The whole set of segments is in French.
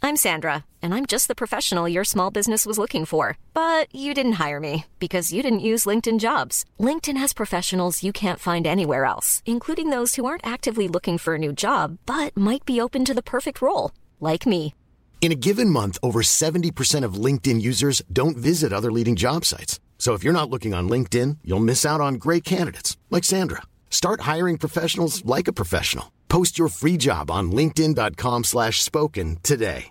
I'm Sandra, and I'm just the professional your small business was looking for. But you didn't hire me because you didn't use LinkedIn Jobs. LinkedIn has professionals you can't find anywhere else, including those who aren't actively looking for a new job, but might be open to the perfect role, like me. In a given month, over 70% of LinkedIn users don't visit other leading job sites. So if you're not looking on LinkedIn, you'll miss out on great candidates like Sandra. Start hiring professionals like a professional. Post your free job on linkedin.com/spoken today.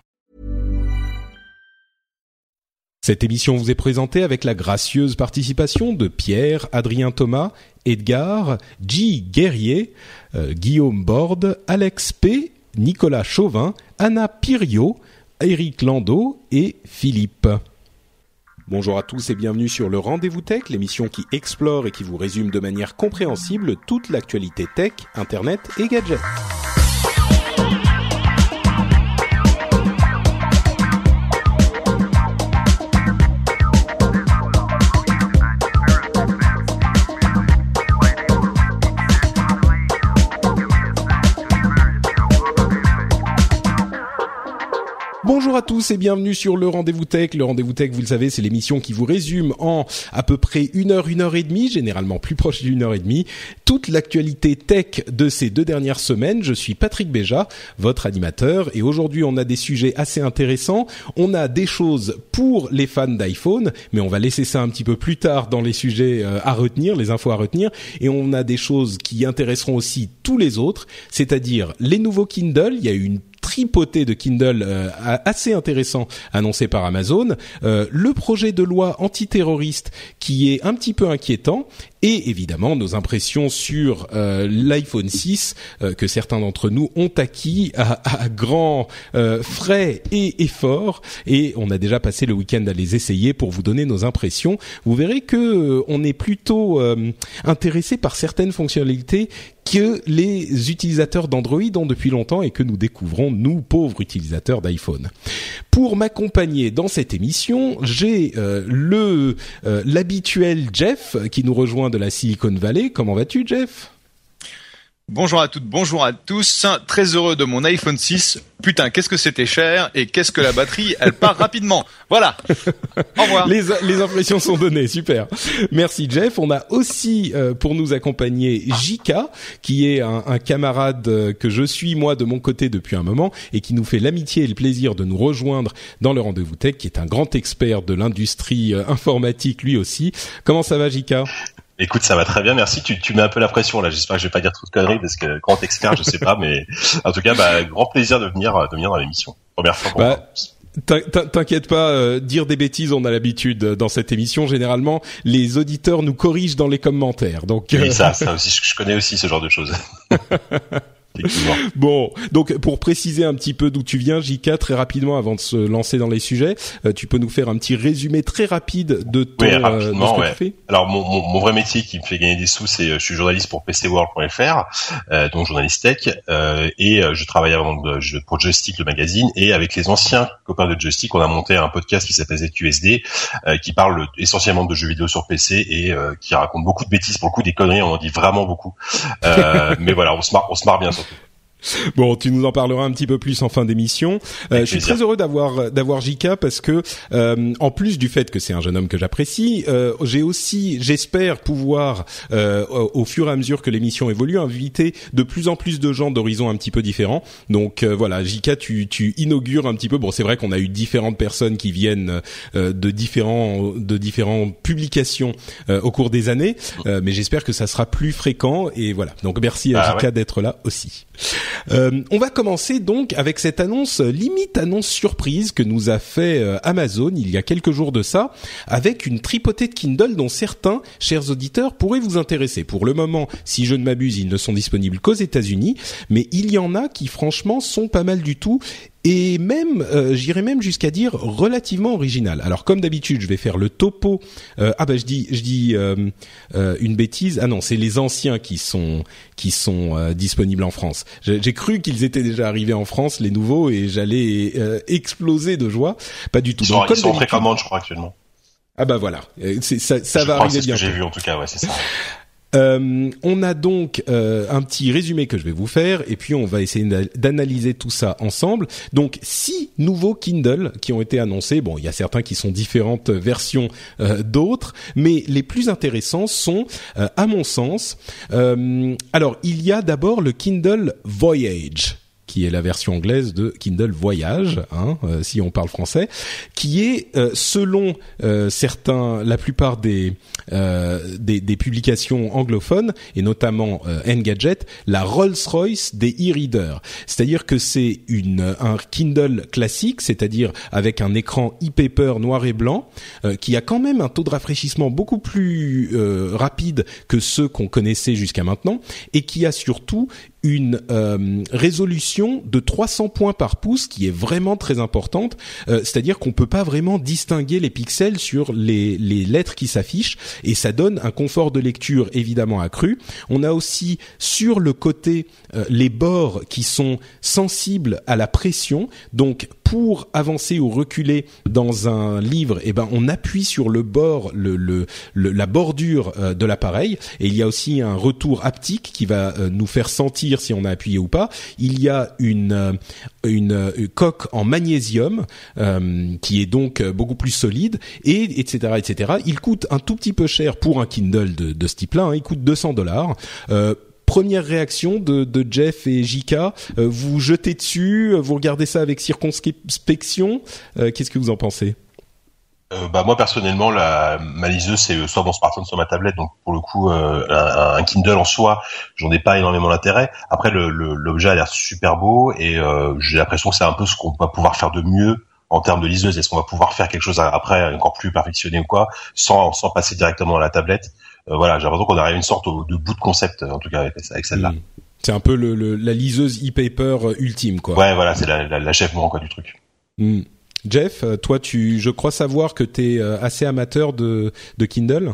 Cette émission vous est présentée avec la gracieuse participation de Pierre, Adrien Thomas, Edgar, Guy Guerrier, Guillaume Borde, Alex P, Nicolas Chauvin, Anna Piriot, Éric Landau et Philippe. Bonjour à tous et bienvenue sur le Rendez-vous Tech, l'émission qui explore et qui vous résume de manière compréhensible toute l'actualité tech, internet et gadgets. Bonjour à tous et bienvenue sur le Rendez-vous Tech. Le Rendez-vous Tech, vous le savez, c'est l'émission qui vous résume en à peu près 1 heure et demie, généralement plus proche d'1 heure et demie, toute l'actualité tech de ces 2 dernières semaines. Je suis Patrick Béja, votre animateur, et aujourd'hui on a des sujets assez intéressants. On a des choses pour les fans d'iPhone, mais on va laisser ça un petit peu plus tard dans les sujets à retenir, les infos à retenir, et on a des choses qui intéresseront aussi tous les autres, c'est-à-dire les nouveaux Kindle. Il y a eu une tripotée de Kindle assez intéressant annoncé par Amazon, le projet de loi antiterroriste qui est un petit peu inquiétant, et évidemment nos impressions sur l'iPhone 6 que certains d'entre nous ont acquis à grands frais et efforts, et on a déjà passé le week-end à les essayer pour vous donner nos impressions. Vous verrez que on est plutôt intéressé par certaines fonctionnalités que les utilisateurs d'Android ont depuis longtemps et que nous découvrons, nous, pauvres utilisateurs d'iPhone. Pour m'accompagner dans cette émission, j'ai l'habituel Jeff qui nous rejoint de la Silicon Valley. Comment vas-tu, Jeff ? Bonjour à toutes, bonjour à tous. Très heureux de mon iPhone 6. Putain, qu'est-ce que c'était cher et qu'est-ce que la batterie, elle part rapidement. Voilà. Au revoir. Les impressions sont données, super. Merci Jeff. On a aussi pour nous accompagner Jika, qui est un camarade que je suis moi de mon côté depuis un moment et qui nous fait l'amitié et le plaisir de nous rejoindre dans le Rendez-vous Tech, qui est un grand expert de l'industrie informatique lui aussi. Comment ça va Jika ? Écoute, ça va très bien, merci. Tu mets un peu la pression là. J'espère que je vais pas dire trop de conneries parce que grand expert, je sais pas, mais en tout cas, grand plaisir de venir dans l'émission. Première fois pour moi. T'inquiète pas, dire des bêtises, on a l'habitude dans cette émission. Généralement, les auditeurs nous corrigent dans les commentaires. Donc oui, ça aussi, je connais aussi ce genre de choses. Bon, donc pour préciser un petit peu d'où tu viens, JK, très rapidement avant de se lancer dans les sujets, tu peux nous faire un petit résumé très rapide de ton, de ce que tu fais. Alors mon vrai métier qui me fait gagner des sous, c'est je suis journaliste pour PCWorld.fr, donc journaliste tech, et je travaille avant pour Joystick le magazine, et avec les anciens copains de Joystick, on a monté un podcast qui s'appelle ZQSD, qui parle essentiellement de jeux vidéo sur PC et qui raconte beaucoup de bêtises, pour le coup des conneries, on en dit vraiment beaucoup, mais voilà, on se marre bien surtout. Bon, tu nous en parleras un petit peu plus en fin d'émission. Je suis très heureux d'avoir JK parce que en plus du fait que c'est un jeune homme que j'apprécie, j'espère pouvoir au fur et à mesure que l'émission évolue inviter de plus en plus de gens d'horizons un petit peu différents. Donc voilà, JK, tu inaugures un petit peu. Bon, c'est vrai qu'on a eu différentes personnes qui viennent de différents publications au cours des années, mais j'espère que ça sera plus fréquent, et voilà. Donc merci à JK d'être là aussi. On va commencer donc avec cette annonce surprise que nous a fait Amazon il y a quelques jours de ça, avec une tripotée de Kindle dont certains, chers auditeurs, pourraient vous intéresser. Pour le moment, si je ne m'abuse, ils ne sont disponibles qu'aux États-Unis, mais il y en a qui franchement sont pas mal du tout. Et même, j'irais même jusqu'à dire relativement original. Alors comme d'habitude, je vais faire le topo. Je dis une bêtise. Ah non, c'est les anciens qui sont disponibles en France. J'ai cru qu'ils étaient déjà arrivés en France, les nouveaux, et j'allais exploser de joie. Pas du tout. Ils sont en précommande, je crois, actuellement. Ah bah voilà, ça va arriver bientôt. C'est ce que j'ai vu en tout cas, ouais, c'est ça. On a donc un petit résumé que je vais vous faire et puis on va essayer d'analyser tout ça ensemble. Donc 6 nouveaux Kindle qui ont été annoncés. Bon, il y a certains qui sont différentes versions d'autres, mais les plus intéressants sont, à mon sens, alors il y a d'abord le Kindle Voyage, qui est la version anglaise de Kindle Voyage, si on parle français, qui est selon certains, la plupart des publications anglophones et notamment Engadget, la Rolls-Royce des e-readers. C'est-à-dire que c'est un Kindle classique, c'est-à-dire avec un écran e-paper noir et blanc, qui a quand même un taux de rafraîchissement beaucoup plus rapide que ceux qu'on connaissait jusqu'à maintenant, et qui a surtout une résolution de 300 points par pouce qui est vraiment très importante, c'est-à-dire qu'on peut pas vraiment distinguer les pixels sur les lettres qui s'affichent, et ça donne un confort de lecture évidemment accru. On a aussi sur le côté les bords qui sont sensibles à la pression, donc pour avancer ou reculer dans un livre, on appuie sur le bord, la bordure de l'appareil, et il y a aussi un retour haptique qui va nous faire sentir si on a appuyé ou pas. Il y a une coque en magnésium qui est donc beaucoup plus solide, et etc. Il coûte un tout petit peu cher pour un Kindle de ce type-là. Il coûte $200. Première réaction de Jeff et JK, vous jetez dessus, vous regardez ça avec circonspection, qu'est-ce que vous en pensez? Moi personnellement, ma liseuse c'est soit mon smartphone soit ma tablette, donc pour le coup un Kindle en soi, j'en ai pas énormément d'intérêt. Après l'objet a l'air super beau et j'ai l'impression que c'est un peu ce qu'on va pouvoir faire de mieux en termes de liseuse. Est-ce qu'on va pouvoir faire quelque chose après encore plus perfectionné ou quoi, sans passer directement à la tablette? Voilà, j'ai l'impression qu'on arrive à une sorte de bout de concept, en tout cas avec celle-là. C'est un peu la liseuse e-paper ultime, quoi. Ouais, voilà, c'est l'achèvement quoi du truc. Jeff, toi, je crois savoir que t'es assez amateur de Kindle.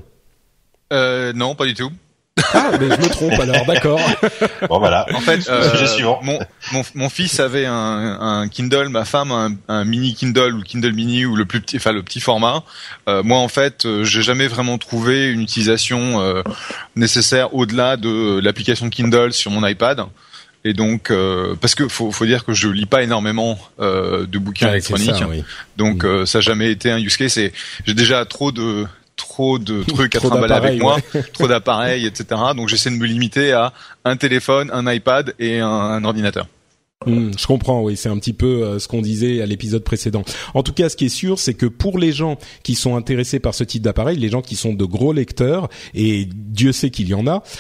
Non, pas du tout. Ah, mais je me trompe alors, d'accord. Bon voilà. En fait, sujet suivant. Mon fils avait un Kindle, ma femme un mini Kindle ou Kindle mini ou le petit format. Moi en fait, j'ai jamais vraiment trouvé une utilisation nécessaire au-delà de l'application Kindle sur mon iPad. Et donc parce que faut dire que je lis pas énormément de bouquins électroniques. Ça, oui. Donc ça n'a jamais été un use case, et j'ai déjà trop de trucs à trimballer avec moi, trop d'appareils, etc. Donc j'essaie de me limiter à un téléphone, un iPad et un ordinateur. Je comprends, oui, c'est un petit peu ce qu'on disait à l'épisode précédent. En tout cas, ce qui est sûr, c'est que pour les gens qui sont intéressés par ce type d'appareil, les gens qui sont de gros lecteurs, et Dieu sait qu'il y en a,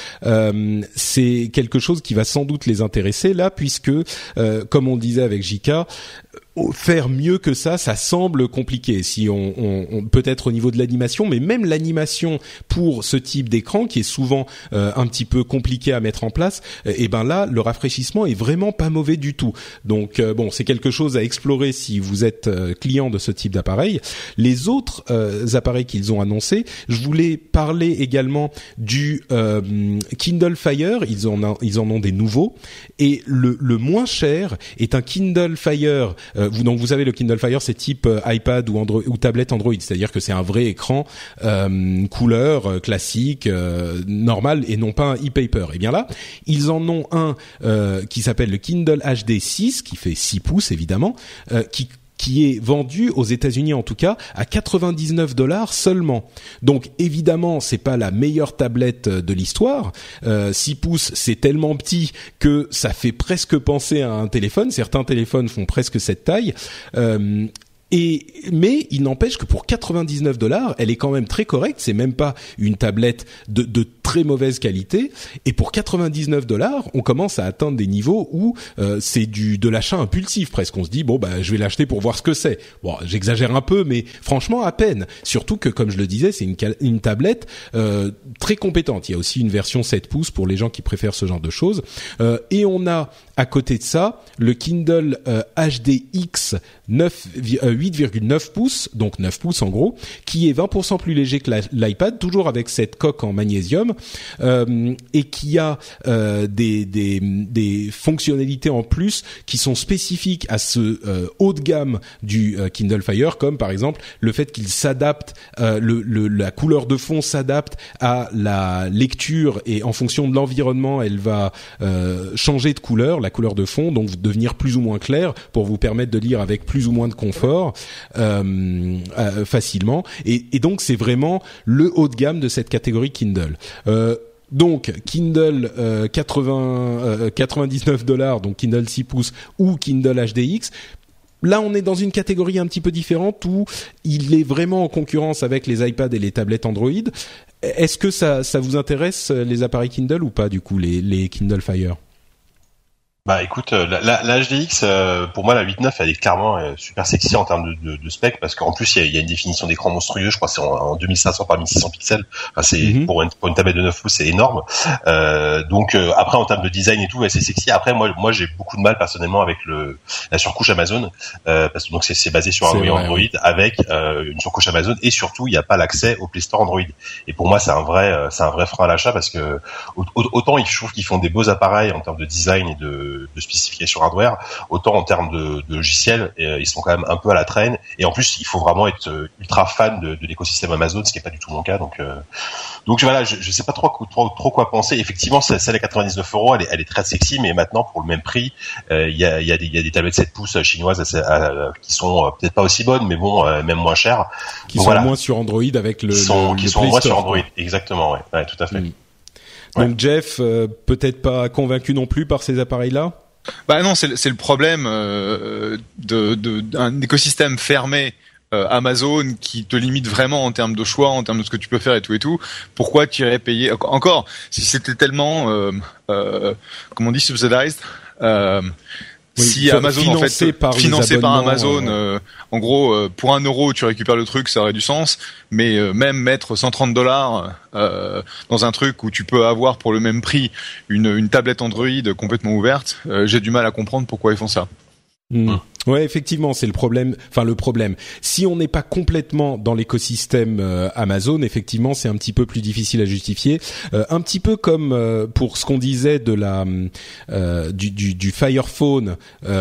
c'est quelque chose qui va sans doute les intéresser là, puisque, comme on le disait avec JK, faire mieux que ça semble compliqué. Si on peut-être au niveau de l'animation, mais même l'animation pour ce type d'écran qui est souvent un petit peu compliqué à mettre en place, et là le rafraîchissement est vraiment pas mauvais du tout. Donc c'est quelque chose à explorer si vous êtes client de ce type d'appareil. Les autres appareils qu'ils ont annoncés, je voulais parler également du Kindle Fire. Ils en ont des nouveaux, et le moins cher est un Kindle Fire. Donc vous savez, le Kindle Fire, c'est type iPad ou Android ou tablette Android, c'est-à-dire que c'est un vrai écran couleur classique normal, et non pas un e-paper. Et bien là, ils en ont un qui s'appelle le Kindle HD 6, qui fait 6 pouces évidemment, qui est vendu aux États-Unis en tout cas à $99 seulement. Donc évidemment, c'est pas la meilleure tablette de l'histoire. 6 pouces, c'est tellement petit que ça fait presque penser à un téléphone. Certains téléphones font presque cette taille. Mais il n'empêche que pour $99, elle est quand même très correcte. C'est même pas une tablette de très mauvaise qualité. Et pour $99, on commence à atteindre des niveaux où c'est de l'achat impulsif presque. On se dit je vais l'acheter pour voir ce que c'est. Bon, j'exagère un peu, mais franchement à peine. Surtout que, comme je le disais, c'est une tablette très compétente. Il y a aussi une version 7 pouces pour les gens qui préfèrent ce genre de choses. Et on a à côté de ça le Kindle HDX 8,9 pouces, donc 9 pouces en gros, qui est 20% plus léger que l'iPad, toujours avec cette coque en magnésium, et qui a des fonctionnalités en plus qui sont spécifiques à ce haut de gamme du Kindle Fire, comme par exemple le fait qu'il s'adapte, la couleur de fond s'adapte à la lecture et en fonction de l'environnement, elle va changer de couleur, la couleur de fond, donc devenir plus ou moins claire pour vous permettre de lire avec plus ou moins de confort facilement. Et donc c'est vraiment le haut de gamme de cette catégorie Kindle. Donc Kindle $99, donc Kindle 6 pouces ou Kindle HDX. Là, on est dans une catégorie un petit peu différente où il est vraiment en concurrence avec les iPads et les tablettes Android. Est-ce que ça vous intéresse, les appareils Kindle ou pas, du coup, les Kindle Fire? Bah écoute, la HDX, pour moi la 8.9 elle est clairement super sexy en termes de spec, parce qu'en plus il y a une définition d'écran monstrueuse, je crois que c'est en 2500 par 1600 pixels, enfin c'est pour une tablette de 9 pouces c'est énorme. Donc après en termes de design et tout, c'est sexy. Après moi j'ai beaucoup de mal personnellement avec la surcouche Amazon, parce que donc c'est basé sur Android avec une surcouche Amazon, et surtout il n'y a pas l'accès au Play Store Android. Et pour moi c'est un vrai frein à l'achat, parce que autant je trouve qu'ils font des beaux appareils en termes de design et de spécification hardware, autant en termes de logiciels, ils sont quand même un peu à la traîne. Et en plus, il faut vraiment être ultra fan de l'écosystème Amazon, ce qui est pas du tout mon cas. Donc voilà, je sais pas trop quoi penser. Effectivement, celle à 99 €, elle est très sexy, mais maintenant pour le même prix, il y a des tablettes 7 pouces chinoises qui sont peut-être pas aussi bonnes, mais bon, même moins chères. Qui sont moins sur Android avec qui sont moins sur Android. Exactement, ouais, tout à fait. Ouais. Donc Jeff, peut-être pas convaincu non plus par ces appareils-là? Bah non, c'est le problème d'un écosystème fermé Amazon qui te limite vraiment en termes de choix, en termes de ce que tu peux faire et tout. Pourquoi tu irais payer encore si c'était tellement comment on dit, subsidized, si Amazon financé par Amazon, en gros pour 1 euro tu récupères le truc, ça aurait du sens. Mais même mettre $130 dans un truc où tu peux avoir pour le même prix une tablette Android complètement ouverte, j'ai du mal à comprendre pourquoi ils font ça. Ouais, effectivement, c'est le problème. Enfin, le problème. Si on n'est pas complètement dans l'écosystème Amazon, effectivement, c'est un petit peu plus difficile à justifier. Un petit peu comme pour ce qu'on disait de du Fire Phone,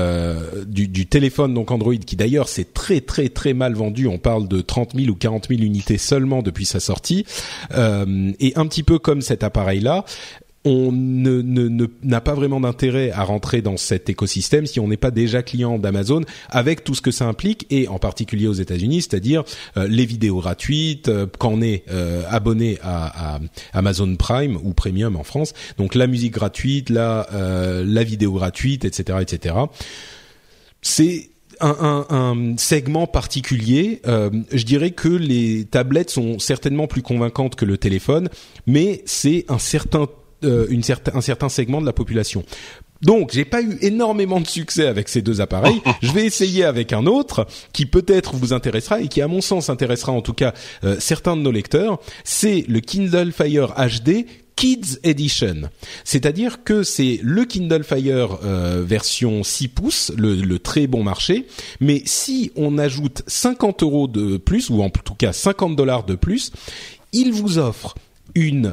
du téléphone donc Android, qui d'ailleurs c'est très très très mal vendu. On parle de 30 000 ou 40 000 unités seulement depuis sa sortie. Et un petit peu comme cet appareil-là. On n'a pas vraiment d'intérêt à rentrer dans cet écosystème si on n'est pas déjà client d'Amazon, avec tout ce que ça implique, et en particulier aux États-Unis, c'est-à-dire les vidéos gratuites quand on est abonné à Amazon Prime ou Premium en France, donc la musique gratuite, la vidéo gratuite, etc., etc. C'est un segment particulier. Je dirais que les tablettes sont certainement plus convaincantes que le téléphone, mais c'est un certain segment de la population. Donc, j'ai pas eu énormément de succès avec ces deux appareils. Je vais essayer avec un autre qui peut-être vous intéressera et qui, à mon sens, intéressera en tout cas certains de nos lecteurs. C'est le Kindle Fire HD Kids Edition. C'est-à-dire que c'est le Kindle Fire version 6 pouces, le très bon marché. Mais si on ajoute 50 € de plus, ou en tout cas $50 de plus, il vous offre une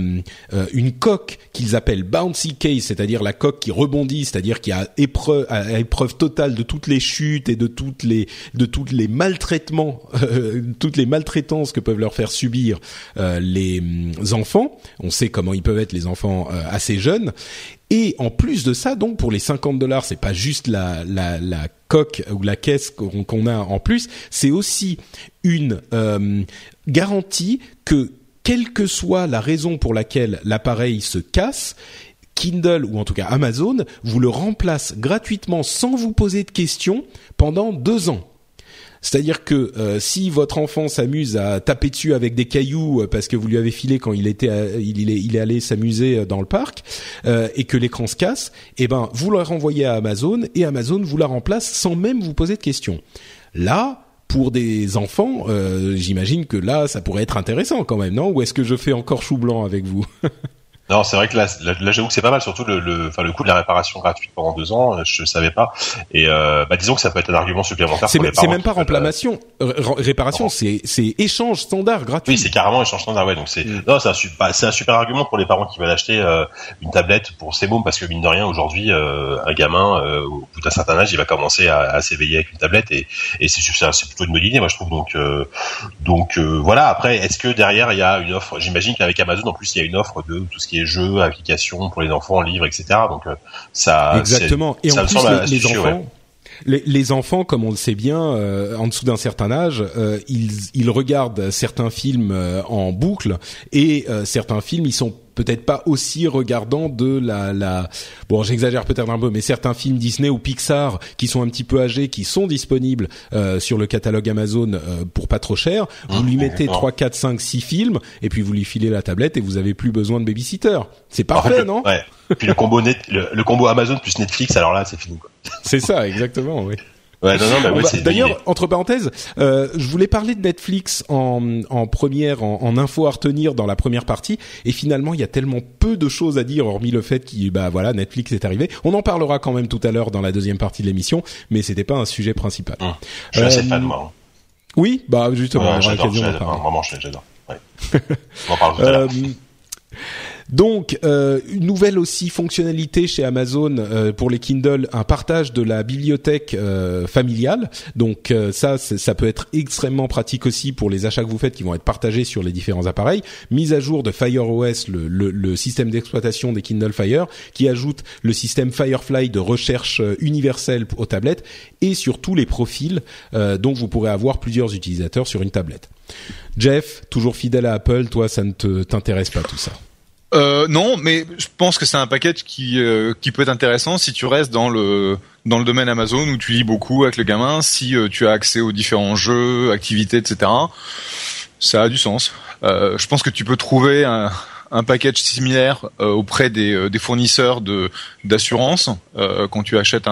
coque qu'ils appellent bouncy case, c'est-à-dire la coque qui rebondit, c'est-à-dire qui a épreuve totale de toutes les chutes et de toutes les maltraitements, toutes les maltraitances que peuvent leur faire subir les enfants. On sait comment ils peuvent être les enfants assez jeunes. Et en plus de ça, donc pour les $50, c'est pas juste la coque ou la caisse qu'on a en plus, c'est aussi une garantie que quelle que soit la raison pour laquelle l'appareil se casse, Kindle ou en tout cas Amazon vous le remplace gratuitement sans vous poser de questions pendant 2 ans. C'est-à-dire que si votre enfant s'amuse à taper dessus avec des cailloux parce que vous lui avez filé quand il est allé s'amuser dans le parc et que l'écran se casse, vous le renvoyez à Amazon et Amazon vous la remplace sans même vous poser de questions. Là, pour des enfants, j'imagine que là, ça pourrait être intéressant quand même, non? Ou est-ce que je fais encore chou blanc avec vous? Non, c'est vrai que là j'avoue que c'est pas mal, surtout le coût de la réparation gratuite pendant 2 ans, je savais pas. Et disons que ça peut être un argument supplémentaire pour les parents. C'est même pas réparation, c'est échange standard gratuit. Oui, c'est carrément échange standard, ouais. Donc c'est un super argument pour les parents qui veulent acheter une tablette pour ses mômes, parce que mine de rien aujourd'hui un gamin au bout d'un certain âge, il va commencer à s'éveiller avec une tablette et c'est plutôt une bonne idée, moi je trouve. Donc voilà. Après, est-ce que derrière il y a une offre? J'imagine qu'avec Amazon en plus il y a une offre de tout ce qui est jeux, applications pour les enfants, livres, etc. Donc ça. Exactement. Et ça en plus les enfants. Ouais. Les enfants, comme on le sait bien, en dessous d'un certain âge, ils regardent certains films en boucle et certains films, ils sont peut-être pas aussi regardants de bon, j'exagère peut-être un peu, mais certains films Disney ou Pixar qui sont un petit peu âgés, qui sont disponibles sur le catalogue Amazon pour pas trop cher, vous lui mettez 3, 4, 5, 6 films et puis vous lui filez la tablette et vous avez plus besoin de babysitter. C'est parfait, en fait, non? Ouais. Puis le combo Amazon plus Netflix, alors là, c'est fini, quoi. C'est ça, exactement, oui. Ouais, non, c'est d'ailleurs, entre parenthèses, je voulais parler de Netflix en première, en info à retenir dans la première partie, et finalement, il y a tellement peu de choses à dire, hormis le fait Netflix est arrivé. On en parlera quand même tout à l'heure dans la deuxième partie de l'émission, mais c'était pas un sujet principal. Je suis assez fan, moi. Oui, justement, on aura l'occasion d'en parler. Vraiment, j'adore. Ouais. On en parle tout à l'heure. Donc, une nouvelle aussi fonctionnalité chez Amazon pour les Kindle, un partage de la bibliothèque familiale. Donc ça peut être extrêmement pratique aussi pour les achats que vous faites qui vont être partagés sur les différents appareils. Mise à jour de Fire OS, le système d'exploitation des Kindle Fire, qui ajoute le système Firefly de recherche universelle aux tablettes et sur tous les profils, donc vous pourrez avoir plusieurs utilisateurs sur une tablette. Jeff, toujours fidèle à Apple, toi ça ne t'intéresse pas tout ça? Non, mais je pense que c'est un package qui peut être intéressant si tu restes dans le domaine Amazon où tu lis beaucoup avec le gamin, si tu as accès aux différents jeux, activités, etc. Ça a du sens. Je pense que tu peux trouver un package similaire auprès des fournisseurs d'assurance. Quand tu achètes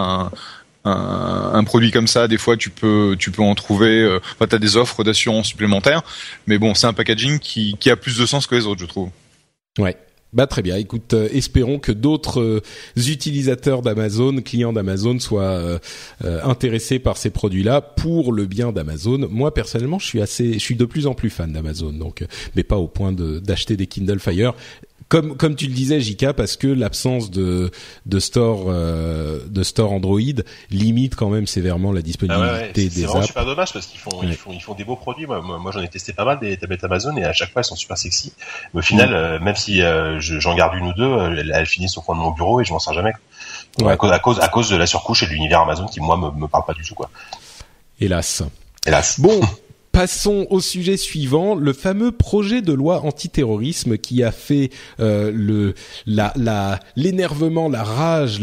un produit comme ça, des fois tu peux en trouver. T'as des offres d'assurance supplémentaires, mais bon, c'est un packaging qui a plus de sens que les autres, je trouve. Ouais. Très bien. Écoute, espérons que d'autres utilisateurs d'Amazon, clients d'Amazon, soient intéressés par ces produits-là pour le bien d'Amazon. Moi, personnellement, je suis de plus en plus fan d'Amazon, donc, mais pas au point d'acheter des Kindle Fire. Comme tu le disais, JK, parce que l'absence de store Android limite quand même sévèrement la disponibilité des apps. C'est vraiment super dommage parce qu'ils font des beaux produits. Moi, j'en ai testé pas mal des tablettes Amazon et à chaque fois elles sont super sexy. Mais au final, même si j'en garde une ou deux, elles finissent au coin de mon bureau et je m'en sers jamais. Ouais. À cause de la surcouche et de l'univers Amazon qui moi me parle pas du tout, quoi. Hélas. Bon. Passons au sujet suivant, le fameux projet de loi antiterrorisme qui a fait l'énervement, la rage,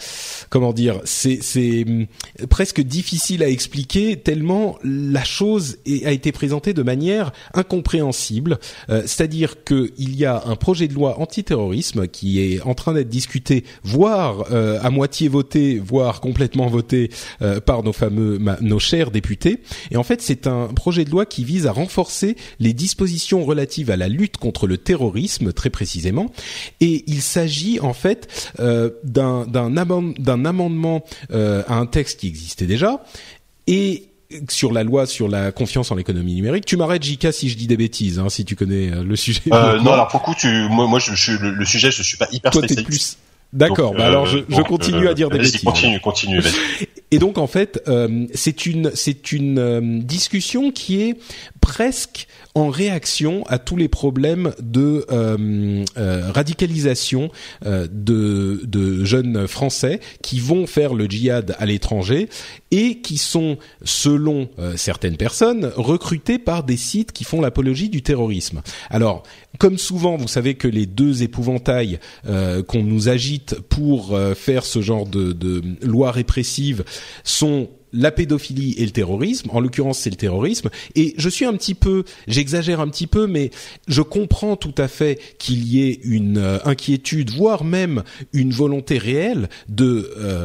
c'est presque difficile à expliquer tellement la chose a été présentée de manière incompréhensible. C'est-à-dire que il y a un projet de loi antiterrorisme qui est en train d'être discuté, voire à moitié voté, voire complètement voté par nos chers députés. Et en fait, c'est un projet de loi qui vise à renforcer les dispositions relatives à la lutte contre le terrorisme, très précisément. Et il s'agit en fait d'un amendement à un texte qui existait déjà et sur la loi sur la confiance en l'économie numérique. Tu m'arrêtes, JK, si je dis des bêtises, si tu connais le sujet. Non, alors pour le coup, moi, le sujet, je suis pas hyper spécialiste. D'accord. Donc, alors je continue à dire des bêtises. Continue. Vas-y. Et donc en fait, c'est une discussion qui est presque en réaction à tous les problèmes de radicalisation de jeunes Français qui vont faire le djihad à l'étranger et qui sont, selon certaines personnes, recrutés par des sites qui font l'apologie du terrorisme. Alors, comme souvent, vous savez que les deux épouvantails qu'on nous agite pour faire ce genre de loi répressive sont la pédophilie et le terrorisme. En l'occurrence, c'est le terrorisme. Et j'exagère un petit peu, mais je comprends tout à fait qu'il y ait une inquiétude, voire même une volonté réelle de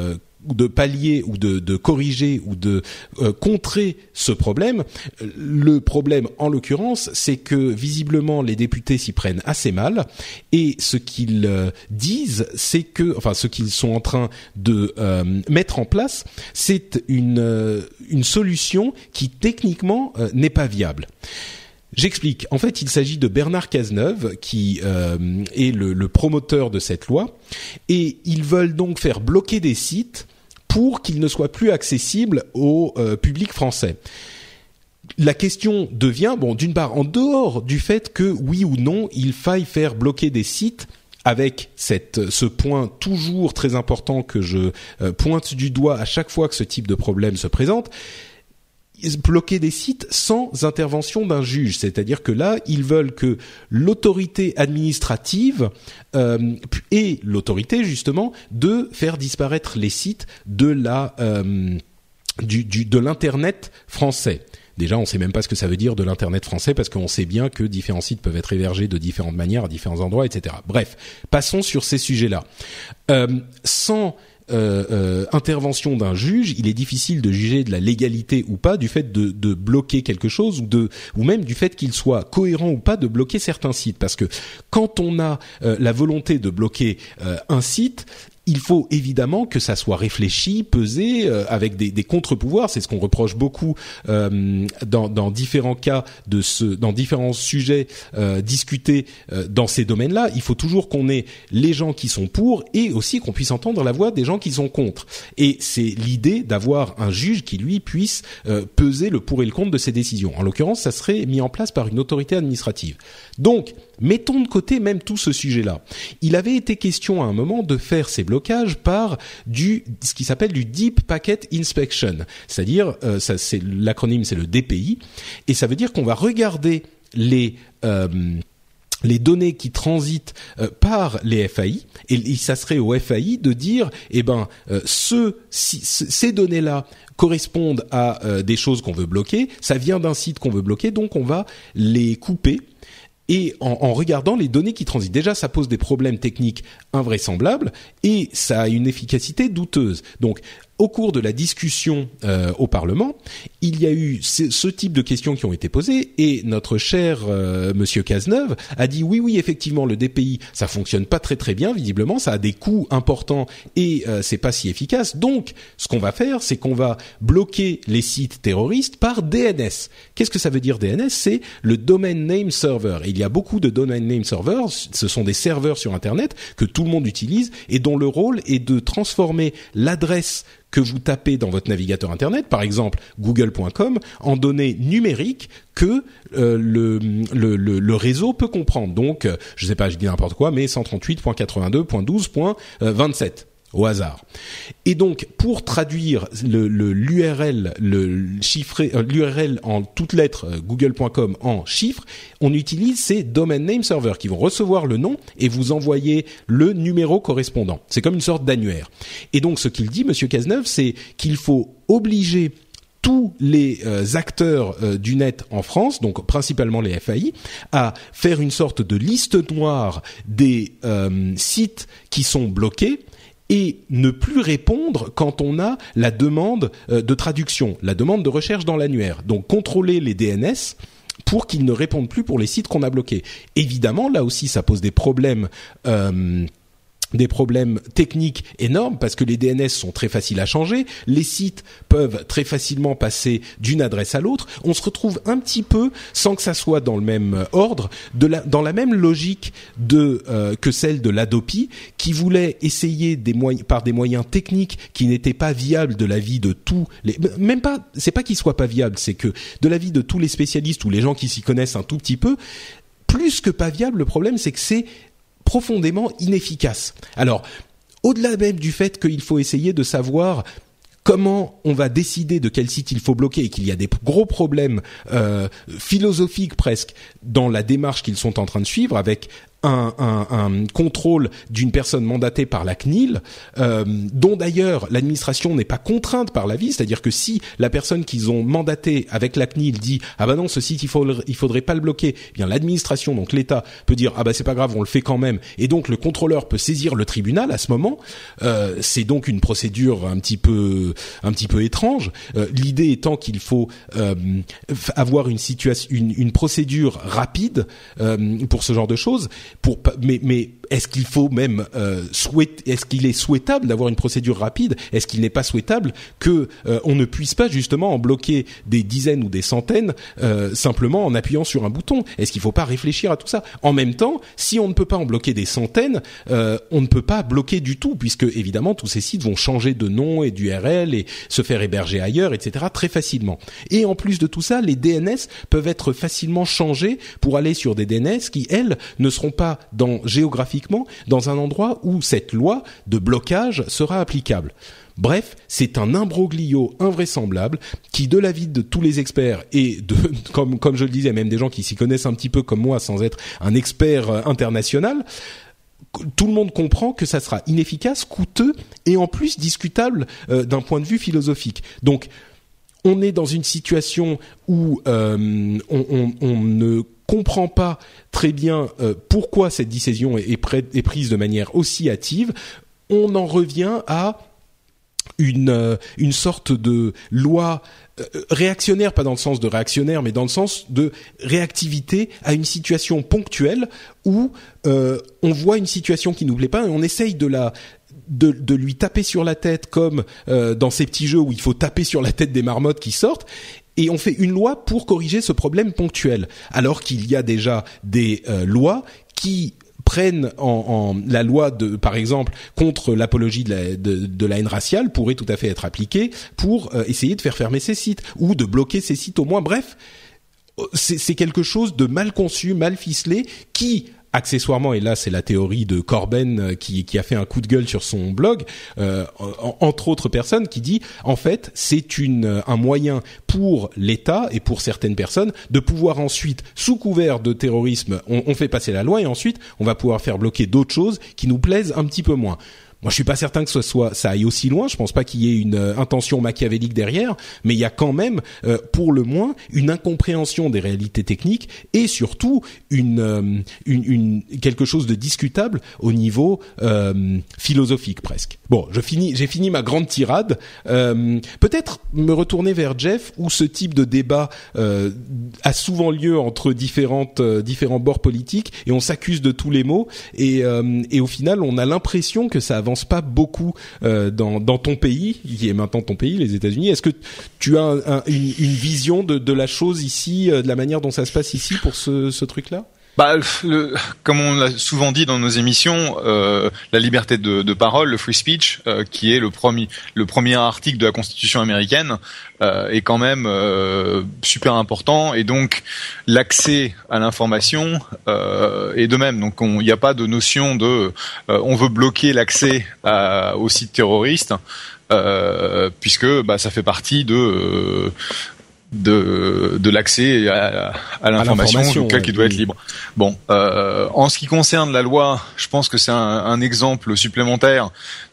pallier ou de corriger ou de contrer ce problème. Le problème, en l'occurrence, c'est que visiblement les députés s'y prennent assez mal, et ce qu'ils disent, c'est que, enfin, ce qu'ils sont en train de mettre en place, c'est une solution qui techniquement n'est pas viable. J'explique. En fait, il s'agit de Bernard Cazeneuve qui est le promoteur de cette loi, et ils veulent donc faire bloquer des sites pour qu'ils ne soient plus accessibles au public français. La question devient, bon, d'une part, en dehors du fait que, oui ou non, il faille faire bloquer des sites, avec ce point toujours très important que je pointe du doigt à chaque fois que ce type de problème se présente, bloquer des sites sans intervention d'un juge. C'est-à-dire que là, ils veulent que l'autorité administrative ait l'autorité, justement, de faire disparaître les sites de l'Internet français. Déjà, on ne sait même pas ce que ça veut dire de l'Internet français, parce qu'on sait bien que différents sites peuvent être hébergés de différentes manières à différents endroits, etc. Bref, passons sur ces sujets-là. Sans intervention d'un juge, il est difficile de juger de la légalité ou pas du fait de bloquer quelque chose, ou même du fait qu'il soit cohérent ou pas de bloquer certains sites. Parce que quand on a la volonté de bloquer un site, il faut évidemment que ça soit réfléchi, pesé, avec des contre-pouvoirs. C'est ce qu'on reproche beaucoup dans différents cas dans différents sujets discutés dans ces domaines-là. Il faut toujours qu'on ait les gens qui sont pour, et aussi qu'on puisse entendre la voix des gens qui sont contre. Et c'est l'idée d'avoir un juge qui, lui, puisse peser le pour et le contre de ces décisions. En l'occurrence, ça serait mis en place par une autorité administrative. Donc, mettons de côté même tout ce sujet-là. Il avait été question à un moment de faire ces blocages par ce qui s'appelle du Deep Packet Inspection. C'est-à-dire, l'acronyme c'est le DPI, et ça veut dire qu'on va regarder les données qui transitent par les FAI, et ça serait au FAI de dire, ces données-là correspondent à des choses qu'on veut bloquer, ça vient d'un site qu'on veut bloquer, donc on va les couper. Et en regardant les données qui transitent, déjà ça pose des problèmes techniques invraisemblables, et ça a une efficacité douteuse. Donc, au cours de la discussion au Parlement, il y a eu ce type de questions qui ont été posées, et notre cher Monsieur Cazeneuve a dit oui, effectivement, le DPI, ça fonctionne pas très très bien, visiblement, ça a des coûts importants et c'est pas si efficace. Donc, ce qu'on va faire, c'est qu'on va bloquer les sites terroristes par DNS. Qu'est-ce que ça veut dire DNS ? C'est le Domain Name Server. Et il y a beaucoup de Domain Name Servers, ce sont des serveurs sur Internet que tout le monde utilise et dont le rôle est de transformer l'adresse que vous tapez dans votre navigateur Internet, par exemple google.com, en données numériques que le réseau peut comprendre. Donc, je sais pas, je dis n'importe quoi, mais 138.82.12.27 au hasard. Et donc, pour traduire l'URL, l'URL en toutes lettres google.com en chiffres, on utilise ces domain name servers qui vont recevoir le nom et vous envoyer le numéro correspondant. C'est comme une sorte d'annuaire. Et donc, ce qu'il dit, Monsieur Cazeneuve, c'est qu'il faut obliger tous les acteurs du net en France, donc principalement les FAI, à faire une sorte de liste noire des sites qui sont bloqués, et ne plus répondre quand on a la demande de traduction, la demande de recherche dans l'annuaire. Donc contrôler les DNS pour qu'ils ne répondent plus pour les sites qu'on a bloqués. Évidemment, là aussi, ça pose des problèmes techniques énormes, parce que les DNS sont très faciles à changer, les sites peuvent très facilement passer d'une adresse à l'autre. On se retrouve un petit peu, sans que ça soit dans le même ordre, dans la même logique que celle de l'Adopi, qui voulait essayer par des moyens techniques qui n'étaient pas viables de l'avis de tous les... Même pas, c'est pas qu'ils soient pas viables, c'est que de l'avis de tous les spécialistes ou les gens qui s'y connaissent un tout petit peu, plus que pas viable, le problème c'est que c'est profondément inefficace. Alors, au-delà même du fait qu'il faut essayer de savoir comment on va décider de quel site il faut bloquer, et qu'il y a des gros problèmes philosophiques presque dans la démarche qu'ils sont en train de suivre, avec un contrôle d'une personne mandatée par la CNIL, dont d'ailleurs l'administration n'est pas contrainte par l'avis, c'est-à-dire que si la personne qu'ils ont mandatée avec la CNIL dit ah bah non, ce site il faudrait pas le bloquer, eh bien l'administration, donc l'État, peut dire ah bah c'est pas grave, on le fait quand même, et donc le contrôleur peut saisir le tribunal à ce moment. C'est donc une procédure un petit peu étrange. L'idée étant qu'il faut avoir une procédure rapide pour ce genre de choses. Mais est-ce qu'il faut même est-ce qu'il est souhaitable d'avoir une procédure rapide? Est-ce qu'il n'est pas souhaitable que on ne puisse pas justement en bloquer des dizaines ou des centaines simplement en appuyant sur un bouton? Est-ce qu'il ne faut pas réfléchir à tout ça? En même temps, si on ne peut pas en bloquer des centaines, on ne peut pas bloquer du tout, puisque évidemment tous ces sites vont changer de nom et d'URL et se faire héberger ailleurs, etc. très facilement. Et en plus de tout ça, les DNS peuvent être facilement changés pour aller sur des DNS qui, elles, ne seront pas géographiquement dans un endroit où cette loi de blocage sera applicable. Bref, c'est un imbroglio invraisemblable qui, de l'avis de tous les experts et comme je le disais, même des gens qui s'y connaissent un petit peu comme moi sans être un expert international, tout le monde comprend que ça sera inefficace, coûteux et en plus discutable d'un point de vue philosophique. Donc, on est dans une situation où on ne comprend pas très bien pourquoi cette décision est prise de manière aussi hâtive. On en revient à une sorte de loi réactionnaire, pas dans le sens de réactionnaire, mais dans le sens de réactivité à une situation ponctuelle où on voit une situation qui nous plaît pas et on essaye de lui taper sur la tête comme dans ces petits jeux où il faut taper sur la tête des marmottes qui sortent. Et on fait une loi pour corriger ce problème ponctuel, alors qu'il y a déjà des lois qui prennent en la loi par exemple contre l'apologie de la haine raciale pourrait tout à fait être appliquée pour essayer de faire fermer ces sites ou de bloquer ces sites au moins. Bref, c'est quelque chose de mal conçu, mal ficelé qui, accessoirement, et là c'est la théorie de Corben qui a fait un coup de gueule sur son blog, entre autres personnes, qui dit en fait c'est un moyen pour l'État et pour certaines personnes de pouvoir ensuite, sous couvert de terrorisme, on fait passer la loi et ensuite on va pouvoir faire bloquer d'autres choses qui nous plaisent un petit peu moins. Moi, je suis pas certain que ça aille aussi loin. Je pense pas qu'il y ait une intention machiavélique derrière, mais il y a quand même, pour le moins, une incompréhension des réalités techniques et surtout quelque chose de discutable au niveau philosophique presque. Bon, j'ai fini ma grande tirade. Peut-être me retourner vers Jeff, où ce type de débat a souvent lieu entre différents bords politiques et on s'accuse de tous les maux et au final, on a l'impression que ça avance pas beaucoup dans ton pays, qui est maintenant ton pays, les États-Unis. Est-ce que tu as une vision de la chose ici, de la manière dont ça se passe ici pour ce truc-là? Comme on l'a souvent dit dans nos émissions, la liberté de parole, le free speech, qui est le premier article de la Constitution américaine, est quand même super important, et donc l'accès à l'information est de même. Donc il n'y a pas de notion de on veut bloquer l'accès aux sites terroristes, puisque ça fait partie de l'accès à l'information qui doit être libre. Bon, en ce qui concerne la loi, je pense que c'est un exemple supplémentaire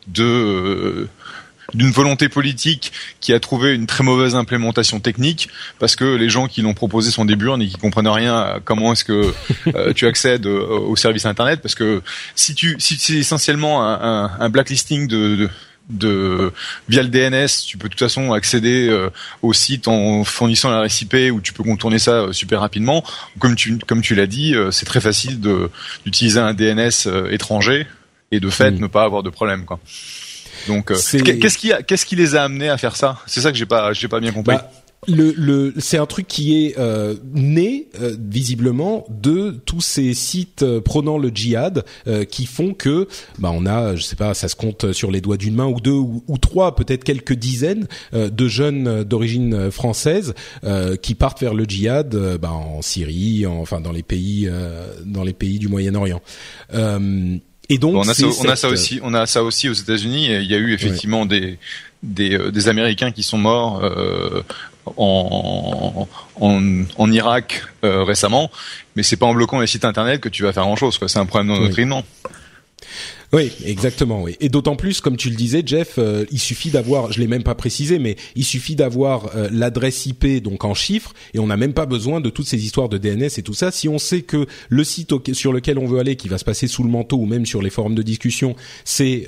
d'une volonté politique qui a trouvé une très mauvaise implémentation technique, parce que les gens qui l'ont proposé sont des burnes et qui comprennent rien à comment est-ce que tu accèdes au service internet, parce que si c'est essentiellement un blacklisting via le DNS, tu peux de toute façon accéder au site en fournissant l'adresse IP, où tu peux contourner ça super rapidement. Comme tu l'as dit, c'est très facile d'utiliser un DNS étranger et de fait ne pas avoir de problème, quoi. Donc qu'est-ce qui les a amenés à faire ça? C'est ça que j'ai pas bien compris. C'est un truc qui est né visiblement de tous ces sites prônant le djihad qui font que on a, je sais pas, ça se compte sur les doigts d'une main ou deux ou trois, peut-être quelques dizaines de jeunes d'origine française qui partent vers le djihad en Syrie, dans les pays du Moyen-Orient. Et donc on a ça aussi aux États-Unis. Il y a eu effectivement des Américains qui sont morts en Irak récemment, mais c'est pas en bloquant les sites internet que tu vas faire grand chose, quoi. C'est un problème d'endoctrinement. Oui, exactement, oui. Et d'autant plus, comme tu le disais, Jeff, il suffit d'avoir, je l'ai même pas précisé, mais il suffit d'avoir l'adresse IP donc en chiffres, et on n'a même pas besoin de toutes ces histoires de DNS et tout ça. Si on sait que le site sur lequel on veut aller, qui va se passer sous le manteau ou même sur les forums de discussion, c'est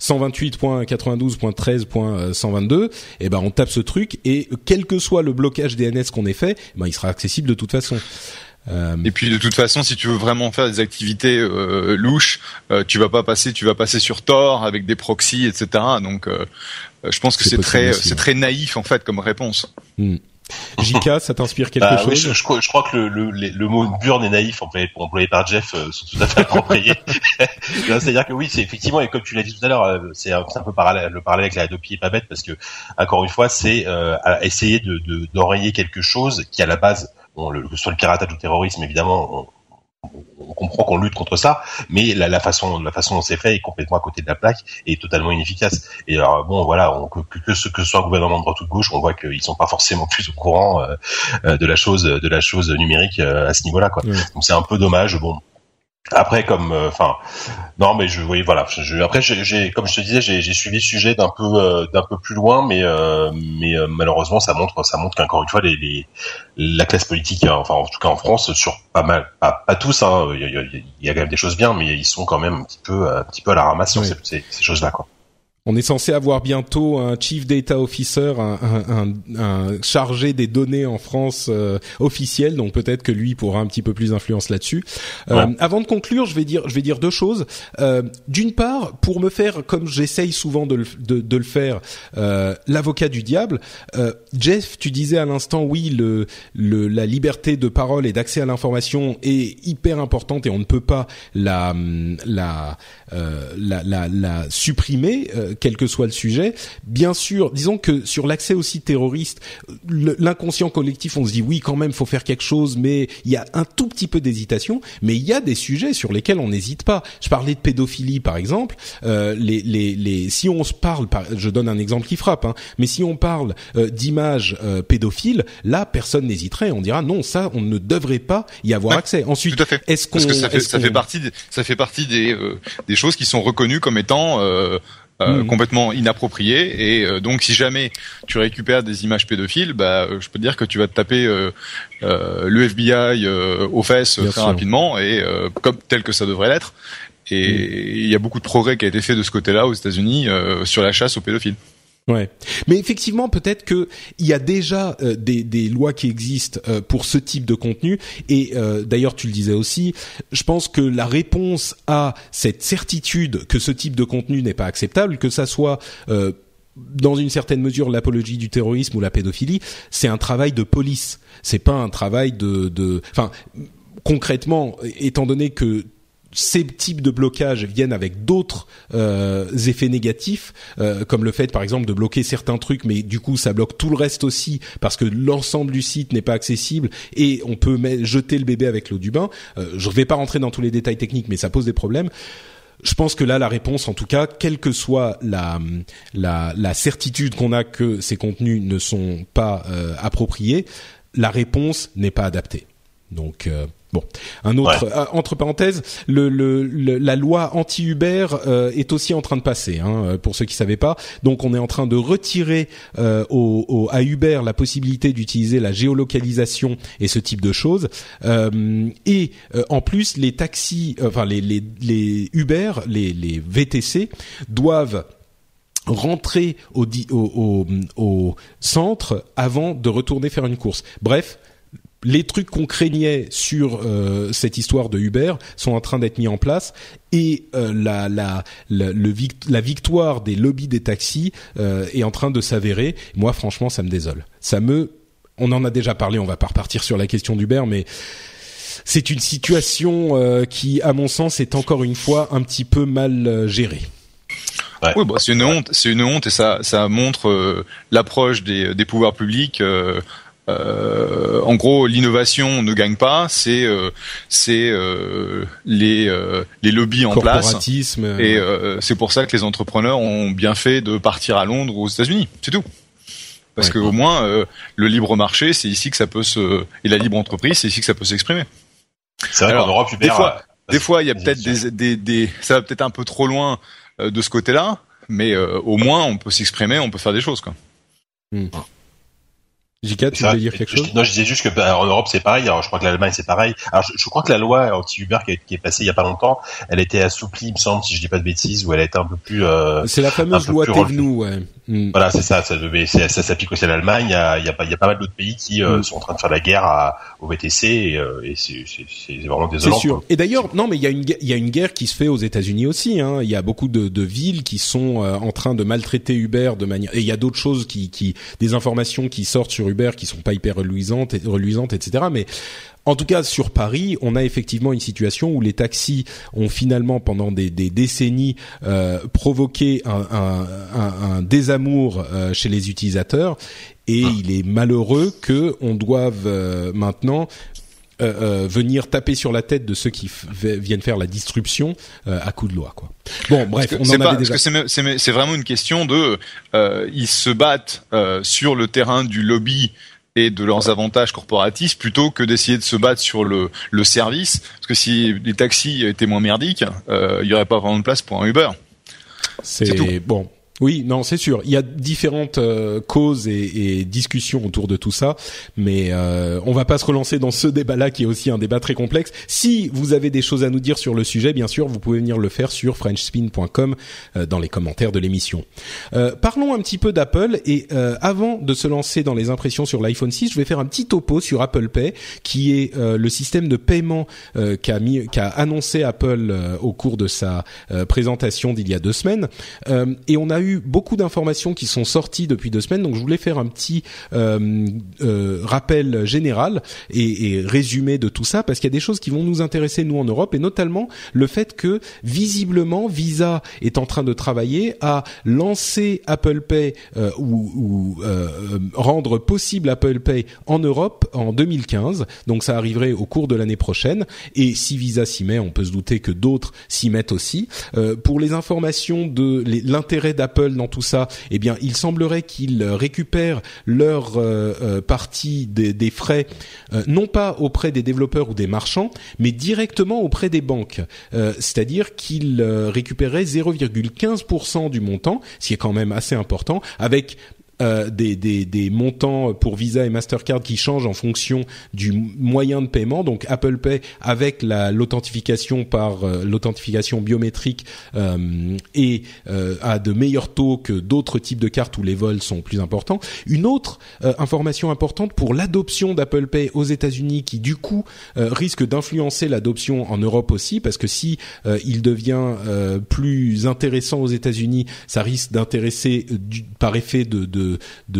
128.92.13.122, et ben on tape ce truc, et quel que soit le blocage DNS qu'on ait fait, ben il sera accessible de toute façon. Et puis de toute façon, si tu veux vraiment faire des activités louches, tu vas passer sur Tor avec des proxys, etc. Donc, je pense que c'est très naïf en fait comme réponse. JK, ça t'inspire quelque chose? Oui, je crois que le mot burn et naïf employé par Jeff sont tout à fait appropriés. C'est-à-dire que oui, c'est effectivement, et comme tu l'as dit tout à l'heure, c'est un peu le parallèle avec la Hadopi est pas bête, parce que encore une fois, c'est essayer d'enrayer quelque chose qui à la base, sur le piratage ou le terrorisme, évidemment, on comprend qu'on lutte contre ça, mais la façon dont c'est fait est complètement à côté de la plaque et totalement inefficace. Et alors bon, voilà, que ce soit un gouvernement de droite ou de gauche, on voit qu'ils sont pas forcément plus au courant de la chose numérique à ce niveau-là, quoi. Donc c'est un peu dommage. Bon. Après, non, mais après, j'ai, comme je te disais, j'ai suivi le sujet d'un peu plus loin, mais malheureusement, ça montre qu'encore une fois, la classe politique, enfin, en tout cas en France, sur pas mal, pas tous, hein, il y a quand même des choses bien, mais ils sont quand même un petit peu à la ramasse sur ces choses-là, quoi. On est censé avoir bientôt un Chief Data Officer, un chargé des données en France officiel, donc peut-être que lui pourra un petit peu plus d'influence là-dessus. Avant de conclure, je vais dire deux choses. D'une part, pour me faire, comme j'essaye souvent de le faire, l'avocat du diable. Jeff, tu disais à l'instant, oui, la liberté de parole et d'accès à l'information est hyper importante et on ne peut pas la supprimer. Quel que soit le sujet. Bien sûr, disons que sur l'accès aux sites terroristes, l'inconscient collectif, on se dit oui, quand même, faut faire quelque chose, mais il y a un tout petit peu d'hésitation, mais il y a des sujets sur lesquels on n'hésite pas. Je parlais de pédophilie, par exemple. Si on se parle, je donne un exemple qui frappe, hein, mais si on parle d'images pédophiles, là, personne n'hésiterait. On dira non, ça, on ne devrait pas y avoir accès. Ensuite, tout à fait. Parce que ça fait partie des choses qui sont reconnues comme étant complètement inapproprié, et donc si jamais tu récupères des images pédophiles, je peux te dire que tu vas te taper le FBI aux fesses très rapidement, et comme tel que ça devrait l'être. Et il y a beaucoup de progrès qui a été fait de ce côté-là aux États-Unis sur la chasse aux pédophiles. Ouais, mais effectivement, peut-être que il y a déjà des lois qui existent pour ce type de contenu, et d'ailleurs tu le disais aussi, je pense que la réponse à cette certitude que ce type de contenu n'est pas acceptable, que ça soit dans une certaine mesure l'apologie du terrorisme ou la pédophilie, c'est un travail de police, c'est pas un travail enfin concrètement, étant donné que ces types de blocages viennent avec d'autres effets négatifs, comme le fait par exemple de bloquer certains trucs, mais du coup ça bloque tout le reste aussi parce que l'ensemble du site n'est pas accessible et on peut jeter le bébé avec l'eau du bain. Je ne vais pas rentrer dans tous les détails techniques, mais ça pose des problèmes. Je pense que là, la réponse, en tout cas, quelle que soit la certitude qu'on a que ces contenus ne sont pas appropriés, la réponse n'est pas adaptée. Donc bon, un autre entre parenthèses, la loi anti-Uber est aussi en train de passer, hein, pour ceux qui savaient pas. Donc on est en train de retirer à Uber la possibilité d'utiliser la géolocalisation et ce type de choses. Et en plus les taxis, enfin les Uber, les VTC doivent rentrer au centre avant de retourner faire une course. Bref, les trucs qu'on craignait sur cette histoire de Uber sont en train d'être mis en place, et la victoire des lobbies des taxis est en train de s'avérer. Moi, franchement, ça me désole. On en a déjà parlé, on va pas repartir sur la question d'Uber, mais c'est une situation qui, à mon sens, est encore une fois un petit peu mal gérée. Ouais. Oui, c'est une honte, et ça montre l'approche des pouvoirs publics. En gros, l'innovation ne gagne pas, c'est les lobbies en place, et c'est pour ça que les entrepreneurs ont bien fait de partir à Londres ou aux États-Unis, c'est tout. Parce que au moins le libre marché, c'est ici que ça peut et la libre entreprise, c'est ici que ça peut s'exprimer. C'est vrai qu'en Europe, des fois, il y a peut-être ça va peut-être un peu trop loin de ce côté-là, mais au moins on peut s'exprimer, on peut faire des choses, quoi. Jika, tu voulais dire quelque chose? Non, je disais juste que en Europe c'est pareil. Alors je crois que l'Allemagne c'est pareil. Alors je crois que la loi anti-Uber qui est passée il y a pas longtemps, elle a été assouplie, il me semble, si je dis pas de bêtises, ou elle a été un peu plus. C'est la fameuse loi Thévenoud, ouais. Voilà, c'est ça. Ça s'applique aussi à l'Allemagne. Il y a pas mal d'autres pays qui sont en train de faire la guerre au VTC et c'est vraiment désolant. C'est sûr. Et d'ailleurs, non, mais il y a une guerre qui se fait aux États-Unis aussi. Hein. Il y a beaucoup de villes qui sont en train de maltraiter Uber de manière. Et il y a d'autres choses des informations qui sortent sur Uber qui sont pas hyper reluisantes, etc. Mais en tout cas, sur Paris, on a effectivement une situation où les taxis ont finalement, pendant des décennies, provoqué un désamour chez les utilisateurs. Et il est malheureux que on doive maintenant venir taper sur la tête de ceux qui viennent faire la disruption à coup de loi, quoi. Bon, bref, on en avait déjà. Parce que c'est vraiment une question de ils se battent sur le terrain du lobby et de leurs avantages corporatifs plutôt que d'essayer de se battre sur le service, parce que si les taxis étaient moins merdiques, il y aurait pas vraiment de place pour un Uber. C'est tout. Bon. Oui, non, c'est sûr. Il y a différentes causes et discussions autour de tout ça, mais on va pas se relancer dans ce débat-là qui est aussi un débat très complexe. Si vous avez des choses à nous dire sur le sujet, bien sûr, vous pouvez venir le faire sur frenchspin.com dans les commentaires de l'émission. Parlons un petit peu d'Apple et avant de se lancer dans les impressions sur l'iPhone 6, je vais faire un petit topo sur Apple Pay, qui est le système de paiement qu'a annoncé Apple au cours de sa présentation d'il y a 2 semaines. Et on a eu beaucoup d'informations qui sont sorties depuis 2 semaines, donc je voulais faire un petit rappel général et résumé de tout ça, parce qu'il y a des choses qui vont nous intéresser nous en Europe, et notamment le fait que visiblement Visa est en train de travailler à lancer Apple Pay ou rendre possible Apple Pay en Europe en 2015, donc ça arriverait au cours de l'année prochaine, et si Visa s'y met, on peut se douter que d'autres s'y mettent aussi. Pour les informations de l'intérêt d'Apple dans tout ça, eh bien, il semblerait qu'ils récupèrent leur partie des frais, non pas auprès des développeurs ou des marchands, mais directement auprès des banques. C'est-à-dire qu'ils récupéraient 0,15% du montant, ce qui est quand même assez important, avec des montants pour Visa et Mastercard qui changent en fonction du moyen de paiement. Donc Apple Pay avec l'authentification par l'authentification biométrique et a de meilleurs taux que d'autres types de cartes où les vols sont plus importants. Une autre information importante pour l'adoption d'Apple Pay aux États-Unis, qui du coup risque d'influencer l'adoption en Europe aussi, parce que si il devient plus intéressant aux États-Unis, ça risque d'intéresser par effet de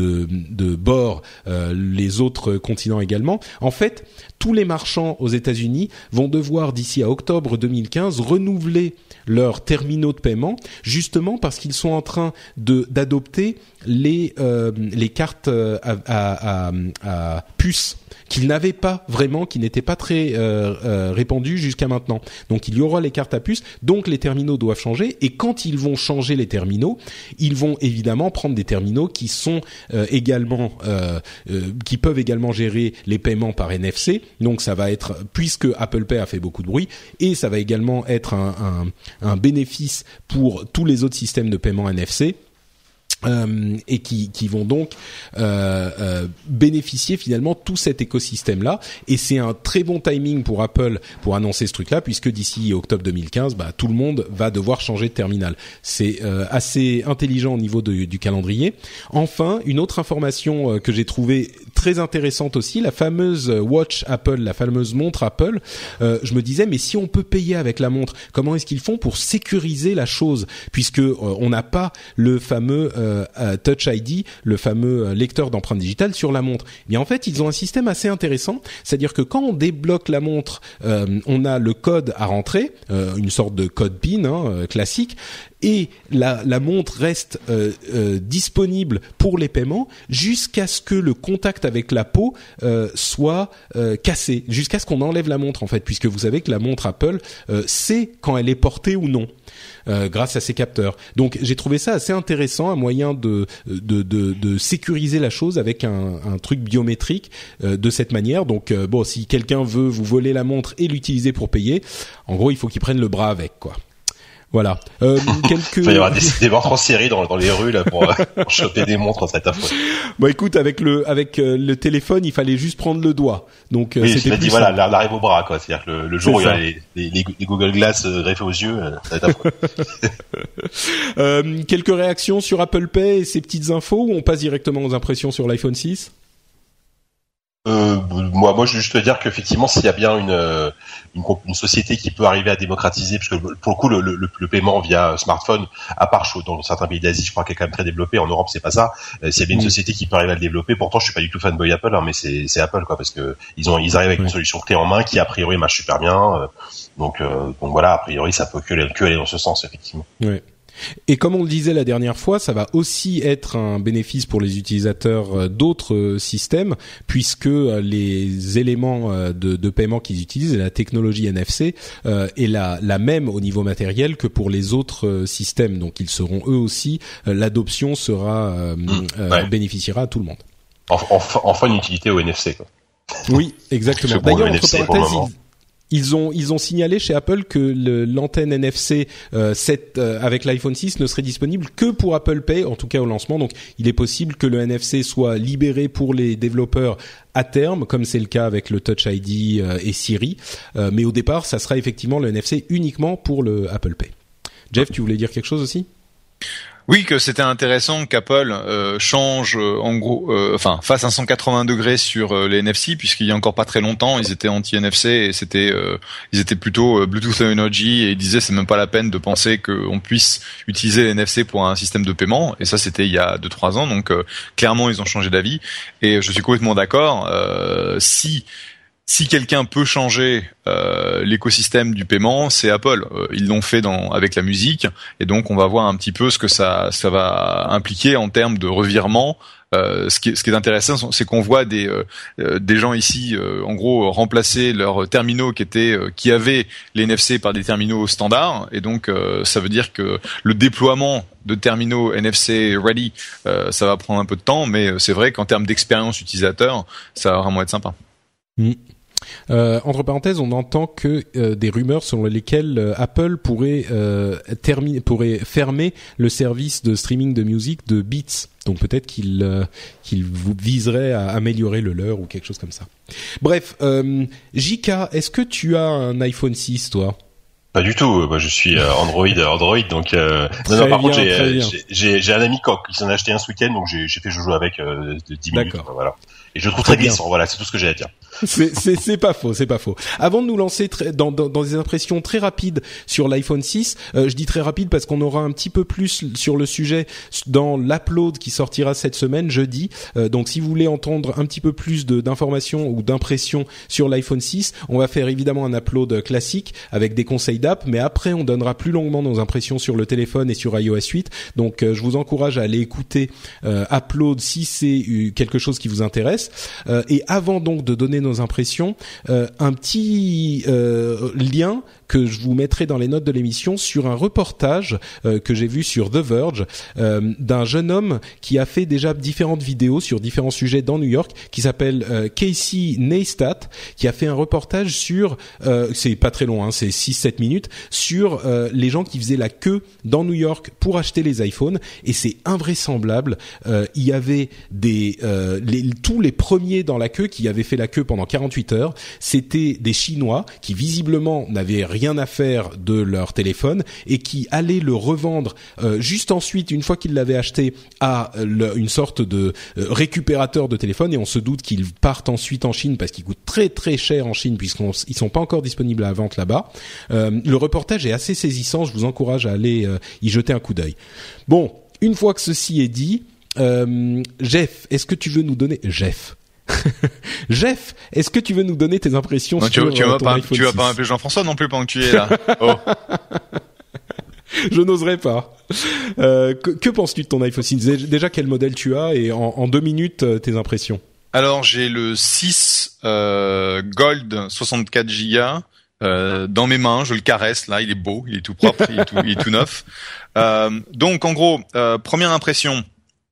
bord les autres continents également. En fait, tous les marchands aux États-Unis vont devoir d'ici à octobre 2015 renouveler leurs terminaux de paiement, justement parce qu'ils sont en train d'adopter les cartes à puce qu'ils n'avaient pas vraiment, qui n'étaient pas très répandues jusqu'à maintenant. Donc il y aura les cartes à puce, donc les terminaux doivent changer, et quand ils vont changer les terminaux, ils vont évidemment prendre des terminaux qui sont également qui peuvent également gérer les paiements par NFC. Donc ça va être, puisque Apple Pay a fait beaucoup de bruit, et ça va également être un bénéfice pour tous les autres systèmes de paiement NFC. Et qui vont donc bénéficier finalement tout cet écosystème là, et c'est un très bon timing pour Apple pour annoncer ce truc là, puisque d'ici octobre 2015 tout le monde va devoir changer de terminal. C'est assez intelligent au niveau du calendrier. Enfin, une autre information que j'ai trouvée très intéressante aussi, la fameuse watch Apple, la fameuse montre Apple. Je me disais, mais si on peut payer avec la montre, comment est-ce qu'ils font pour sécuriser la chose, puisque on n'a pas le fameux Touch ID, le fameux lecteur d'empreintes digitales sur la montre. Et en fait, ils ont un système assez intéressant, c'est-à-dire que quand on débloque la montre, on a le code à rentrer, une sorte de code PIN classique. et la montre reste disponible pour les paiements jusqu'à ce que le contact avec la peau soit cassé, jusqu'à ce qu'on enlève la montre en fait, puisque vous savez que la montre Apple sait quand elle est portée ou non. Grâce à ces capteurs. Donc j'ai trouvé ça assez intéressant, un moyen de sécuriser la chose avec un truc biométrique de cette manière. Donc bon, si quelqu'un veut vous voler la montre et l'utiliser pour payer, en gros il faut qu'il prenne le bras avec, quoi. Voilà. Il va y avoir des meurtres en série dans les rues là pour choper des montres, ça va être affreux. Bon, écoute, avec le téléphone, il fallait juste prendre le doigt. Donc oui, c'était dit voilà, l'arrive au bras, quoi. C'est-à-dire que le jour où il y a les Google Glass greffés aux yeux, ça va être affreux. Quelques réactions sur Apple Pay et ces petites infos, ou on passe directement aux impressions sur l'iPhone 6? Moi, je veux juste te dire qu'effectivement, s'il y a bien une société qui peut arriver à démocratiser, parce que pour le coup, le paiement via smartphone, à part dans certains pays d'Asie, je crois qu'il est quand même très développé. En Europe, c'est pas ça. S'il y a bien une société qui peut arriver à le développer, pourtant, je suis pas du tout fanboy Apple, hein, mais c'est Apple, quoi, parce que ils arrivent avec une solution clé en main qui a priori marche super bien. Donc voilà, a priori, ça peut que aller dans ce sens, effectivement. Ouais. Et comme on le disait la dernière fois, ça va aussi être un bénéfice pour les utilisateurs d'autres systèmes, puisque les éléments de paiement qu'ils utilisent, la technologie NFC, est la même au niveau matériel que pour les autres systèmes. Donc ils seront eux aussi, l'adoption sera bénéficiera à tout le monde. Enfin une utilité au NFC, quoi. Oui, exactement. D'ailleurs, entre parenthèses, ils ont signalé chez Apple que l'antenne NFC avec l'iPhone 6 ne serait disponible que pour Apple Pay, en tout cas au lancement. Donc, il est possible que le NFC soit libéré pour les développeurs à terme, comme c'est le cas avec le Touch ID et Siri. Mais au départ, ça sera effectivement le NFC uniquement pour le Apple Pay. Jeff, tu voulais dire quelque chose aussi ? Oui, que c'était intéressant qu'Apple change en gros, fasse un 180 degrés sur les NFC, puisqu'il y a encore pas très longtemps, ils étaient anti-NFC et ils étaient plutôt Bluetooth Low Energy, et ils disaient c'est même pas la peine de penser qu'on puisse utiliser les NFC pour un système de paiement. Et ça, c'était il y a 2-3 ans, donc clairement ils ont changé d'avis. Et je suis complètement d'accord. Si quelqu'un peut changer l'écosystème du paiement, c'est Apple. Ils l'ont fait avec la musique, et donc on va voir un petit peu ce que ça va impliquer en termes de revirement. Ce qui est intéressant, c'est qu'on voit des gens ici, en gros, remplacer leurs terminaux qui avaient les NFC par des terminaux standards, et donc ça veut dire que le déploiement de terminaux NFC ready, ça va prendre un peu de temps, mais c'est vrai qu'en termes d'expérience utilisateur, ça va vraiment être sympa. Entre parenthèses, on entend que des rumeurs selon lesquelles Apple pourrait fermer le service de streaming de musique de Beats. Donc peut-être qu'il viserait à améliorer le leur ou quelque chose comme ça. Bref, JK, est-ce que tu as un iPhone 6, toi ? Pas du tout. Moi, je suis Android. Donc non. Par contre, j'ai un ami qui s'en a acheté un ce week-end, donc j'ai fait joujou avec 10 minutes. Voilà. Et je le trouve très glissant. Voilà, c'est tout ce que j'ai à dire. C'est pas faux. Avant de nous lancer dans des impressions très rapides sur l'iPhone 6, je dis très rapide parce qu'on aura un petit peu plus sur le sujet dans l'upload qui sortira cette semaine, jeudi. Donc si vous voulez entendre un petit peu plus d'informations ou d'impressions sur l'iPhone 6, on va faire évidemment un upload classique avec des conseils d'app, mais après on donnera plus longuement nos impressions sur le téléphone et sur iOS 8. Donc je vous encourage à aller écouter upload si c'est quelque chose qui vous intéresse. Et avant donc de donner nos impressions, un petit lien que je vous mettrai dans les notes de l'émission sur un reportage que j'ai vu sur The Verge d'un jeune homme qui a fait déjà différentes vidéos sur différents sujets dans New York, qui s'appelle Casey Neistat, qui a fait un reportage sur c'est pas très long, c'est 6-7 minutes, sur les gens qui faisaient la queue dans New York pour acheter les iPhones, et c'est invraisemblable. Il y avait tous les premiers dans la queue qui avaient fait la queue pendant 48 heures, c'était des Chinois qui visiblement n'avaient rien à faire de leur téléphone et qui allaient le revendre juste ensuite, une fois qu'ils l'avaient acheté, à une sorte de récupérateur de téléphone, et on se doute qu'ils partent ensuite en Chine parce qu'ils coûtent très très cher en Chine puisqu'ils sont pas encore disponibles à la vente là-bas. Le reportage est assez saisissant, je vous encourage à aller y jeter un coup d'œil. Bon, une fois que ceci est dit, Jeff, est-ce que tu veux nous donner Jeff, est-ce que tu veux nous donner tes impressions sur ton iPhone 6 ? Tu vas pas m'appeler Jean-François non plus pendant que tu es là. Oh. Je n'oserais pas. Que penses-tu de ton iPhone 6 ? Déjà, quel modèle tu as et en 2 minutes, tes impressions ? Alors, j'ai le 6 Gold 64 Go dans mes mains. Je le caresse là, il est beau, il est tout propre, il est tout neuf. Donc, en gros, première impression.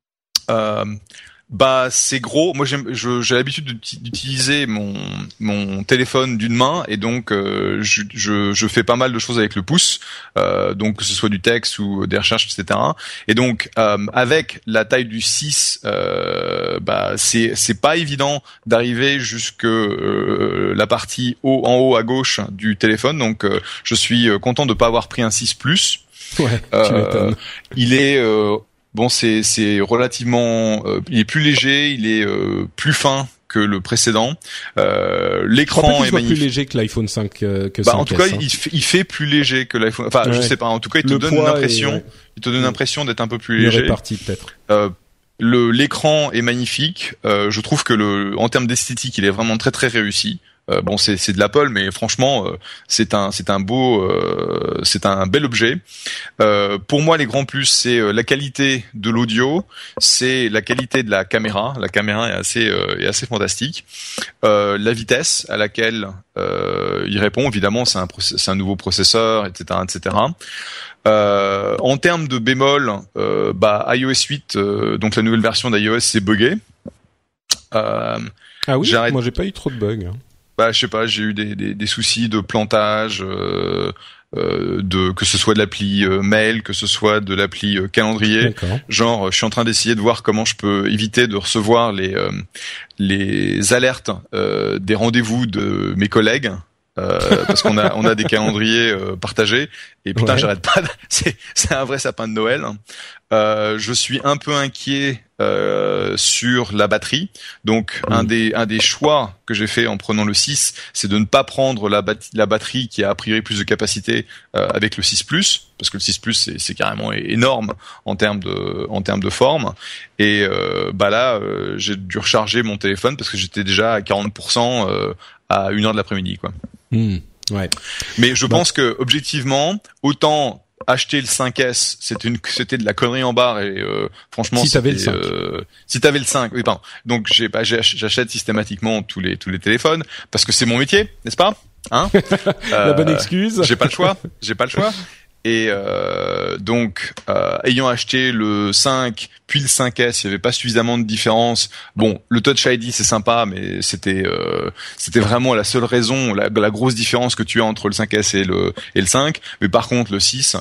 C'est gros. Moi, j'ai l'habitude d'utiliser mon téléphone d'une main et donc je fais pas mal de choses avec le pouce, donc que ce soit du texte ou des recherches, etc. Et donc avec la taille du 6, c'est pas évident d'arriver jusque la partie en haut à gauche du téléphone. Donc je suis content de pas avoir pris un 6 Plus. Ouais, tu m'étonnes. Il est c'est relativement, il est plus léger, il est plus fin que le précédent. L'écran est magnifique. Plus léger que l'iPhone 5 que 5S. En tout cas, il fait plus léger que l'iPhone. Enfin, ouais. Je sais pas. En tout cas, il te donne l'impression, d'être un peu plus léger. Réparti peut-être. L'écran est magnifique. Je trouve que en termes d'esthétique, il est vraiment très très réussi. C'est de l'Apple, mais franchement, c'est un bel objet. Pour moi, les grands plus, c'est la qualité de l'audio, c'est la qualité de la caméra. La caméra est assez fantastique. La vitesse à laquelle il répond, évidemment, c'est un nouveau processeur, etc., etc. En termes de bémol, iOS 8, donc la nouvelle version d'iOS, c'est buggé. Ah oui, moi j'ai pas eu trop de bugs. Je sais pas, j'ai eu des soucis de plantage, que ce soit de l'appli mail, que ce soit de l'appli calendrier. D'accord. Genre, je suis en train d'essayer de voir comment je peux éviter de recevoir les alertes des rendez-vous de mes collègues. Parce qu'on a des calendriers partagés et putain, ouais. J'arrête pas. C'est un vrai sapin de Noël. Je suis un peu inquiet sur la batterie. Donc un des choix que j'ai fait en prenant le 6, c'est de ne pas prendre la batterie qui a priori plus de capacité avec le 6 Plus, parce que le 6 Plus c'est carrément énorme en termes de forme. Et j'ai dû recharger mon téléphone parce que j'étais déjà à 40% à 1h de l'après-midi, quoi. Ouais. Mais je pense que objectivement, autant acheter le 5S, c'était de la connerie en barre et franchement, si t'avais le 5. Si t'avais le 5, oui, pardon. Donc j'achète systématiquement tous les téléphones parce que c'est mon métier, n'est-ce pas? Hein? La bonne excuse. J'ai pas le choix. Et donc, ayant acheté le 5 puis le 5S, il y avait pas suffisamment de différence. Bon, le Touch ID c'est sympa, mais c'était vraiment la seule raison, la grosse différence que tu as entre le 5S et le 5. Mais par contre, le 6,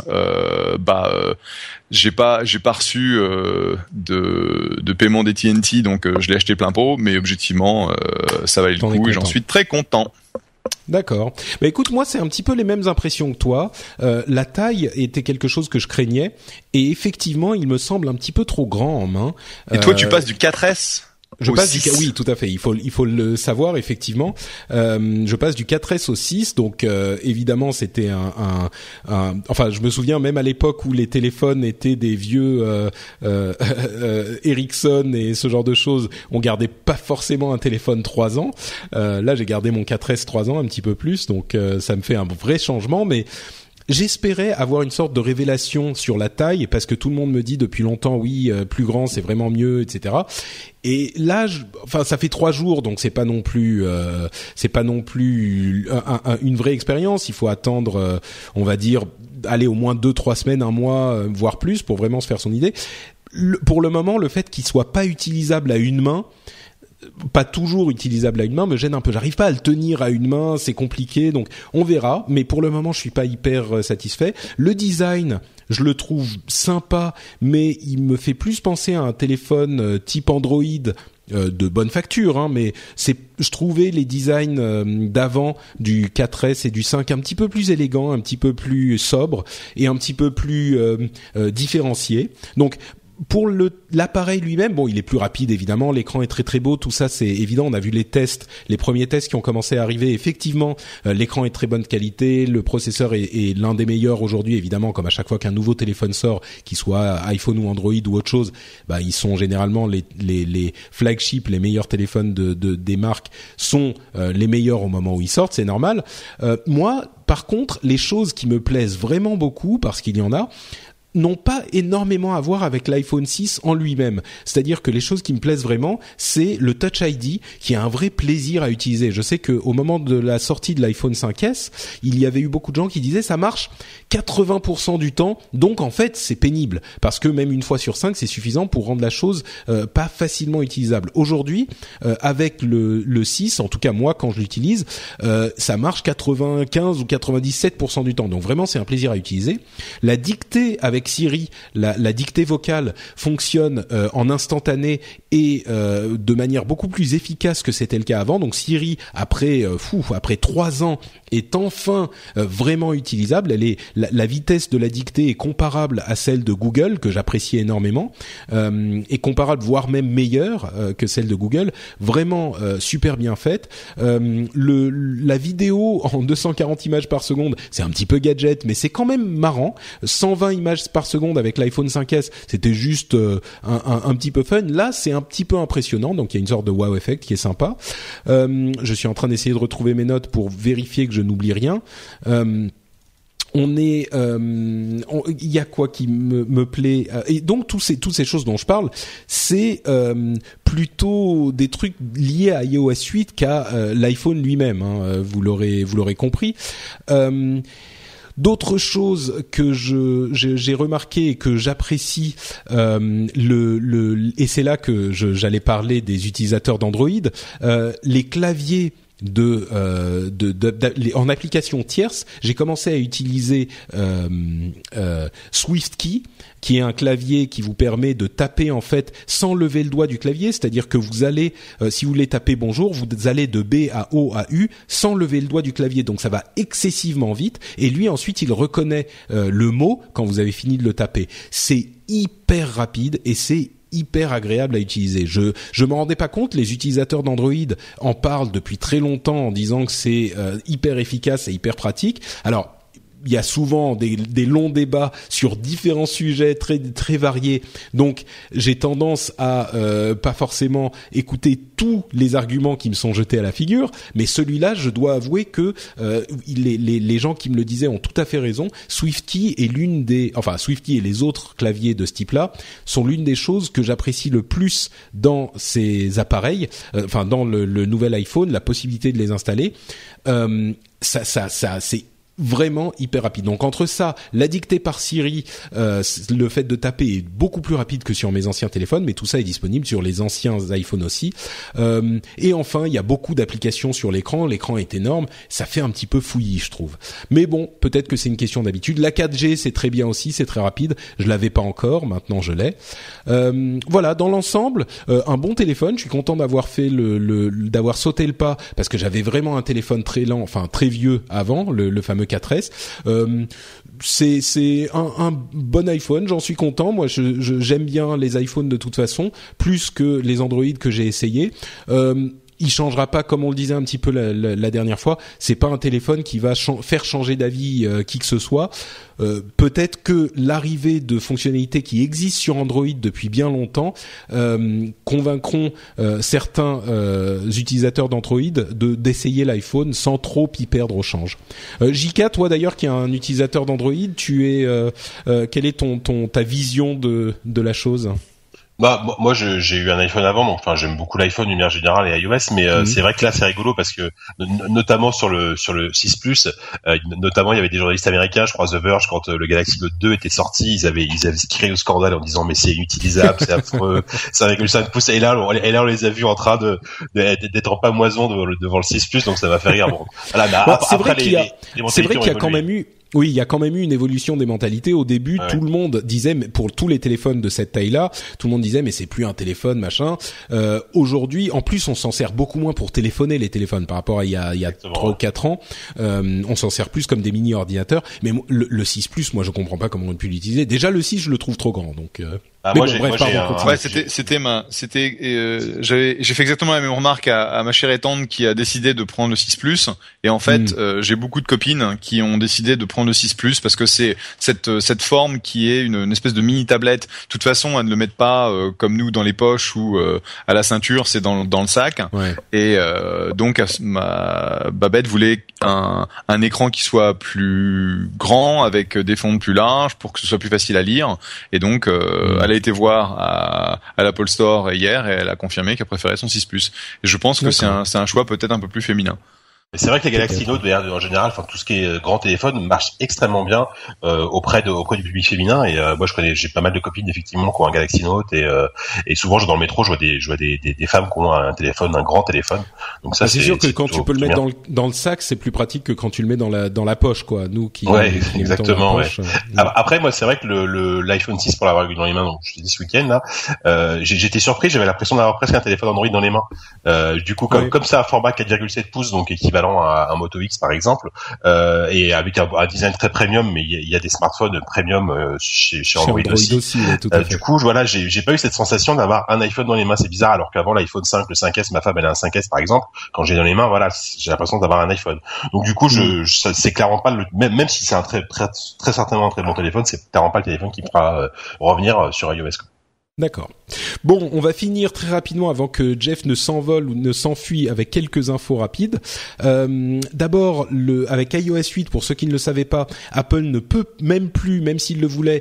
j'ai pas reçu de paiement d'AT&T, donc je l'ai acheté plein pot. Mais objectivement, ça valait le coup et j'en suis très content. D'accord. Écoute, moi c'est un petit peu les mêmes impressions que toi. La taille était quelque chose que je craignais et effectivement, il me semble un petit peu trop grand en main. Et toi, tu passes du 4S Je passe du oui, tout à fait. Il faut le savoir effectivement. Je passe du 4S au 6, donc évidemment c'était enfin je me souviens même à l'époque où les téléphones étaient des vieux Ericsson et ce genre de choses, on gardait pas forcément un téléphone 3 ans. Là j'ai gardé mon 4S 3 ans, un petit peu plus, donc ça me fait un vrai changement, mais j'espérais avoir une sorte de révélation sur la taille parce que tout le monde me dit depuis longtemps oui, plus grand c'est vraiment mieux, etc. Et là, ça fait 3 jours, donc c'est pas non plus une vraie expérience. Il faut attendre, on va dire, aller au moins 2-3 semaines, un mois, voire plus, pour vraiment se faire son idée. Pour le moment, le fait qu'il soit pas utilisable à une main, pas toujours utilisable à une main, me gêne un peu. J'arrive pas à le tenir à une main, c'est compliqué, donc on verra. Mais pour le moment, je suis pas hyper satisfait. Le design, je le trouve sympa, mais il me fait plus penser à un téléphone type Android de bonne facture, hein, mais je trouvais les designs d'avant du 4S et du 5 un petit peu plus élégants, un petit peu plus sobres et un petit peu plus différenciés. Donc pour l'appareil lui-même, bon, il est plus rapide évidemment, l'écran est très très beau, tout ça c'est évident. On a vu les premiers tests qui ont commencé à arriver. Effectivement, l'écran est de très bonne qualité, le processeur est l'un des meilleurs aujourd'hui évidemment, comme à chaque fois qu'un nouveau téléphone sort, qu'il soit iPhone ou Android ou autre chose, bah ils sont généralement les flagships, les meilleurs téléphones des marques sont les meilleurs au moment où ils sortent, c'est normal. Moi, par contre, les choses qui me plaisent vraiment beaucoup, parce qu'il y en a, n'ont pas énormément à voir avec l'iPhone 6 en lui-même. C'est-à-dire que les choses qui me plaisent vraiment, c'est le Touch ID qui est un vrai plaisir à utiliser. Je sais qu'au moment de la sortie de l'iPhone 5S, il y avait eu beaucoup de gens qui disaient ça marche 80% du temps, donc en fait c'est pénible parce que même une fois sur 5 c'est suffisant pour rendre la chose pas facilement utilisable. Aujourd'hui, avec le 6, en tout cas moi quand je l'utilise, ça marche 95 ou 97% du temps. Donc vraiment c'est un plaisir à utiliser. La dictée avec Siri, la dictée vocale fonctionne en instantané et de manière beaucoup plus efficace que c'était le cas avant. Donc Siri, après 3 ans, est enfin vraiment utilisable. La vitesse de la dictée est comparable à celle de Google, que j'apprécie énormément, et comparable, voire même meilleure que celle de Google. Vraiment super bien faite. La vidéo en 240 images par seconde, c'est un petit peu gadget, mais c'est quand même marrant. 120 images par seconde avec l'iPhone 5S, c'était juste un petit peu fun. Là, c'est un petit peu impressionnant, donc il y a une sorte de wow effect qui est sympa. Je suis en train d'essayer de retrouver mes notes pour vérifier que je n'oublie rien. Il y a quoi qui me plaît, et donc toutes ces choses dont je parle, c'est plutôt des trucs liés à iOS 8 qu'à l'iPhone lui-même, hein, vous l'aurez compris. D'autres choses que j'ai remarqué et que j'apprécie, et c'est là que j'allais parler des utilisateurs d'Android, les claviers en application tierce, j'ai commencé à utiliser SwiftKey, qui est un clavier qui vous permet de taper en fait sans lever le doigt du clavier, c'est-à-dire que vous allez, si vous voulez taper bonjour, vous allez de B à O à U sans lever le doigt du clavier, donc ça va excessivement vite, et lui ensuite il reconnaît le mot quand vous avez fini de le taper. C'est hyper rapide et c'est hyper agréable à utiliser. Je m'en rendais pas compte, les utilisateurs d'Android en parlent depuis très longtemps en disant que c'est hyper efficace et hyper pratique. Alors, il y a souvent des longs débats sur différents sujets très très variés. Donc j'ai tendance à pas forcément écouter tous les arguments qui me sont jetés à la figure, mais celui-là, je dois avouer que les gens qui me le disaient ont tout à fait raison. SwiftKey est SwiftKey et les autres claviers de ce type-là sont l'une des choses que j'apprécie le plus dans ces appareils, dans le nouvel iPhone, la possibilité de les installer. Ça c'est vraiment hyper rapide. Donc entre ça, la dictée par Siri, le fait de taper est beaucoup plus rapide que sur mes anciens téléphones, mais tout ça est disponible sur les anciens iPhones aussi. Et enfin, il y a beaucoup d'applications sur l'écran. L'écran est énorme, ça fait un petit peu fouillis, je trouve. Mais bon, peut-être que c'est une question d'habitude. La 4G, c'est très bien aussi, c'est très rapide. Je l'avais pas encore, maintenant je l'ai. Voilà, dans l'ensemble, un bon téléphone. Je suis content d'avoir fait d'avoir sauté le pas, parce que j'avais vraiment un téléphone très lent, très vieux avant, le fameux 4S. C'est un bon iPhone, j'en suis content. Moi, j'aime bien les iPhones de toute façon, plus que les Android que j'ai essayé. Il changera pas, comme on le disait un petit peu la dernière fois. C'est pas un téléphone qui va faire changer d'avis qui que ce soit. Peut-être que l'arrivée de fonctionnalités qui existent sur Android depuis bien longtemps convaincront certains utilisateurs d'Android d'essayer l'iPhone sans trop y perdre au change. JK, toi d'ailleurs qui est un utilisateur d'Android, quelle est ta vision de la chose? Moi j'ai eu un iPhone avant, donc j'aime beaucoup l'iPhone d'une manière générale et iOS, mais c'est vrai que là c'est rigolo parce que notamment sur le 6 Plus, notamment il y avait des journalistes américains, je crois The Verge, quand le Galaxy Note 2 était sorti, ils avaient créé au scandale en disant mais c'est inutilisable, c'est affreux, c'est 1,5 pouces, et là on les a vus en train d'être en pamoison devant le 6 Plus, donc ça m'a fait rire. Bon, voilà, c'est vrai qu'il y a quand même eu. Oui, il y a quand même eu une évolution des mentalités. Au début, tout le monde disait, pour tous les téléphones de cette taille-là, tout le monde disait, mais c'est plus un téléphone, machin. Aujourd'hui, en plus, on s'en sert beaucoup moins pour téléphoner les téléphones par rapport à il y a 3 ou 4 ans. On s'en sert plus comme des mini-ordinateurs. Mais le 6 Plus, moi, je comprends pas comment on peut l'utiliser. Déjà, le 6, je le trouve trop grand, donc. J'ai fait exactement la même remarque à ma chère et tante qui a décidé de prendre le 6 Plus, et en fait j'ai beaucoup de copines qui ont décidé de prendre le 6 Plus parce que c'est cette forme qui est une espèce de mini tablette. De toute façon, elles ne le mettent pas comme nous dans les poches ou à la ceinture, c'est dans le sac. Ouais. Et donc ma Babette voulait un écran qui soit plus grand avec des fonds plus larges pour que ce soit plus facile à lire, et donc elle a été voir à l'Apple Store hier et elle a confirmé qu'elle préférait son 6 Plus. Et je pense que c'est un choix peut-être un peu plus féminin. Mais c'est vrai que les Galaxy Note, en général, enfin tout ce qui est grand téléphone marche extrêmement bien auprès du public féminin. Et moi, j'ai pas mal de copines effectivement qui ont un Galaxy Note, et souvent dans le métro, je vois des femmes qui ont un grand téléphone. Donc ça, c'est sûr que quand tu peux le mettre dans le sac, c'est plus pratique que quand tu le mets dans la poche, quoi. Nous qui exactement. Ouais. Après, moi, c'est vrai que l'iPhone 6 pour l'avoir eu dans les mains, donc je te dis ce week-end là, j'étais surpris. J'avais l'impression d'avoir presque un téléphone Android dans les mains. Du coup, comme ça, un format 4,7 pouces, donc équivalent à un Moto X par exemple, et avec un design très premium, mais il y a des smartphones premium chez Android aussi. Tout à fait. Du coup, voilà, j'ai pas eu cette sensation d'avoir un iPhone dans les mains. C'est bizarre, alors qu'avant l'iPhone 5, le 5S, ma femme elle a un 5S par exemple. Quand j'ai dans les mains, voilà, j'ai l'impression d'avoir un iPhone. Donc du coup, c'est clairement pas même si c'est un très certainement un très bon téléphone, c'est clairement pas le téléphone qui fera revenir sur iOS. D'accord. Bon, on va finir très rapidement avant que Jeff ne s'envole ou ne s'enfuit avec quelques infos rapides. D'abord, avec iOS 8, pour ceux qui ne le savaient pas, Apple ne peut même plus, même s'il le voulait,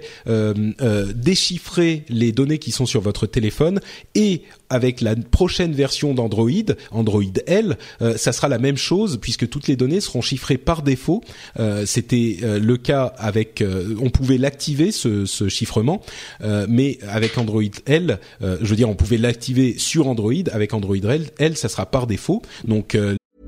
déchiffrer les données qui sont sur votre téléphone. Et avec la prochaine version d'Android, Android L, ça sera la même chose puisque toutes les données seront chiffrées par défaut. C'était le cas avec, on pouvait l'activer ce chiffrement, mais avec Android L, je veux dire, on pouvait l'activer sur Android. Avec Android L, ça sera par défaut. Donc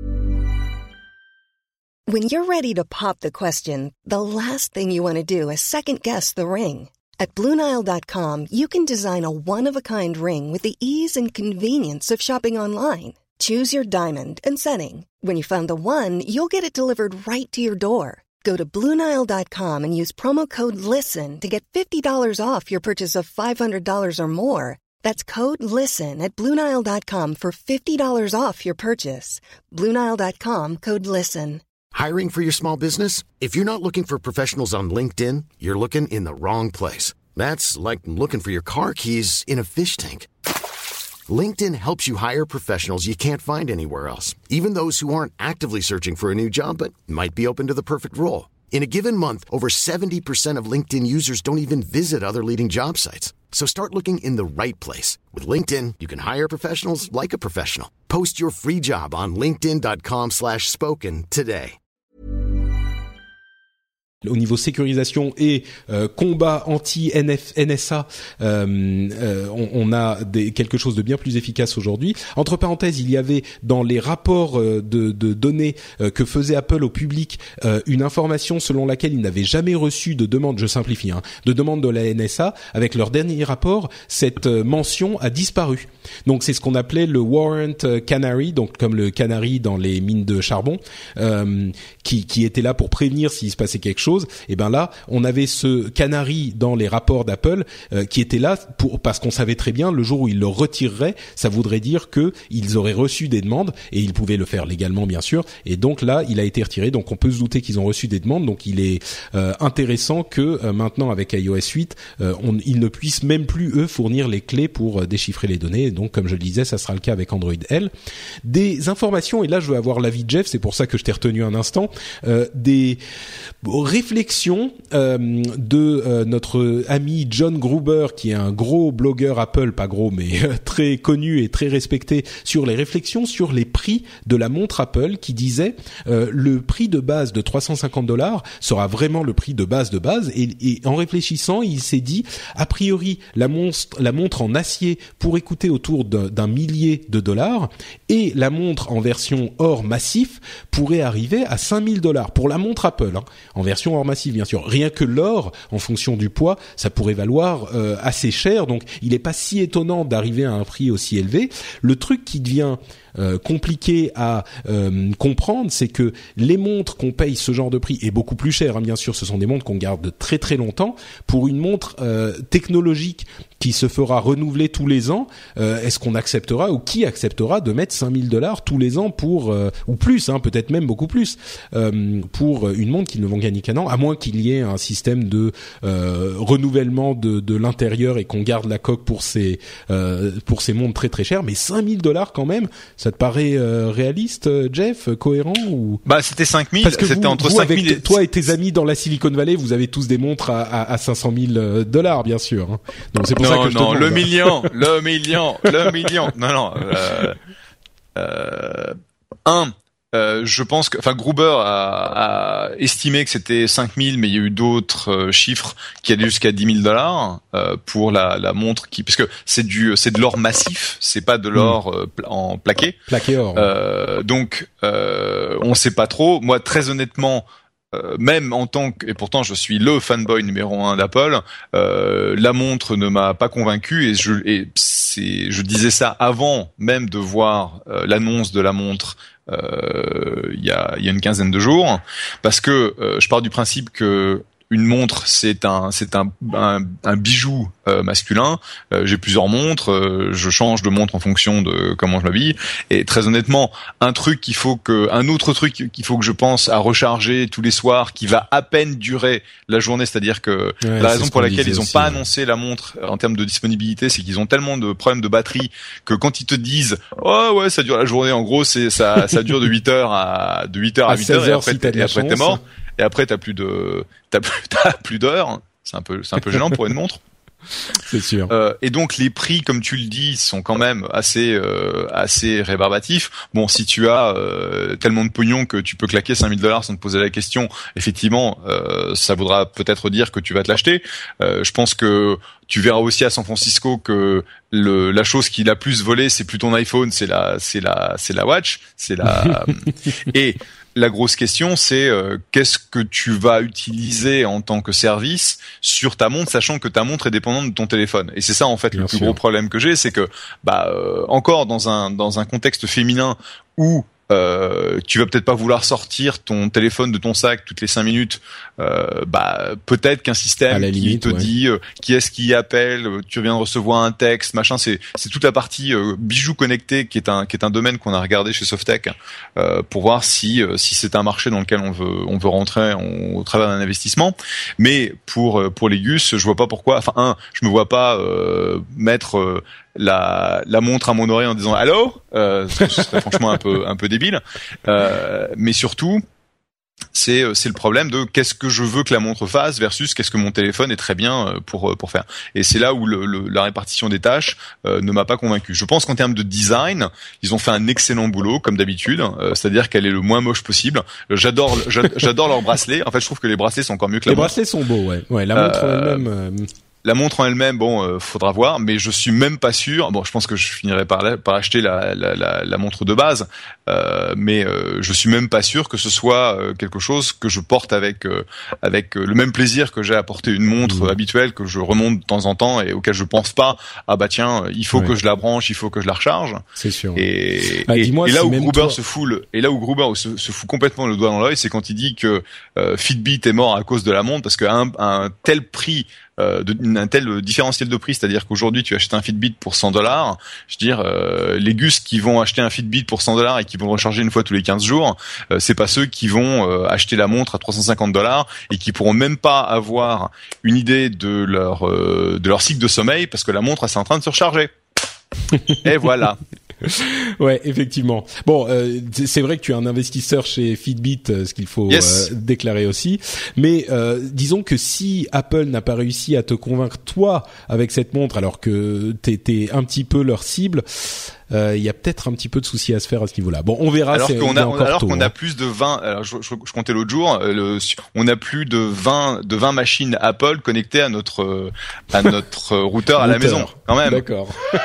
When you're ready to pop the question, the last thing you want to do is second guess the ring. At BlueNile.com, you can design a one-of-a-kind ring with the ease and convenience of shopping online. Choose your diamond and setting. When you find the one, you'll get it delivered right to your door. Go to BlueNile.com and use promo code LISTEN to get $50 off your purchase of $500 or more. That's code LISTEN at BlueNile.com for $50 off your purchase. BlueNile.com, code LISTEN. Hiring for your small business? If you're not looking for professionals on LinkedIn, you're looking in the wrong place. That's like looking for your car keys in a fish tank. LinkedIn helps you hire professionals you can't find anywhere else, even those who aren't actively searching for a new job but might be open to the perfect role. In a given month, over 70% of LinkedIn users don't even visit other leading job sites. So start looking in the right place. With LinkedIn, you can hire professionals like a professional. Post your free job on linkedin.com/spoken today. Au niveau sécurisation et combat anti-NSA, on a quelque chose de bien plus efficace aujourd'hui. Entre parenthèses, il y avait dans les rapports de données que faisait Apple au public une information selon laquelle ils n'avaient jamais reçu de demande, je simplifie, de demande de la NSA. Avec leur dernier rapport, cette mention a disparu. Donc c'est ce qu'on appelait le warrant canary, donc comme le canari dans les mines de charbon, qui était là pour prévenir s'il se passait quelque chose. Et ben là, on avait ce canari dans les rapports d'Apple qui était là parce qu'on savait très bien le jour où ils le retireraient, ça voudrait dire que ils auraient reçu des demandes et ils pouvaient le faire légalement bien sûr. Et donc là, il a été retiré. Donc on peut se douter qu'ils ont reçu des demandes. Donc il est intéressant que maintenant avec iOS 8, ils ne puissent même plus eux fournir les clés pour déchiffrer les données. Et donc comme je le disais, ça sera le cas avec Android L. Des informations, et là je veux avoir l'avis de Jeff, c'est pour ça que je t'ai retenu un instant, des réflexion de notre ami John Gruber, qui est un gros blogueur Apple, pas gros mais très connu et très respecté, sur les réflexions sur les prix de la montre Apple, qui disait le prix de base de $350 sera vraiment le prix de base et en réfléchissant, il s'est dit a priori la montre en acier pourrait coûter autour d'un millier de dollars et la montre en version or massif pourrait arriver à $5,000 pour la montre Apple, en version or massif bien sûr. Rien que l'or, en fonction du poids, ça pourrait valoir assez cher, donc il n'est pas si étonnant d'arriver à un prix aussi élevé. Le truc qui devient compliqué à comprendre, c'est que les montres qu'on paye ce genre de prix, et beaucoup plus cher, hein, bien sûr, ce sont des montres qu'on garde très très longtemps, pour une montre technologique qui se fera renouveler tous les ans, est-ce qu'on acceptera ou qui acceptera de mettre $5,000 tous les ans pour ou plus, hein, peut-être même beaucoup plus, pour une montre qu'ils ne vont gagner qu'un an, à moins qu'il y ait un système de renouvellement de l'intérieur et qu'on garde la coque pour ces montres très très chères. Mais $5,000 quand même, ça te paraît réaliste, Jeff, cohérent ou? Bah c'était 5,000. Parce que c'était entre 5,000 et toi et tes amis dans la Silicon Valley, vous avez tous des montres à $500,000, bien sûr. Hein. Donc c'est pour ça que je te demande. Le million. Je pense que, Gruber a estimé que c'était 5,000, mais il y a eu d'autres chiffres qui allaient jusqu'à $10,000 pour la montre parce que c'est de l'or massif, c'est pas de l'or en plaqué or. Donc on sait pas trop. Moi, très honnêtement, même en tant que, et pourtant je suis le fanboy numéro 1 d'Apple, la montre ne m'a pas convaincu et je disais ça avant même de voir l'annonce de la montre il y a une quinzaine de jours, parce que je pars du principe que une montre, c'est un bijou masculin. J'ai plusieurs montres, je change de montre en fonction de comment je m'habille. Et très honnêtement, un autre truc qu'il faut que je pense à recharger tous les soirs, qui va à peine durer la journée, c'est-à-dire que la raison pour laquelle ils n'ont pas annoncé la montre en termes de disponibilité, c'est qu'ils ont tellement de problèmes de batterie que quand ils te disent oh ouais ça dure la journée, en gros ça dure de 8h à 8h et après t'es mort. Et après t'as plus d'heures. C'est un peu gênant pour une montre. C'est sûr. Et donc les prix, comme tu le dis, sont quand même assez rébarbatifs. Bon, si tu as tellement de pognon que tu peux claquer $5,000 sans te poser la question, effectivement, ça voudra peut-être dire que tu vas te l'acheter. Je pense que tu verras aussi à San Francisco que la chose qui l'a plus volé, c'est plus ton iPhone, c'est la watch, et la grosse question, c'est qu'est-ce que tu vas utiliser en tant que service sur ta montre, sachant que ta montre est dépendante de ton téléphone. Et c'est ça en fait le plus gros problème que j'ai, c'est que encore dans un contexte féminin où tu vas peut-être pas vouloir sortir ton téléphone de ton sac toutes les 5 minutes. Peut-être qu'un système qui te dit qui est-ce qui appelle, tu viens de recevoir un texte, machin. C'est toute la partie bijoux connectés qui est un domaine qu'on a regardé chez Softech pour voir si c'est un marché dans lequel on veut rentrer au travers d'un investissement. Mais pour les Gus, je vois pas pourquoi. Je me vois pas mettre la montre à mon oreille en disant allô, ce serait franchement un peu débile, mais surtout c'est le problème de qu'est-ce que je veux que la montre fasse versus qu'est-ce que mon téléphone est très bien pour faire. Et c'est là où la répartition des tâches ne m'a pas convaincu. Je pense qu'en termes de design, ils ont fait un excellent boulot comme d'habitude, c'est-à-dire qu'elle est le moins moche possible. J'adore leurs bracelets. En fait, je trouve que les bracelets sont encore mieux que la montre. Les bracelets sont beaux, ouais. La montre elle-même. La montre en elle-même, faudra voir, mais je suis même pas sûr. Bon, je pense que je finirai par acheter la montre de base, mais je suis même pas sûr que ce soit quelque chose que je porte avec le même plaisir que j'ai à porter une montre habituelle que je remonte de temps en temps et auquel je pense pas. Ah bah tiens, il faut que je la branche, il faut que je la recharge. C'est sûr. Et là où Gruber se fout complètement le doigt dans l'œil, c'est quand il dit que Fitbit est mort à cause de la montre, parce qu'à un tel prix, un tel différentiel de prix, c'est-à-dire qu'aujourd'hui tu achètes un Fitbit pour $100, je veux dire, les Gus qui vont acheter un Fitbit pour $100 et qui vont le recharger une fois tous les 15 jours, c'est pas ceux qui vont acheter la montre à $350 et qui pourront même pas avoir une idée de leur cycle de sommeil parce que la montre c'est en train de se recharger. Et voilà. Ouais, effectivement. Bon, c'est vrai que tu es un investisseur chez Fitbit, ce qu'il faut déclarer aussi. Mais disons que si Apple n'a pas réussi à te convaincre toi avec cette montre, alors que t'es un petit peu leur cible, il y a peut-être un petit peu de soucis à se faire à ce niveau-là. Bon, on verra. Alors qu'on a plus de 20. Alors je comptais l'autre jour. On a plus de 20 machines Apple connectées à notre routeur à la maison. Quand même. D'accord.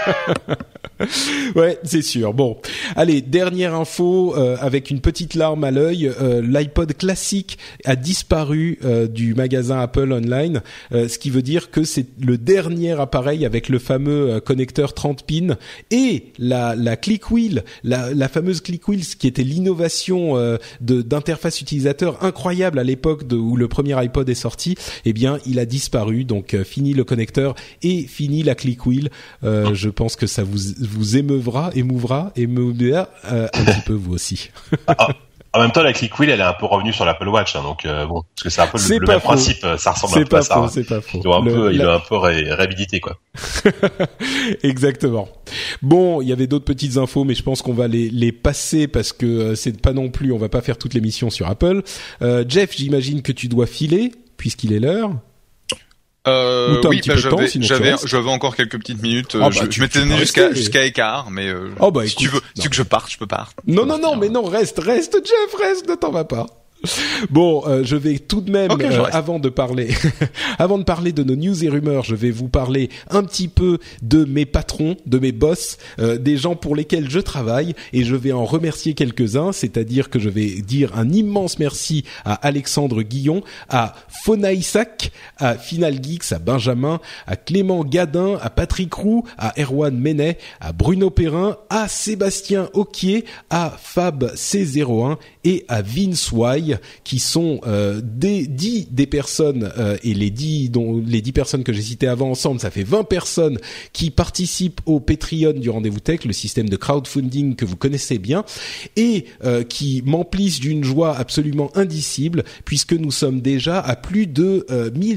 Ouais, c'est sûr. Bon, allez, dernière info avec une petite larme à l'œil. L'iPod classique a disparu du magasin Apple Online, ce qui veut dire que c'est le dernier appareil avec le fameux connecteur 30 pins et la ClickWheel, la fameuse ClickWheel, qui était l'innovation d'interface utilisateur incroyable à l'époque où le premier iPod est sorti, eh bien il a disparu. Donc fini le connecteur et fini la ClickWheel. Je pense que ça vous émouvra un petit peu vous aussi. En même temps, la ClickWheel, elle est un peu revenue sur l'Apple Watch, hein, donc bon, parce que c'est un peu le même principe. Ça ressemble un peu à ça. C'est pas faux. Il est un peu réhabilité, quoi. Exactement. Bon, il y avait d'autres petites infos, mais je pense qu'on va les passer parce que c'est pas non plus. On va pas faire toute l'émission sur Apple. Jeff, j'imagine que tu dois filer puisqu'il est l'heure. Oui, j'avais encore quelques petites minutes. Je m'étais donné jusqu'à écart, mais si tu veux que je parte, je peux partir. Non, mais non, reste, Jeff, reste, ne t'en vas pas. Bon, je vais tout de même, avant de parler de nos news et rumeurs, je vais vous parler un petit peu de mes patrons, de mes boss, des gens pour lesquels je travaille, et je vais en remercier quelques-uns, c'est-à-dire que je vais dire un immense merci à Alexandre Guillon, à Fonaïsak, à Final Geeks, à Benjamin, à Clément Gadin, à Patrick Roux, à Erwan Menet, à Bruno Perrin, à Sébastien Auquier, à Fab C01 et à Vince Wai, qui sont des personnes et les 10 personnes que j'ai citées avant ensemble, ça fait 20 personnes qui participent au Patreon du Rendez-vous Tech, le système de crowdfunding que vous connaissez bien, et qui m'emplissent d'une joie absolument indicible, puisque nous sommes déjà à plus de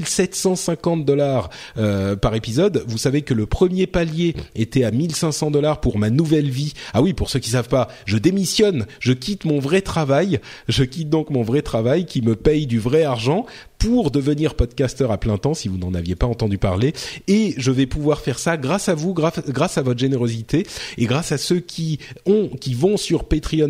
$1,750 par épisode. Vous savez que le premier palier était à $1,500 pour ma nouvelle vie. Ah oui, pour ceux qui savent pas, je démissionne, je quitte mon vrai travail, je quitte donc mon vrai travail qui me paye du vrai argent pour devenir podcasteur à plein temps, si vous n'en aviez pas entendu parler, et je vais pouvoir faire ça grâce à vous, grâce à votre générosité, et grâce à ceux qui vont sur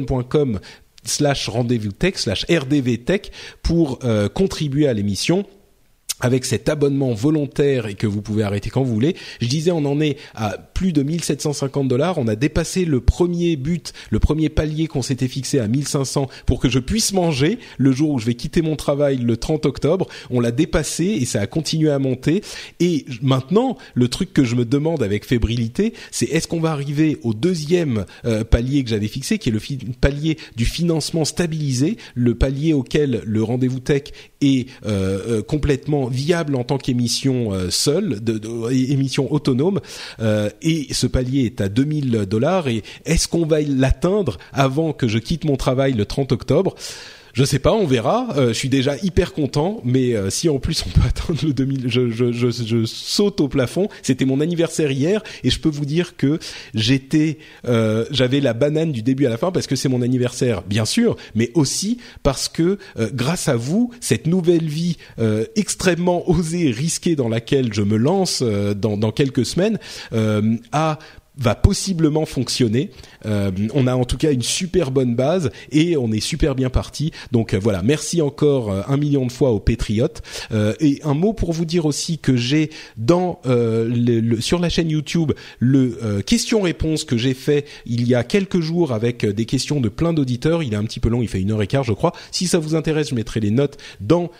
patreon.com/rendez-vous-tech/rdvtech pour contribuer à l'émission. Avec cet abonnement volontaire et que vous pouvez arrêter quand vous voulez. Je disais, on en est à plus de $1,750. On a dépassé le premier palier qu'on s'était fixé à 1,500 pour que je puisse manger le jour où je vais quitter mon travail le 30 octobre. On l'a dépassé et ça a continué à monter. Et maintenant, le truc que je me demande avec fébrilité, c'est est-ce qu'on va arriver au deuxième palier que j'avais fixé, qui est le palier du financement stabilisé, le palier auquel le Rendez-vous Tech est complètement viable en tant qu'émission seule, émission autonome, et ce palier est à $2,000. Et est-ce qu'on va l'atteindre avant que je quitte mon travail le 30 octobre ? Je sais pas, on verra. Je suis déjà hyper content, mais si en plus on peut atteindre le 2000, je saute au plafond. C'était mon anniversaire hier et je peux vous dire que j'avais la banane du début à la fin parce que c'est mon anniversaire, bien sûr, mais aussi parce que grâce à vous, cette nouvelle vie extrêmement osée et risquée dans laquelle je me lance dans quelques semaines va possiblement fonctionner. On a en tout cas une super bonne base et on est super bien parti. Donc voilà, merci encore 1 million de fois aux Patriotes. Et un mot pour vous dire aussi que j'ai sur la chaîne YouTube le question-réponse que j'ai fait il y a quelques jours avec des questions de plein d'auditeurs. Il est un petit peu long, il fait 1h15 je crois. Si ça vous intéresse, je mettrai les notes dans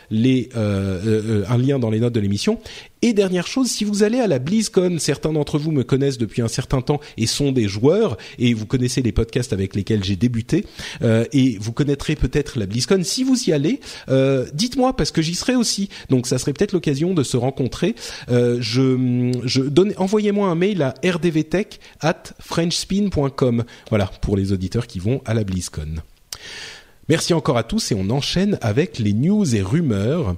un lien dans les notes de l'émission. Et dernière chose, si vous allez à la BlizzCon, certains d'entre vous me connaissent depuis un certain temps et sont des joueurs, et vous connaissez les podcasts avec lesquels j'ai débuté, et vous connaîtrez peut-être la BlizzCon. Si vous y allez, dites-moi parce que j'y serai aussi. Donc ça serait peut-être l'occasion de se rencontrer. Envoyez-moi un mail à rdvtech@frenchspin.com. Voilà, pour les auditeurs qui vont à la BlizzCon. Merci encore à tous et on enchaîne avec les news et rumeurs.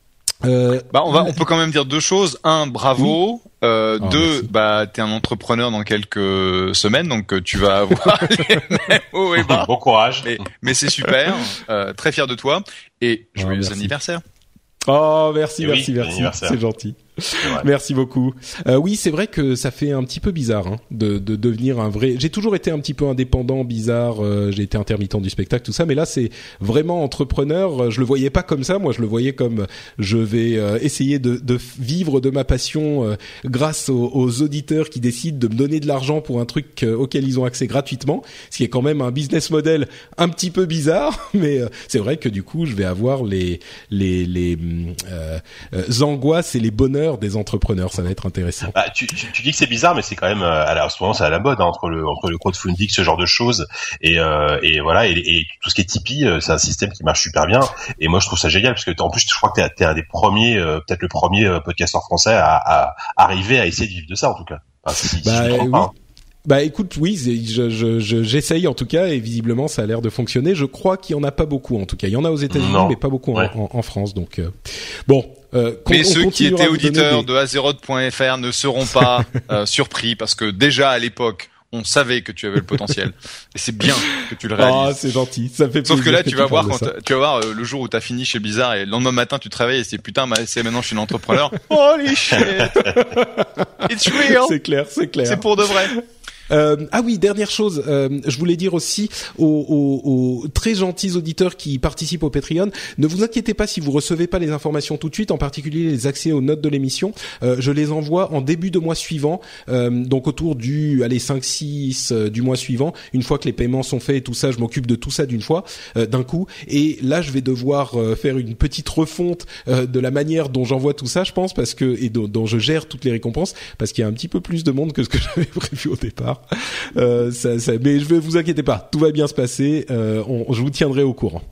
On peut quand même dire deux choses. Un, bravo. Oui. Deux, merci. T'es un entrepreneur dans quelques semaines, donc tu vas avoir les mêmes hauts et bas. Bon courage. Mais c'est super. Très fier de toi. Et joyeux anniversaire. Oh, merci. C'est gentil. Merci beaucoup. Oui, c'est vrai que ça fait un petit peu bizarre de devenir un vrai. J'ai toujours été un petit peu indépendant, bizarre. J'ai été intermittent du spectacle, tout ça, mais là c'est vraiment entrepreneur. Je le voyais pas comme ça. Moi, je le voyais comme je vais essayer de vivre de ma passion grâce aux auditeurs qui décident de me donner de l'argent pour un truc auquel ils ont accès gratuitement, ce qui est quand même un business model un petit peu bizarre. Mais c'est vrai que du coup, je vais avoir les angoisses et les bonheurs d'entrepreneurs, ça va être intéressant. Bah, tu dis que c'est bizarre, mais c'est quand même, en ce moment, c'est à la mode, hein, entre le crowdfunding, ce genre de choses, et voilà, et tout ce qui est Tipeee, c'est un système qui marche super bien, et moi je trouve ça génial, parce que en plus, je crois que t'es un des premiers, peut-être le premier podcasteur français à arriver à essayer de vivre de ça, en tout cas. Enfin, si je me trompe pas, hein. Bah écoute, oui, j'essaye en tout cas, et visiblement ça a l'air de fonctionner. Je crois qu'il y en a pas beaucoup, en tout cas. Il y en a aux États-Unis, mais pas beaucoup en France. Donc bon. Mais ceux qui étaient auditeurs de Azeroth.fr ne seront pas surpris, parce que déjà à l'époque, on savait que tu avais le potentiel, et c'est bien que tu le réalises. Ah, c'est gentil, ça fait plaisir. Sauf que là, tu vas voir le jour où t'as fini chez Blizzard, et le lendemain matin, tu te réveilles et c'est putain, c'est maintenant je suis un entrepreneur. Holy shit! It's real! C'est clair. C'est pour de vrai. Ah oui, dernière chose, je voulais dire aussi aux très gentils auditeurs qui participent au Patreon, ne vous inquiétez pas si vous recevez pas les informations tout de suite, en particulier les accès aux notes de l'émission. Je les envoie en début de mois suivant, donc autour du 5-6 du mois suivant. Une fois que les paiements sont faits et tout ça, je m'occupe de tout ça d'un coup. Et là, je vais devoir faire une petite refonte de la manière dont j'envoie tout ça, je pense, parce que dont je gère toutes les récompenses, parce qu'il y a un petit peu plus de monde que ce que j'avais prévu au départ. Mais je vous inquiétez pas, tout va bien se passer. Je vous tiendrai au courant.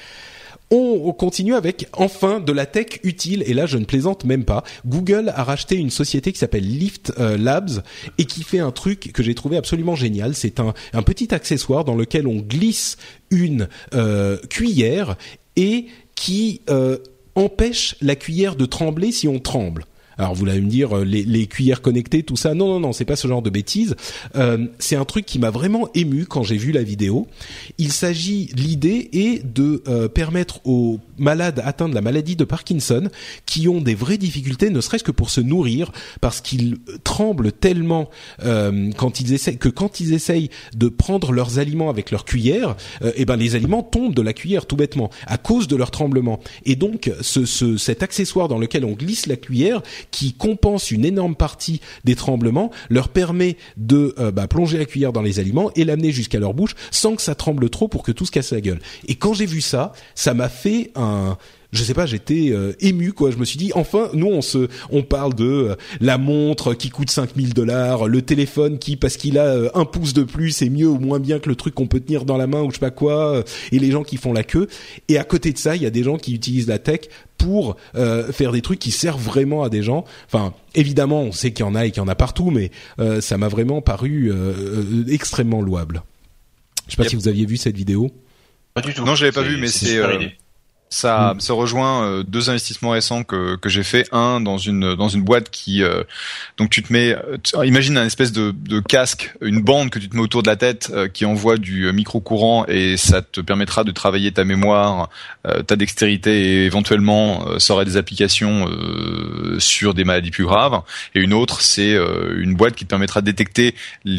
On continue avec enfin de la tech utile, et là je ne plaisante même pas. Google a racheté une société qui s'appelle Lift Labs et qui fait un truc que j'ai trouvé absolument génial. C'est un petit accessoire dans lequel on glisse une cuillère et qui empêche la cuillère de trembler si on tremble. Alors vous allez me dire les cuillères connectées, tout ça. Non, c'est pas ce genre de bêtises. C'est un truc qui m'a vraiment ému quand j'ai vu la vidéo. L'idée est de permettre aux malades atteints de la maladie de Parkinson, qui ont des vraies difficultés, ne serait-ce que pour se nourrir, parce qu'ils tremblent tellement quand ils essayent de prendre leurs aliments avec leur cuillère, les aliments tombent de la cuillère tout bêtement à cause de leur tremblement. Et donc cet accessoire dans lequel on glisse la cuillère, qui compense une énorme partie des tremblements, leur permet de plonger la cuillère dans les aliments et l'amener jusqu'à leur bouche sans que ça tremble trop pour que tout se casse la gueule. Et quand j'ai vu ça, ça m'a fait j'étais ému, quoi. Je me suis dit, enfin, nous on parle de la montre qui coûte $5,000, le téléphone qui, parce qu'il a 1 pouce de plus, est mieux ou moins bien que le truc qu'on peut tenir dans la main ou je sais pas quoi, et les gens qui font la queue. Et à côté de ça, il y a des gens qui utilisent la tech pour faire des trucs qui servent vraiment à des gens. Enfin, évidemment, on sait qu'il y en a et qu'il y en a partout, mais ça m'a vraiment paru extrêmement louable. Je sais pas si vous aviez vu cette vidéo. Pas du tout. Non, je l'avais pas vu, mais c'est ça rejoint deux investissements récents que j'ai fait. Un dans une boîte qui donc tu te mets, imagine un espèce de casque, une bande que tu te mets autour de la tête qui envoie du micro-courant, et ça te permettra de travailler ta mémoire, ta dextérité, et éventuellement ça aurait des applications sur des maladies plus graves. Et une autre, c'est une boîte qui te permettra de détecter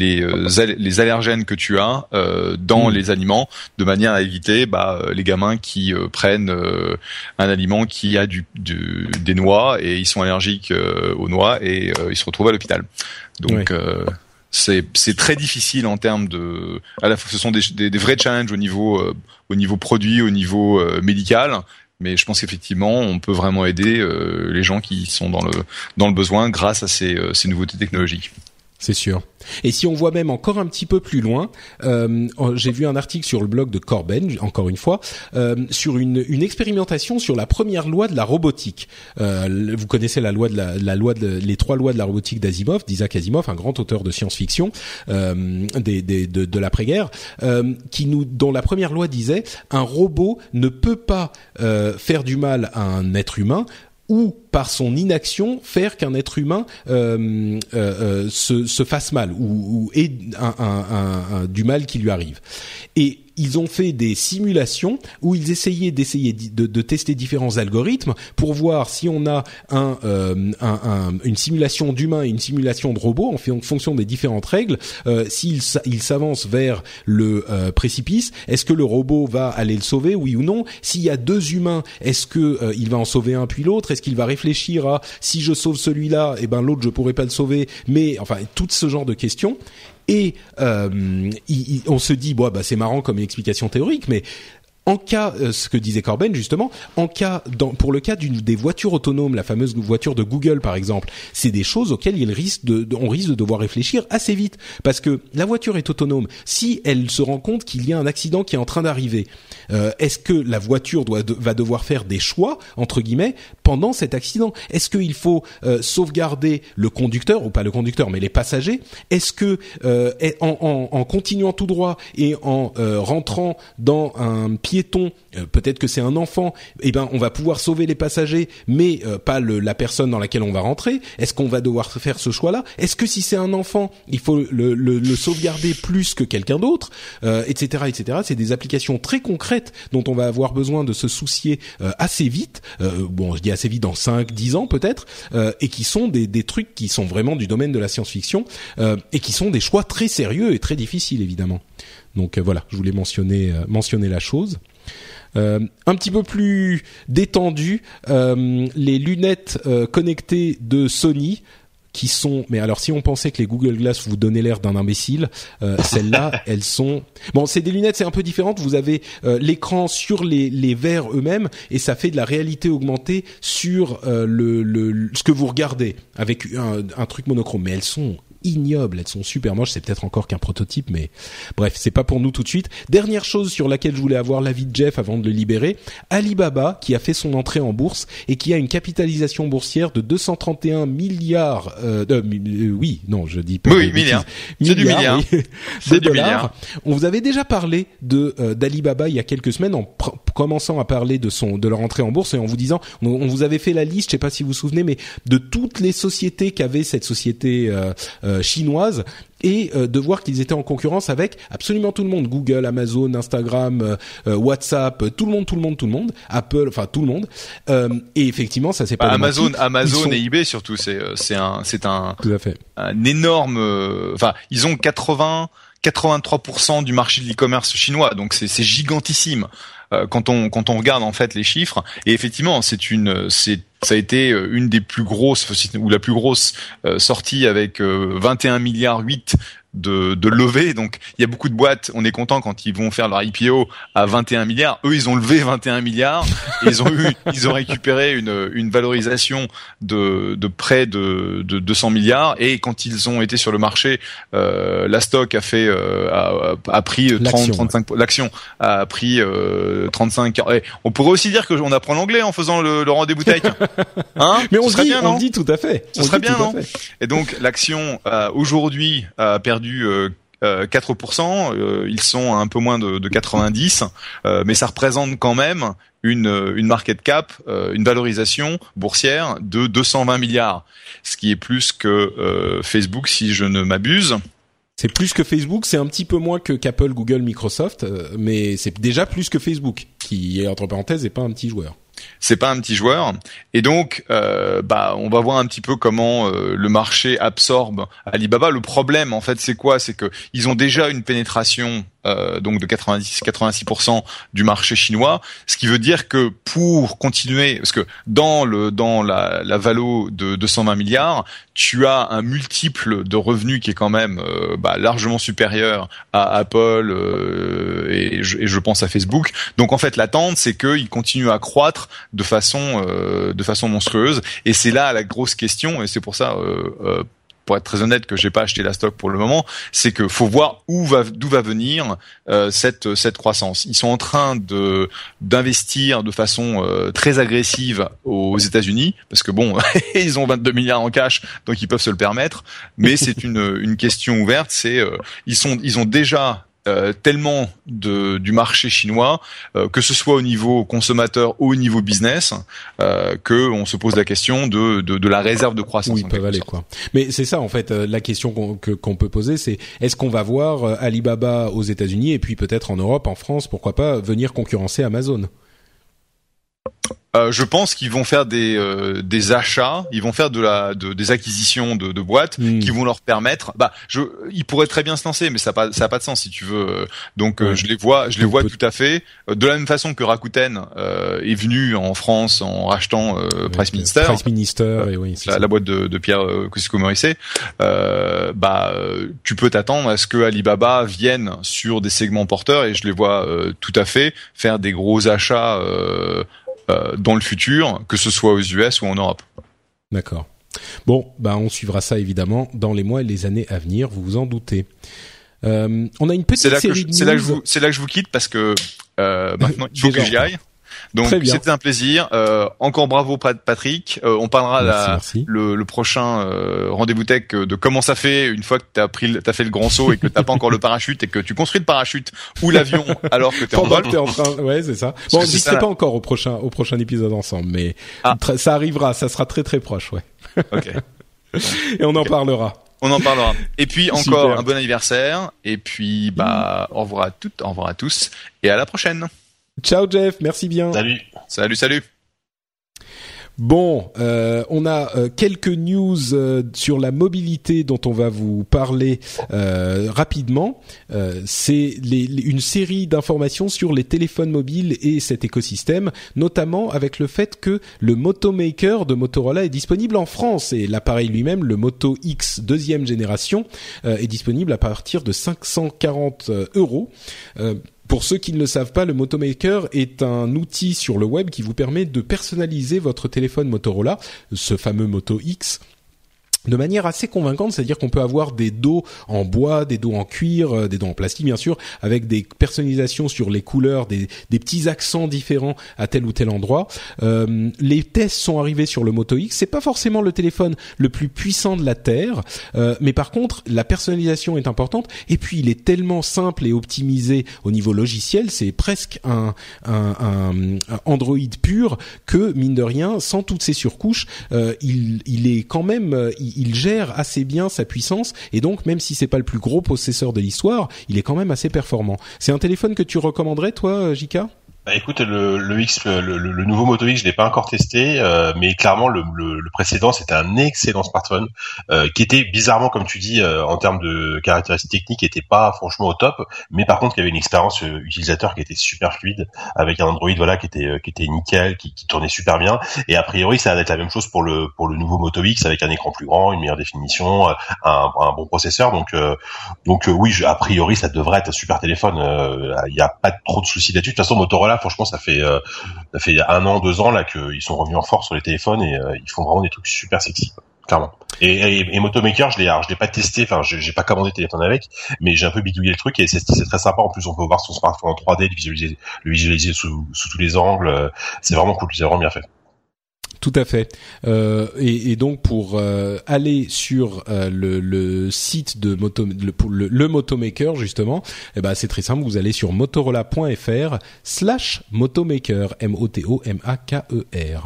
les allergènes que tu as dans les aliments, de manière à éviter les gamins qui prennent un aliment qui a des noix et ils sont allergiques aux noix et ils se retrouvent à l'hôpital. Donc c'est très difficile en termes de, à la fois ce sont des vrais challenges au niveau produit, au niveau médical. Mais je pense qu'effectivement, on peut vraiment aider les gens qui sont dans le besoin grâce à ces nouveautés technologiques. C'est sûr. Et si on voit même encore un petit peu plus loin, j'ai vu un article sur le blog de Corben, encore une fois, sur une expérimentation sur la première loi de la robotique. Vous connaissez les 3 lois de la robotique d'Isaac Asimov, un grand auteur de science-fiction de l'après-guerre, dont la première loi disait: un robot ne peut pas faire du mal à un être humain, ou par son inaction faire qu'un être humain se fasse mal ou ait du mal qui lui arrive. Et ils ont fait des simulations où ils essayaient de tester différents algorithmes pour voir si on a une simulation d'humain et une simulation de robot, en fonction des différentes règles, s'il s'avance vers le précipice, est-ce que le robot va aller le sauver, oui ou non? S'il y a 2 humains, est-ce que il va en sauver un puis l'autre? Est-ce qu'il va réfléchir à, si je sauve celui-là, l'autre je pourrais pas le sauver? Mais enfin, tout ce genre de questions. Et on se dit c'est marrant comme une explication théorique, mais en cas, ce que disait Corben justement, pour le cas des voitures autonomes, la fameuse voiture de Google par exemple, c'est des choses auxquelles on risque de devoir réfléchir assez vite, parce que la voiture est autonome. Si elle se rend compte qu'il y a un accident qui est en train d'arriver, est-ce que la voiture va devoir faire des choix entre guillemets pendant cet accident? Est-ce qu'il faut sauvegarder le conducteur, ou pas le conducteur mais les passagers? Est-ce que en continuant tout droit et en rentrant dans un piéton, peut-être que c'est un enfant, on va pouvoir sauver les passagers mais pas la personne dans laquelle on va rentrer? Est-ce qu'on va devoir faire ce choix-là? Est-ce que si c'est un enfant, il faut le sauvegarder plus que quelqu'un d'autre, etc., etc. C'est des applications très concrètes dont on va avoir besoin de se soucier assez vite. Je dis assez vite, dans 5-10 ans peut-être, et qui sont des trucs qui sont vraiment du domaine de la science-fiction, et qui sont des choix très sérieux et très difficiles évidemment. Donc voilà, je voulais mentionner la chose. Un petit peu plus détendu, les lunettes connectées de Sony, qui sont, mais alors si on pensait que les Google Glass vous donnaient l'air d'un imbécile, celles-là, elles sont, c'est des lunettes, c'est un peu différent. Vous avez l'écran sur les verres eux-mêmes, et ça fait de la réalité augmentée sur ce que vous regardez avec un truc monochrome. Mais elles sont ignobles, elles sont super moches, c'est peut-être encore qu'un prototype, mais bref, c'est pas pour nous tout de suite. Dernière chose sur laquelle je voulais avoir l'avis de Jeff avant de le libérer, Alibaba, qui a fait son entrée en bourse et qui a une capitalisation boursière de 231 milliards milliards. C'est du milliard. Oui, c'est du milliard. On vous avait déjà parlé d'Alibaba il y a quelques semaines, en commençant à parler de leur entrée en bourse, et en vous disant, on vous avait fait la liste, je sais pas si vous vous souvenez, mais de toutes les sociétés qu'avait cette société chinoise, et de voir qu'ils étaient en concurrence avec absolument tout le monde, Google, Amazon, Instagram, WhatsApp, tout le monde, Apple, enfin tout le monde. Et effectivement, ça c'est pas Amazon et eBay surtout, c'est un tout à fait un énorme, ils ont 83% du marché de l'e-commerce chinois, donc c'est gigantissime. Quand on regarde en fait les chiffres, et effectivement ça a été une des plus grosses, ou la plus grosse sortie, avec 21 milliards 8 de levée. Donc il y a beaucoup de boîtes, on est content quand ils vont faire leur IPO à 21 milliards. Eux, ils ont levé 21 milliards et ils ont récupéré une valorisation de près de 200 milliards. Et quand ils ont été sur le marché, la stock a pris 35, l'action a pris 35. Et on pourrait aussi dire que on apprend l'anglais en faisant le rendez-vous tech. Hein? Mais on dit tout à fait. Ce serait bien, non? Et donc l'action aujourd'hui a perdu 4%, ils sont à un peu moins de 90, mais ça représente quand même une market cap, une valorisation boursière de 220 milliards, ce qui est plus que Facebook, si je ne m'abuse. C'est plus que Facebook, c'est un petit peu moins que qu'Apple, Google, Microsoft, mais c'est déjà plus que Facebook, qui, entre parenthèses, n'est pas un petit joueur. C'est pas un petit joueur, et donc on va voir un petit peu comment le marché absorbe Alibaba. Le problème en fait c'est quoi? C'est que ils ont déjà une pénétration donc de 86% du marché chinois, ce qui veut dire que pour continuer, parce que dans la valo de 220 milliards, tu as un multiple de revenus qui est quand même largement supérieur à Apple et je pense à Facebook. Donc en fait l'attente c'est qu'ils continuent à croître de façon monstrueuse, et c'est là la grosse question, et c'est pour ça pour être très honnête que j'ai pas acheté la stock pour le moment, c'est que faut voir d'où va venir cette croissance. Ils sont en train d'investir de façon très agressive aux États-Unis, parce que ils ont 22 milliards en cash, donc ils peuvent se le permettre, mais c'est une question ouverte, ils ont déjà tellement du marché chinois, que ce soit au niveau consommateur ou au niveau business, que on se pose la question de la réserve de croissance. Oui, ils peuvent aller quoi. Mais c'est ça en fait la question qu'on peut poser, c'est est-ce qu'on va voir Alibaba aux États-Unis et puis peut-être en Europe, en France, pourquoi pas venir concurrencer Amazon? Je pense qu'ils vont faire des achats, ils vont faire des acquisitions de boîtes qui vont leur permettre. Ils pourraient très bien se lancer, mais ça a pas de sens si tu veux. Donc je les vois tout à fait. De la même façon que Rakuten est venu en France en rachetant Price Minister. Price Minister, et oui, la boîte de Pierre Kosciusko-Morizet. Tu peux t'attendre à ce que Alibaba vienne sur des segments porteurs, et je les vois tout à fait faire des gros achats. Dans le futur, que ce soit aux US ou en Europe. D'accord. Bon, on suivra ça évidemment dans les mois et les années à venir, vous vous en doutez. On a une petite série de news. C'est là que je vous quitte parce que maintenant il faut que j'y aille. Donc c'était un plaisir. Encore bravo Patrick. On parlera le prochain rendez-vous tech de comment ça fait une fois que t'as fait le grand saut et que t'as pas encore le parachute et que tu construis le parachute ou l'avion alors que t'es en vol. Ouais, c'est ça. Bon, on ne discute pas encore au prochain épisode ensemble, mais ça arrivera, ça sera très très proche, ouais. Ok. Et on en parlera. On en parlera. Et puis encore un bon anniversaire. Et puis au revoir à toutes, au revoir à tous et à la prochaine. Ciao Jeff, merci bien. Salut. Bon, on a quelques news sur la mobilité dont on va vous parler rapidement. C'est une série d'informations sur les téléphones mobiles et cet écosystème, notamment avec le fait que le Moto Maker de Motorola est disponible en France et l'appareil lui-même, le Moto X deuxième génération, est disponible à partir de 540 €. Pour ceux qui ne le savent pas, le Moto Maker est un outil sur le web qui vous permet de personnaliser votre téléphone Motorola, ce fameux Moto X, de manière assez convaincante, c'est-à-dire qu'on peut avoir des dos en bois, des dos en cuir, des dos en plastique bien sûr, avec des personnalisations sur les couleurs, des petits accents différents à tel ou tel endroit. Les tests sont arrivés sur le Moto X. C'est pas forcément le téléphone le plus puissant de la Terre, mais par contre la personnalisation est importante. Et puis il est tellement simple et optimisé au niveau logiciel, c'est presque un Android pur que mine de rien, sans toutes ces surcouches, il est quand même il gère assez bien sa puissance et donc même si c'est pas le plus gros processeur de l'histoire, il est quand même assez performant. C'est un téléphone que tu recommanderais toi, JK ? Écoute, le X, le nouveau Moto X, je l'ai pas encore testé, mais clairement le précédent c'était un excellent smartphone qui était bizarrement, comme tu dis, en termes de caractéristiques techniques, était pas franchement au top, mais par contre il y avait une expérience utilisateur qui était super fluide, avec un Android qui était nickel, qui tournait super bien. Et a priori ça va être la même chose pour le nouveau Moto X, avec un écran plus grand, une meilleure définition, un bon processeur. Donc oui, a priori ça devrait être un super téléphone. Il y a pas trop de soucis là-dessus. De toute façon, Motorola, franchement, ça fait 1 an, 2 ans là qu'ils sont revenus en force sur les téléphones et ils font vraiment des trucs super sexy, clairement. Et Moto Maker, je l'ai pas testé, enfin j'ai pas commandé de téléphone avec, mais j'ai un peu bidouillé le truc et c'est très sympa. En plus, on peut voir son smartphone en 3D, le visualiser sous tous les angles. C'est vraiment cool, c'est vraiment bien fait. Tout à fait. Et donc pour aller sur le site de le Moto Maker justement, c'est très simple. Vous allez sur motorola.fr/motomaker, MOTOMAKER.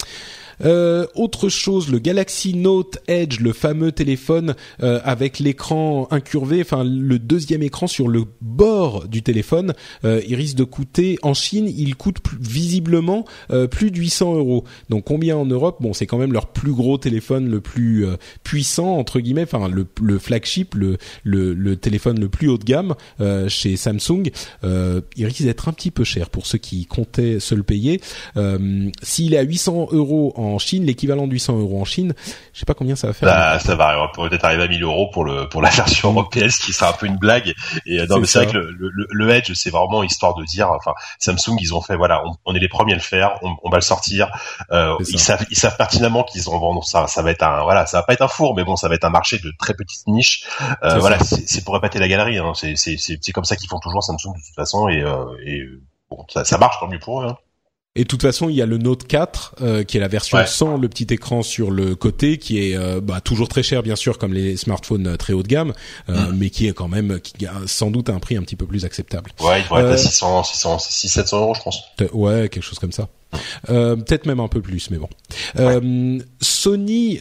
Autre chose, le Galaxy Note Edge, le fameux téléphone avec l'écran incurvé, enfin le deuxième écran sur le bord du téléphone, il risque de coûter, en Chine, il coûte visiblement plus de 800 €. Donc combien en Europe? Bon, c'est quand même leur plus gros téléphone, le plus puissant entre guillemets, enfin le flagship, le téléphone le plus haut de gamme chez Samsung. Il risque d'être un petit peu cher pour ceux qui comptaient se le payer. S'il est à 800 € en Chine, l'équivalent de 800 € en Chine, je sais pas combien ça va faire. Ça va peut-être arriver à 1 000 € pour la version européenne, ce qui sera un peu une blague. Et non, mais c'est vrai que le Edge, c'est vraiment histoire de dire, enfin, Samsung, ils ont fait, voilà, on est les premiers à le faire, on va le sortir. Ils savent pertinemment qu'ils en vendent. Ça va être ça va pas être un four, mais bon, ça va être un marché de très petite niche. C'est pour épater la galerie. Hein. C'est comme ça qu'ils font toujours Samsung de toute façon. Et bon, ça marche, tant mieux pour eux. Hein. Et de toute façon, il y a le Note 4 qui est la version sans le petit écran sur le côté, qui est toujours très cher bien sûr comme les smartphones très haut de gamme, mais qui est quand même qui a sans doute un prix un petit peu plus acceptable. Ouais, il devrait être à 700 € je pense. Ouais, quelque chose comme ça. Peut-être même un peu plus, mais bon. Sony,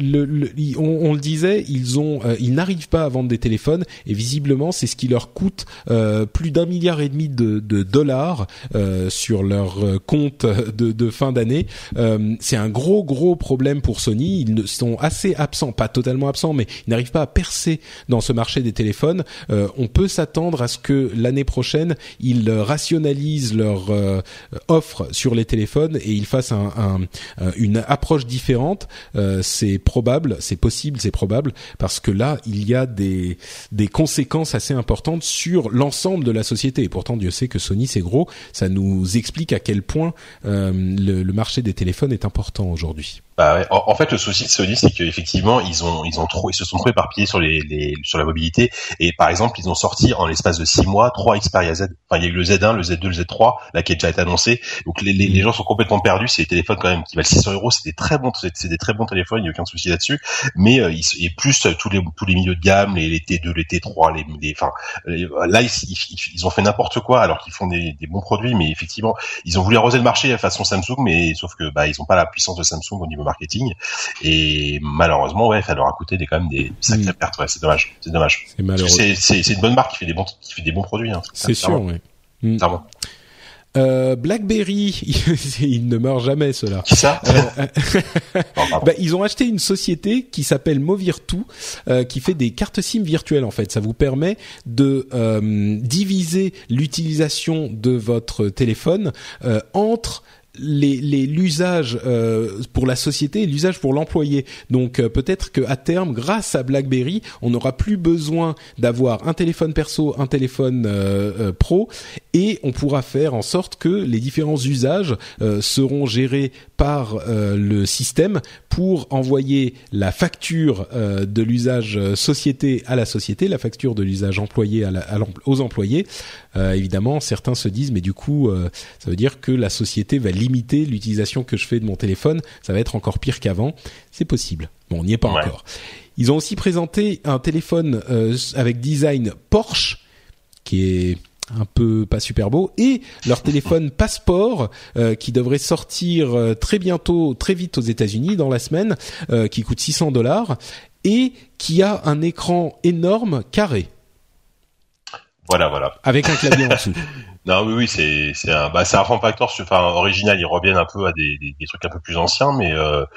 on le disait, ils n'arrivent pas à vendre des téléphones et visiblement c'est ce qui leur coûte plus d'1,5 milliard de dollars sur leur compte de fin d'année. C'est un gros problème pour Sony. Ils sont assez absents, pas totalement absents, mais ils n'arrivent pas à percer dans ce marché des téléphones. On peut s'attendre à ce que l'année prochaine ils rationalisent leur offre sur les téléphones et ils fassent une approche différente. C'est probable, c'est possible, c'est probable, parce que là il y a des conséquences assez importantes sur l'ensemble de la société. Et pourtant Dieu sait que Sony c'est gros. Ça nous explique à quel point le marché des téléphones est important aujourd'hui. Bah ouais. En fait, le souci de Sony, c'est qu'effectivement, ils se sont trop éparpillés sur sur la mobilité. Et par exemple, ils ont sorti en l'espace de 6 mois 3 Xperia Z. Enfin, il y a eu le Z1, le Z2, le Z3, là qui a déjà été annoncé. Donc les gens sont complètement perdus. C'est des téléphones quand même qui valent 600 €. C'est des très bons téléphones. Il n'y a aucun souci là-dessus. Mais et plus tous les milieux de gamme, les T2, les T3, là ils ont fait n'importe quoi alors qu'ils font des bons produits. Mais effectivement, ils ont voulu arroser le marché façon Samsung, mais sauf que ils ont pas la puissance de Samsung au niveau marketing et malheureusement ça leur a coûté quand même des sacrées pertes. C'est dommage. C'est malheureux. C'est une bonne marque qui fait des bons produits. C'est sûr, oui. Clairement. BlackBerry, ils ne meurent jamais ceux-là. Qui ça ils ont acheté une société qui s'appelle Movirtu, qui fait des cartes SIM virtuelles en fait. Ça vous permet de diviser l'utilisation de votre téléphone entre l'usage pour la société et l'usage pour l'employé. Donc peut-être que à terme, grâce à BlackBerry, on n'aura plus besoin d'avoir un téléphone perso, un téléphone pro, et on pourra faire en sorte que les différents usages seront gérés par le système pour envoyer la facture de l'usage société à la société, la facture de l'usage employé aux employés. Évidemment, certains se disent mais du coup, ça veut dire que la société va limiter l'utilisation que je fais de mon téléphone. Ça va être encore pire qu'avant. C'est possible. Bon, on n'y est pas encore. Ils ont aussi présenté un téléphone avec design Porsche qui est un peu pas super beau, et leur téléphone Passport qui devrait sortir très bientôt, très vite aux États-Unis dans la semaine, qui coûte $600 et qui a un écran énorme carré. Voilà. Avec un clavier en dessous. Non, oui, c'est un form factor, original. Ils reviennent un peu à des trucs un peu plus anciens, mais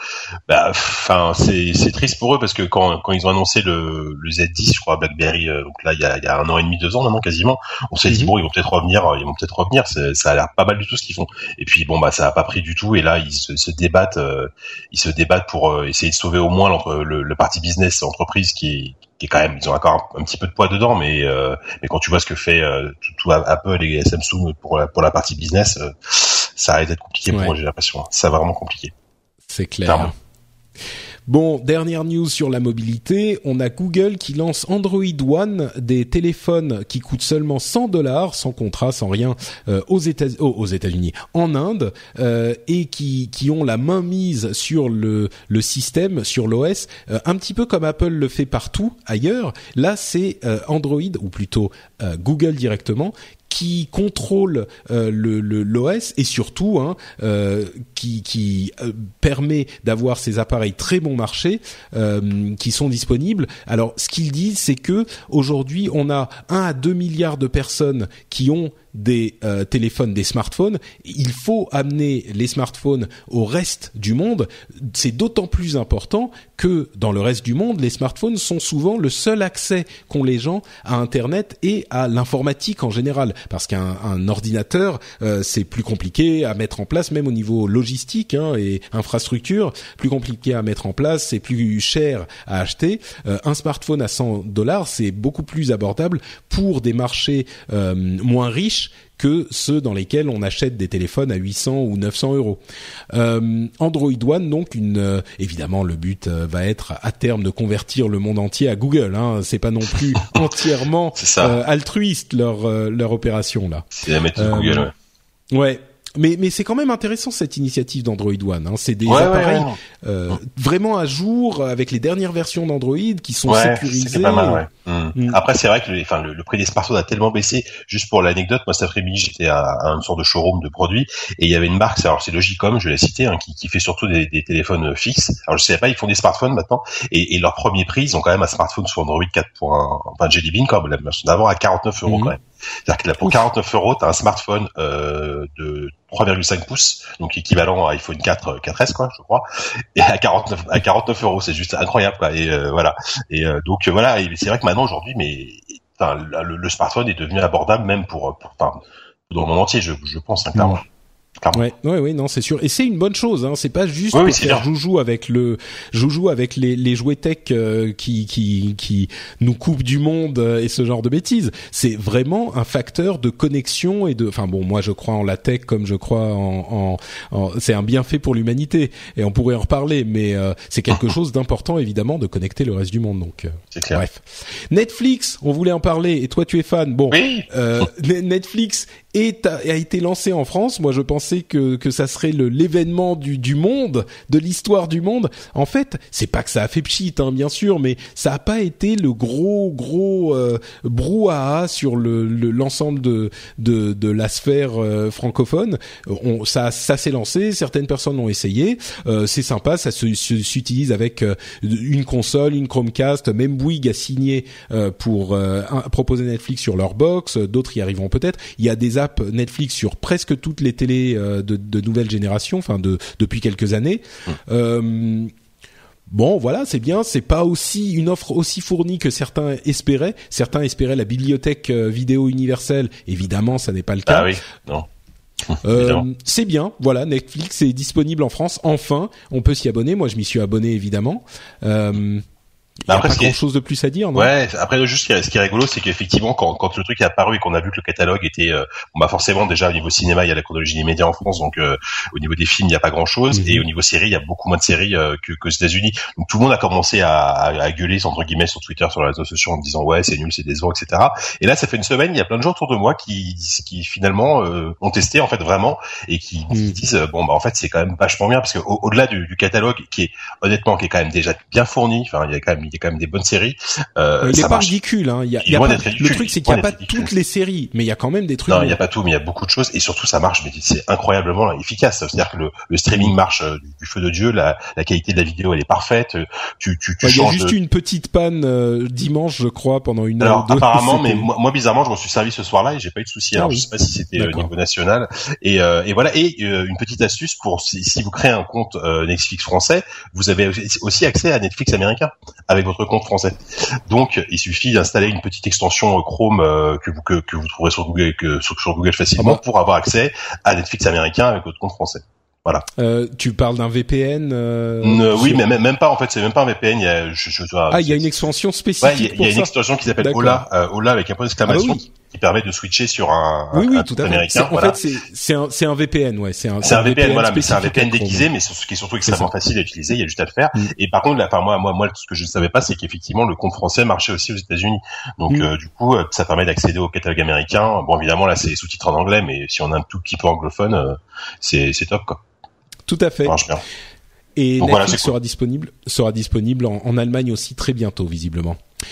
c'est triste pour eux parce que quand ils ont annoncé le Z10, je crois, BlackBerry, donc là il y a 1 an et demi, 2 ans maintenant quasiment, on s'est dit bon, ils vont peut-être revenir. Ça a l'air pas mal du tout ce qu'ils font. Et puis ça a pas pris du tout. Et là ils se débattent pour essayer de sauver au moins le parti business entreprise qui est quand même, ils ont encore un petit peu de poids dedans, mais quand tu vois ce que fait tout Apple et Samsung pour la partie business, ça arrête d'être compliqué pour moi, j'ai l'impression. C'est vraiment compliqué. C'est clair. Clairement. Bon, dernière news sur la mobilité, on a Google qui lance Android One, des téléphones qui coûtent seulement $100, sans contrat, sans rien, aux États-Unis, en Inde, et qui ont la main mise sur le système, sur l'OS, un petit peu comme Apple le fait partout ailleurs. Là, c'est Android, ou plutôt Google directement, qui contrôle l'OS et surtout qui permet d'avoir ces appareils très bon marché qui sont disponibles. Alors ce qu'ils disent, c'est que aujourd'hui on a 1 à 2 milliards de personnes qui ont des téléphones, des smartphones. Il faut amener les smartphones au reste du monde. C'est d'autant plus important que dans le reste du monde, les smartphones sont souvent le seul accès qu'ont les gens à Internet et à l'informatique en général. Parce qu'un ordinateur, c'est plus compliqué à mettre en place, même au niveau logistique et infrastructure, plus compliqué à mettre en place, c'est plus cher à acheter. Un smartphone à $100, c'est beaucoup plus abordable pour des marchés moins riches que ceux dans lesquels on achète des téléphones à 800 ou 900 euros. Android One, donc évidemment le but va être à terme de convertir le monde entier à Google. C'est pas non plus entièrement altruiste leur opération là. C'est la méthode Google. Ouais. Mais c'est quand même intéressant cette initiative d'Android One. Hein. C'est des appareils vraiment à jour avec les dernières versions d'Android qui sont sécurisées. C'est pas mal. Après, c'est vrai que le prix des smartphones a tellement baissé. Juste pour l'anecdote, moi cet après-midi j'étais à une sorte de showroom de produits et il y avait une marque, alors c'est Logicom, je l'ai cité, hein, qui fait surtout des téléphones fixes. Alors je savais pas, ils font des smartphones maintenant et leur premier prix, ils ont quand même un smartphone sous Android 4.1, enfin Jelly Bean comme la version d'avant à 49 € quand même. C'est-à-dire que là, pour 49 €, t'as un smartphone de 3,5 pouces, donc équivalent à iPhone 4S quoi, je crois. Et à 49 €, c'est juste incroyable quoi. Et voilà. Et donc voilà, et c'est vrai que maintenant aujourd'hui, le smartphone est devenu abordable même pour dans le monde entier, je pense clairement. Ouais, non, c'est sûr. Et c'est une bonne chose, hein. C'est pas juste pour faire joujou avec les jouets tech qui nous coupent du monde et ce genre de bêtises. C'est vraiment un facteur de connexion et moi je crois en la tech comme je crois en c'est un bienfait pour l'humanité et on pourrait en reparler, mais c'est quelque chose d'important évidemment de connecter le reste du monde. Donc c'est clair. Bref. Netflix, on voulait en parler et toi tu es fan. Bon, oui. Netflix a été lancé en France. Moi je pensais que ça serait l'événement du monde, de l'histoire du monde. En fait, c'est pas que ça a fait pchit, hein, bien sûr, mais ça a pas été le gros brouhaha sur l'ensemble de la sphère francophone. Ça s'est lancé, certaines personnes l'ont essayé, c'est sympa, ça s'utilise avec une console, une Chromecast, même Bouygues a signé pour proposer Netflix sur leur box, d'autres y arriveront peut-être. Il y a des apps Netflix sur presque toutes les télés de nouvelle génération, depuis quelques années. Bon, voilà, c'est bien. C'est pas une offre aussi fournie que certains espéraient. Certains espéraient la bibliothèque vidéo universelle. Évidemment, ça n'est pas le cas. Ah oui, non. C'est bien. Voilà, Netflix est disponible en France. Enfin, on peut s'y abonner. Moi, je m'y suis abonné, évidemment. Il y a pas grand chose de plus à dire, non? Ouais, après, juste, ce qui est rigolo, c'est qu'effectivement, quand le truc est apparu et qu'on a vu que le catalogue était, forcément, déjà, au niveau cinéma, il y a la chronologie des médias en France, donc, au niveau des films, il n'y a pas grand chose, et au niveau séries, il y a beaucoup moins de séries, qu'aux États-Unis. Donc, tout le monde a commencé à gueuler, entre guillemets, sur Twitter, sur les réseaux sociaux, en disant, ouais, c'est nul, c'est décevant, etc. Et là, ça fait une semaine, il y a plein de gens autour de moi qui finalement, ont testé, en fait, vraiment, et qui disent, en fait, c'est quand même vachement bien, parce que au-delà du catalogue, qui est quand même déjà bien fourni, il y a quand même des bonnes séries. Il est pas ridicule, hein. Le truc, c'est qu'il n'y a pas toutes les séries, mais il y a quand même des trucs. Non, il n'y a pas tout, mais il y a beaucoup de choses, et surtout, ça marche, mais c'est incroyablement efficace. C'est-à-dire que le streaming marche du feu de Dieu, la qualité de la vidéo, elle est parfaite. Tu il y a juste une petite panne dimanche, je crois, pendant une heure ou deux. Apparemment, mais moi, bizarrement, je m'en suis servi ce soir-là et j'ai pas eu de soucis. Alors, je sais pas si c'était au niveau national. Et voilà. Et une petite astuce pour si vous créez un compte Netflix français, vous avez aussi accès à Netflix américain avec votre compte français. Donc, il suffit d'installer une petite extension Chrome que vous trouverez sur Google facilement pour avoir accès à Netflix américain avec votre compte français. Voilà. Tu parles d'un VPN oui, mais même pas, en fait, c'est même pas un VPN, il y a une extension spécifique il y a une extension qui s'appelle Ola avec un point d'exclamation qui permet de switcher sur un tout à fait. Américain. En fait, c'est un VPN, ouais, c'est un VPN, voilà, mais c'est un VPN déguisé, mais ce qui est surtout extrêmement facile à utiliser, il y a juste à le faire. Et par contre, moi, ce que je ne savais pas, c'est qu'effectivement, le compte français marchait aussi aux États-Unis. Donc, du coup, ça permet d'accéder au catalogue américain. Bon, évidemment, là, c'est sous-titres en anglais, mais si on a un tout petit peu anglophone, c'est top, quoi. Tout à fait. Ça marche bien. Et donc Netflix sera disponible en Allemagne aussi très bientôt, visiblement.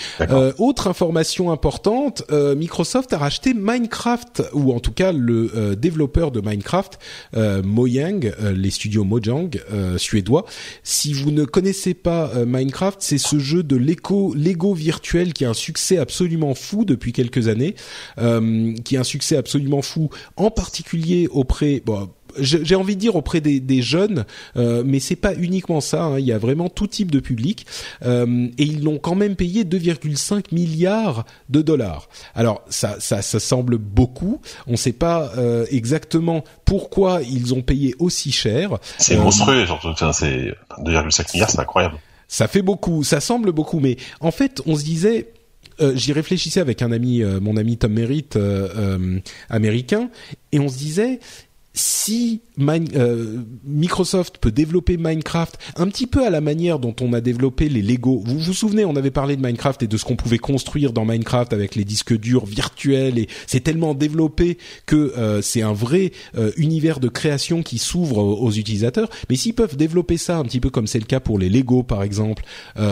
Autre information importante, Microsoft a racheté Minecraft, ou en tout cas le développeur de Minecraft, Mojang, les studios Mojang suédois. Si vous ne connaissez pas Minecraft, c'est ce jeu de Lego virtuel qui a un succès absolument fou depuis quelques années, qui a un succet absolument fou, en particulier auprès j'ai envie de dire auprès des jeunes, mais c'est pas uniquement ça, hein. Il y a vraiment tout type de public, et ils l'ont quand même payé 2,5 milliards de dollars. Alors ça semble beaucoup. On sait pas exactement pourquoi ils ont payé aussi cher. C'est monstrueux, surtout. C'est 2,5 milliards, c'est incroyable. Ça fait beaucoup, ça semble beaucoup, mais en fait, on se disait. J'y réfléchissais avec un ami, mon ami Tom Merritt, américain, et on se disait. si Microsoft peut développer Minecraft un petit peu à la manière dont on a développé les Lego. Vous vous souvenez, on avait parlé de Minecraft et de ce qu'on pouvait construire dans Minecraft avec les disques durs virtuels, et c'est tellement développé que c'est un vrai univers de création qui s'ouvre aux utilisateurs. Mais s'ils peuvent développer ça un petit peu comme c'est le cas pour les Lego par exemple,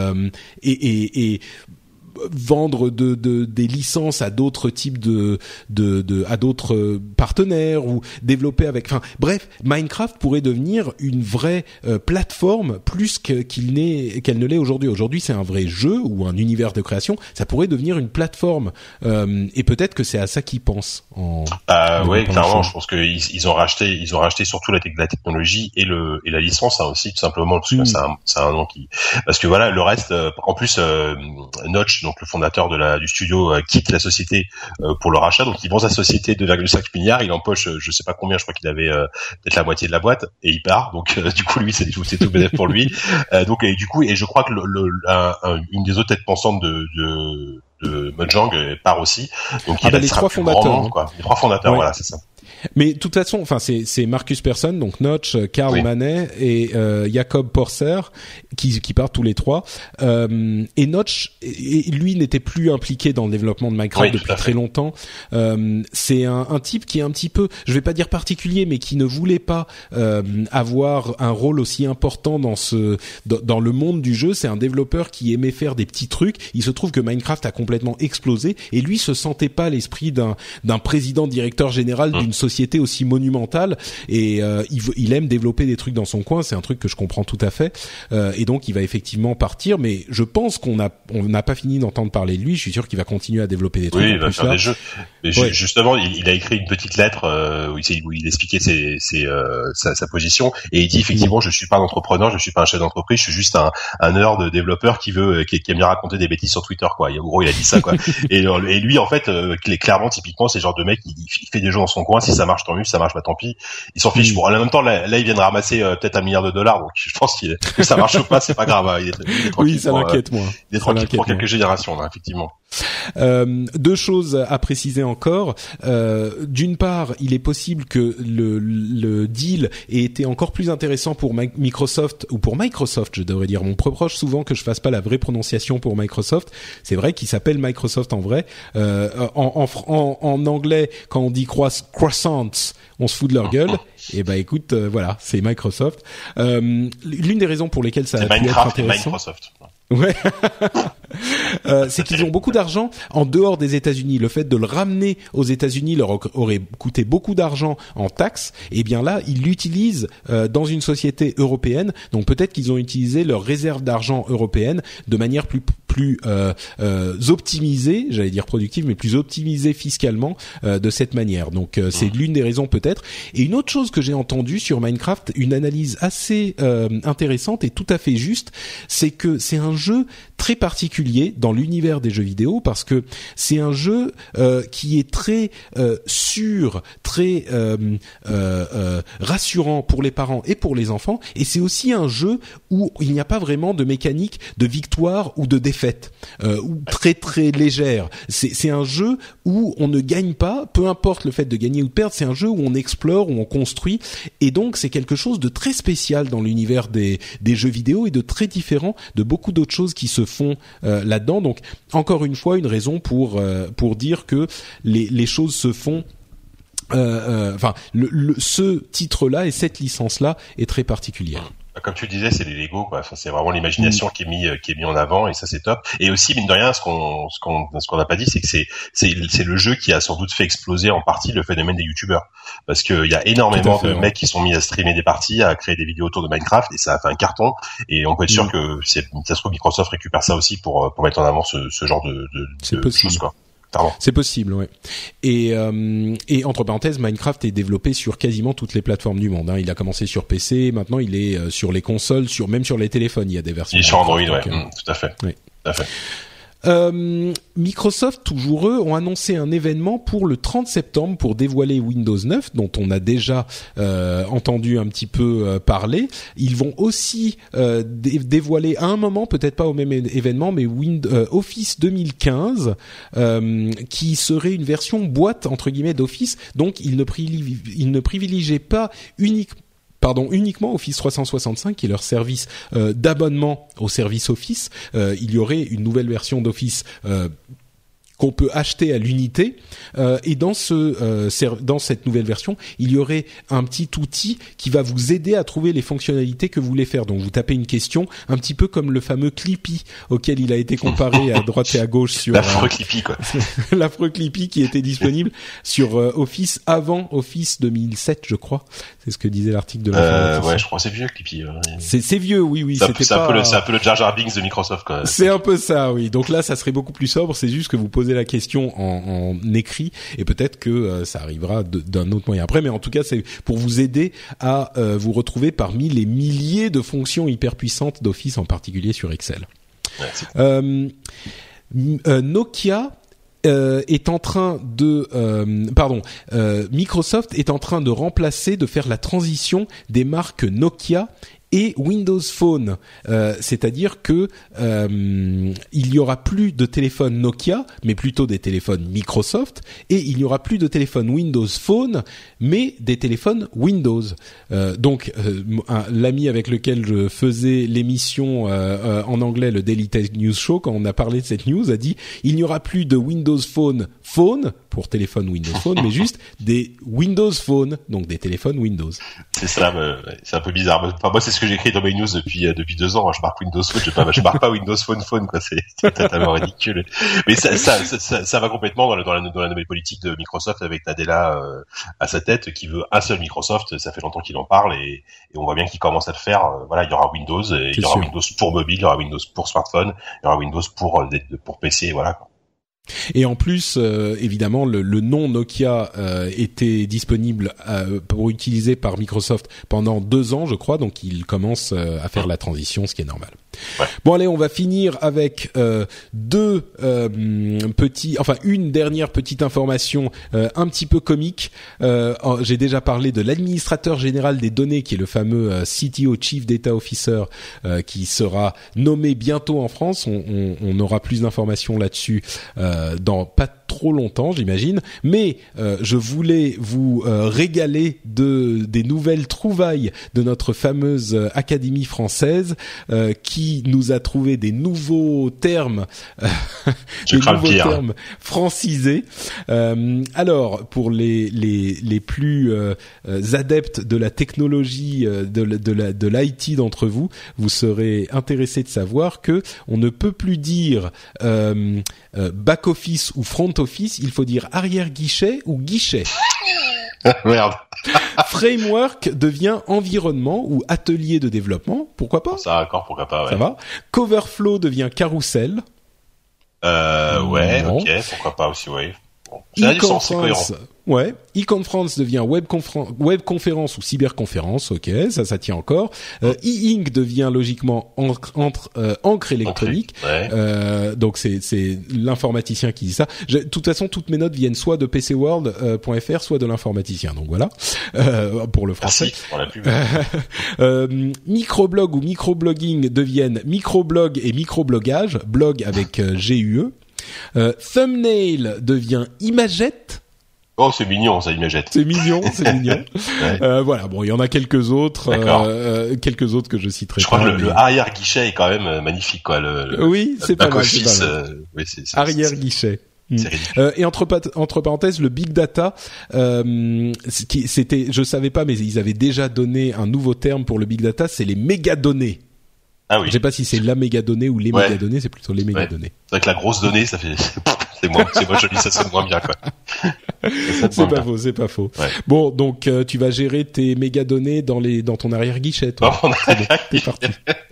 et vendre des licences à d'autres types à d'autres partenaires, ou développer avec, enfin bref, Minecraft pourrait devenir une vraie plateforme plus qu'elle ne l'est aujourd'hui. Aujourd'hui, c'est un vrai jeu ou un univers de création. Ça pourrait devenir une plateforme, et peut-être que c'est à ça qu'ils pensent. Oui, clairement. Je pense que ils ont racheté surtout la technologie et la licence, hein, aussi, tout simplement, parce que c'est un nom qui, parce que voilà, le reste, en plus, Notch, donc le fondateur du studio, quitte la société pour le rachat, donc il vend sa société 2,5 milliards, il empoche je sais pas combien, je crois qu'il avait peut-être la moitié de la boîte, et il part, donc du coup lui c'est tout bénéf pour lui, donc et du coup, et je crois que une des autres têtes pensantes de Mojang part aussi, donc les trois fondateurs, les trois fondateurs, ouais. Voilà, c'est ça. Mais de toute façon, enfin c'est Marcus Persson, donc Notch, Karl Manet et Jacob Porser qui partent tous les trois. Et Notch, lui, n'était plus impliqué dans le développement de Minecraft depuis très longtemps. C'est un type qui est un petit peu, je vais pas dire particulier, mais qui ne voulait pas avoir un rôle aussi important dans le monde du jeu. C'est un développeur qui aimait faire des petits trucs. Il se trouve que Minecraft a complètement explosé, et lui se sentait pas l'esprit d'un président directeur général d'une société aussi monumentale, et il aime développer des trucs dans son coin. C'est un truc que je comprends tout à fait, et donc il va effectivement partir, mais je pense qu'on n'a pas fini d'entendre parler de lui. Je suis sûr qu'il va continuer à développer des trucs. Oui, il va faire des jeux. Mais justement, il a écrit une petite lettre où il expliquait sa position, et il dit effectivement, je suis pas un entrepreneur, je suis pas un chef d'entreprise, je suis juste un nerd développeur qui aime bien raconter des bêtises sur Twitter, quoi. En gros, il a dit ça, quoi. et lui, en fait, clairement, typiquement, c'est le genre de mec qui fait des jeux dans son coin. Si ça marche, tant mieux. Si ça marche, bah tant pis. Il s'en fiche. Bon, en même temps, là, il vient de ramasser peut-être $1 milliard, donc je pense que ça marche ou pas, c'est pas grave. Il est tranquille. Oui, ça l'inquiète moins. Il est tranquille pour quelques générations, là, effectivement. Deux choses à préciser encore. D'une part, il est possible que le deal ait été encore plus intéressant pour Microsoft, ou pour Microsoft, je devrais dire. Mon reproche souvent que je fasse pas la vraie prononciation pour Microsoft. C'est vrai qu'il s'appelle Microsoft en vrai. En anglais, quand on dit croissants, on se fout de leur gueule. Et bah écoute, voilà, c'est Microsoft. L'une des raisons pour lesquelles ça a pu être intéressant. Microsoft. Ouais. C'est qu'ils ont beaucoup d'argent en dehors des États-Unis. Le fait de le ramener aux États-Unis leur aurait coûté beaucoup d'argent en taxes. Et bien là, ils l'utilisent dans une société européenne. Donc peut-être qu'ils ont utilisé leur réserve d'argent européenne de manière plus optimisée, j'allais dire productive, mais plus optimisée fiscalement de cette manière. Donc c'est l'une des raisons peut-être. Et une autre chose que j'ai entendue sur Minecraft, une analyse assez intéressante et tout à fait juste, c'est que c'est un jeu très particulier dans l'univers des jeux vidéo, parce que c'est un jeu qui est très sûr, très rassurant pour les parents et pour les enfants, et c'est aussi un jeu où il n'y a pas vraiment de mécanique de victoire ou de défaite, ou très très légère. C'est un jeu où on ne gagne pas, peu importe le fait de gagner ou de perdre. C'est un jeu où on explore, où on construit, et donc c'est quelque chose de très spécial dans l'univers des jeux vidéo, et de très différent de beaucoup d'autres choses qui se font là-dedans. Donc encore une fois, une raison pour dire que les choses se font. Enfin, ce titre-là et cette licence-là est très particulière. Comme tu le disais, c'est les Lego, quoi. Enfin, c'est vraiment l'imagination qui est mis en avant, et ça c'est top. Et aussi, mine de rien, ce qu'on n'a pas dit, c'est que c'est le jeu qui a sans doute fait exploser en partie le phénomène des youtubeurs, parce que il y a énormément de mecs qui sont mis à streamer des parties, à créer des vidéos autour de Minecraft, et ça a fait un carton. Et on peut être sûr que ça se trouve Microsoft récupère ça aussi pour mettre en avant ce genre de choses, quoi. C'est possible, ouais. Et entre parenthèses, Minecraft est développé sur quasiment toutes les plateformes du monde. Hein. Il a commencé sur PC, maintenant il est sur les consoles, même sur les téléphones. Il y a des versions. Il est sur Android, ouais. Tout à fait. Oui. Tout à fait. Microsoft, toujours eux, ont annoncé un événement pour le 30 septembre pour dévoiler Windows 9, dont on a déjà entendu un petit peu parler. Ils vont aussi dévoiler à un moment, peut-être pas au même événement, mais Office 2015, qui serait une version boîte entre guillemets d'Office. Donc, ils ne privilégient pas uniquement Office 365 qui est leur service d'abonnement au service Office. Il y aurait une nouvelle version d'Office qu'on peut acheter à l'unité, et dans cette nouvelle version, il y aurait un petit outil qui va vous aider à trouver les fonctionnalités que vous voulez faire. Donc vous tapez une question, un petit peu comme le fameux Clippy auquel il a été comparé à droite et à gauche sur l'affreux Clippy quoi. L'affreux Clippy qui était disponible sur Office avant Office 2007, je crois. C'est ce que disait l'article de l'informaticien. Ouais, je crois que c'est vieux Clippy. C'est vieux, oui. C'est un peu le Jar Jar Binks de Microsoft quoi. C'est un peu ça, oui. Donc là, ça serait beaucoup plus sobre. C'est juste que vous posez la question en écrit et peut-être que ça arrivera d'un autre moyen après. Mais en tout cas, c'est pour vous aider à vous retrouver parmi les milliers de fonctions hyper puissantes d'Office, en particulier sur Excel. Ouais, Nokia est en train de Microsoft est en train de faire la transition des marques Nokia et Windows Phone, c'est-à-dire que il n'y aura plus de téléphones Nokia, mais plutôt des téléphones Microsoft, et il n'y aura plus de téléphones Windows Phone, mais des téléphones Windows. Donc, l'ami avec lequel je faisais l'émission en anglais, le Daily Tech News Show, quand on a parlé de cette news, a dit il n'y aura plus de Windows Phone pour téléphone Windows Phone, mais juste des Windows Phone, donc des téléphones Windows. C'est ça, c'est un peu bizarre. Enfin, moi, c'est ce que j'écris dans mes news depuis 2 ans. Je marque Windows Phone, je marque pas Windows Phone, quoi. C'est totalement ridicule. Mais ça va complètement dans la nouvelle politique de Microsoft avec Nadella à sa tête, qui veut un seul Microsoft. Ça fait longtemps qu'il en parle et on voit bien qu'il commence à le faire. Voilà, il y aura Windows, il y aura Windows pour mobile, il y aura Windows pour smartphone, il y aura Windows pour PC, voilà. Et en plus, évidemment, le nom Nokia était disponible pour utiliser par Microsoft pendant 2 ans, je crois. Donc, il commence à faire la transition, ce qui est normal. Ouais. Bon, allez, on va finir avec une dernière petite information un petit peu comique. J'ai déjà parlé de l'administrateur général des données, qui est le fameux CTO, Chief Data Officer, qui sera nommé bientôt en France. On aura plus d'informations là-dessus dans pas trop longtemps, j'imagine, mais je voulais vous régaler des nouvelles trouvailles de notre fameuse Académie française qui nous a trouvé des nouveaux termes, termes francisés. Alors, pour les plus adeptes de la technologie, de l'IT d'entre vous, vous serez intéressés de savoir que on ne peut plus dire back office ou front office, il faut dire arrière guichet ou guichet. Merde. Framework devient environnement ou atelier de développement, pourquoi pas? Ça, encore, pourquoi pas, ouais. Ça va. Coverflow devient carrousel. Ouais, bon. Ok, pourquoi pas aussi, ouais. Bon. Ça a du sens, c'est cohérent. Ouais. e-conference devient webconférence ou cyberconférence, ok, ça tient encore. E-ink devient logiquement encre électronique. Ouais. Donc c'est l'informaticien qui dit ça. De toute façon, toutes mes notes viennent soit de pcworld.fr, soit de l'informaticien. Donc voilà, pour le français. Merci pour la pub. Microblog ou microblogging deviennent microblog et microblogage, blog avec GUE. Thumbnail devient imagette. Oh, c'est mignon, ça, Imagette. C'est mignon. Ouais. Voilà, bon, il y en a quelques autres que je citerai. Je crois que le arrière guichet est quand même magnifique, quoi. Oui, c'est pas mal. Oui, arrière guichet. Et entre parenthèses, le big data, c'était, je savais pas, mais ils avaient déjà donné un nouveau terme pour le big data, c'est les mégadonnées. Ah oui. Je sais pas si c'est la mégadonnée ou les mégadonnées, c'est plutôt les mégadonnées. C'est vrai que la grosse donnée, ça fait, c'est moins joli, ça sonne moins bien, quoi. C'est pas faux. Ouais. Bon, donc, tu vas gérer tes mégadonnées dans ton arrière-guichet, toi. Bon, t'es parti.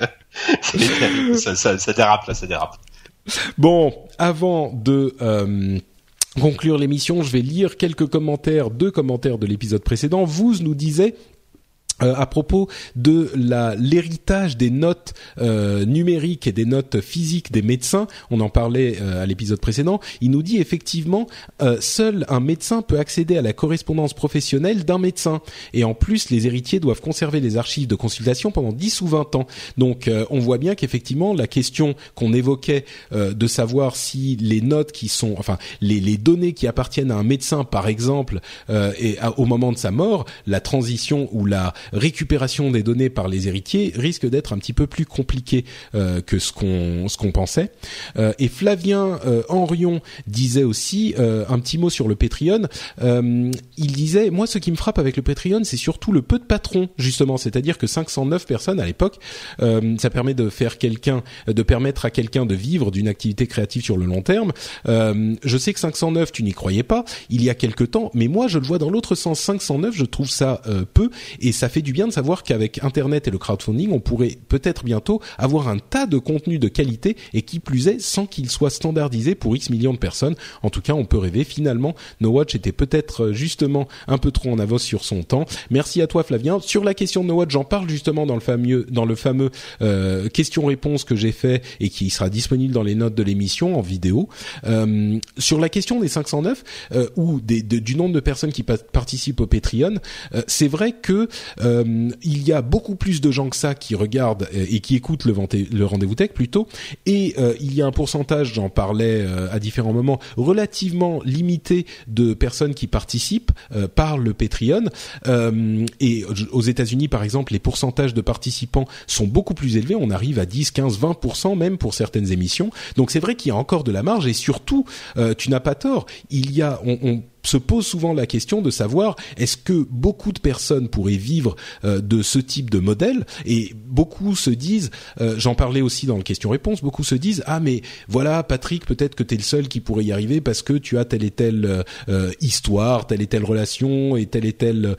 ça dérape, là, ça dérape. Bon, avant de, conclure l'émission, je vais lire deux commentaires de l'épisode précédent. Vous nous disiez, à propos de l'héritage des notes numériques et des notes physiques des médecins, on en parlait à l'épisode précédent, il nous dit effectivement seul un médecin peut accéder à la correspondance professionnelle d'un médecin, et en plus les héritiers doivent conserver les archives de consultation pendant 10 ou 20 ans. Donc on voit bien qu'effectivement la question qu'on évoquait de savoir si les notes qui sont, enfin les données qui appartiennent à un médecin par exemple et au moment de sa mort, la transition ou la récupération des données par les héritiers risque d'être un petit peu plus compliqué que ce qu'on pensait. Et Flavien Henrion disait aussi un petit mot sur le Patreon. Il disait, moi ce qui me frappe avec le Patreon, c'est surtout le peu de patrons justement, c'est-à-dire que 509 personnes à l'époque, ça permet de permettre à quelqu'un de vivre d'une activité créative sur le long terme. Je sais que 509 tu n'y croyais pas il y a quelque temps, mais moi je le vois dans l'autre sens. 509 je trouve ça peu, et ça fait du bien de savoir qu'avec Internet et le crowdfunding, on pourrait peut-être bientôt avoir un tas de contenus de qualité, et qui plus est, sans qu'il soit standardisé pour X millions de personnes. En tout cas, on peut rêver. Finalement, No Watch était peut-être justement un peu trop en avance sur son temps. Merci à toi, Flavien. Sur la question de No Watch, j'en parle justement dans le fameux question-réponse que j'ai fait et qui sera disponible dans les notes de l'émission en vidéo. Sur la question des 509 ou du nombre de personnes qui participent au Patreon, c'est vrai que il y a beaucoup plus de gens que ça qui regardent et qui écoutent le Rendez-vous Tech plutôt, et il y a un pourcentage, j'en parlais à différents moments, relativement limité de personnes qui participent par le Patreon, et aux États-Unis par exemple, les pourcentages de participants sont beaucoup plus élevés, on arrive à 10, 15, 20% même pour certaines émissions. Donc c'est vrai qu'il y a encore de la marge, et surtout tu n'as pas tort, on se pose souvent la question de savoir est-ce que beaucoup de personnes pourraient vivre de ce type de modèle, et beaucoup se disent, j'en parlais aussi dans le question-réponse, beaucoup se disent mais voilà Patrick, peut-être que t'es le seul qui pourrait y arriver parce que tu as telle et telle histoire, telle et telle relation et tel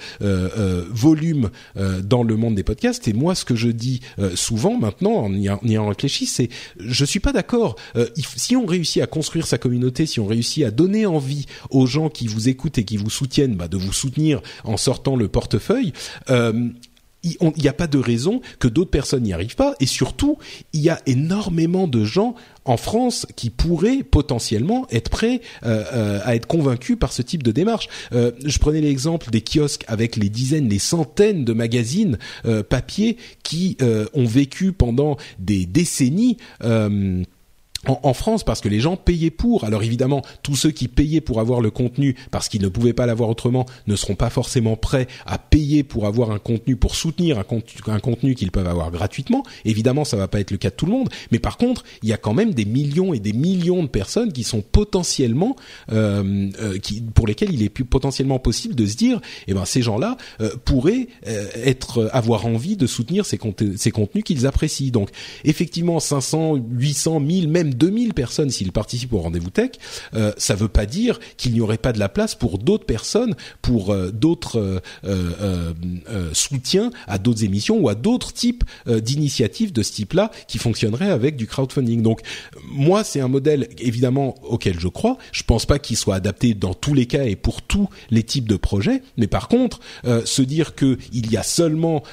volume dans le monde des podcasts. Et moi ce que je dis souvent maintenant en y ayant réfléchi, c'est je suis pas d'accord. Si on réussit à construire sa communauté, si on réussit à donner envie aux gens qui vous écoutent et qui vous soutiennent, de vous soutenir en sortant le portefeuille, il n'y a pas de raison que d'autres personnes n'y arrivent pas. Et surtout, il y a énormément de gens en France qui pourraient potentiellement être prêts à être convaincus par ce type de démarche. Je prenais l'exemple des kiosques avec les dizaines, les centaines de magazines papier qui ont vécu pendant des décennies en France, parce que les gens payaient pour. Alors évidemment, tous ceux qui payaient pour avoir le contenu parce qu'ils ne pouvaient pas l'avoir autrement ne seront pas forcément prêts à payer pour avoir un contenu, pour soutenir un contenu qu'ils peuvent avoir gratuitement. Évidemment, ça va pas être le cas de tout le monde, mais par contre, il y a quand même des millions et des millions de personnes qui sont potentiellement pour lesquelles il est potentiellement possible de se dire, ces gens-là pourraient avoir envie de soutenir ces contenus qu'ils apprécient. Donc effectivement, 500, 800, 1000, même 2000 personnes s'ils participent au Rendez-vous Tech, ça veut pas dire qu'il n'y aurait pas de la place pour d'autres personnes, pour d'autres soutiens à d'autres émissions ou à d'autres types d'initiatives de ce type-là qui fonctionneraient avec du crowdfunding. Donc moi, c'est un modèle évidemment auquel je crois. Je pense pas qu'il soit adapté dans tous les cas et pour tous les types de projets, mais par contre, se dire que il y a seulement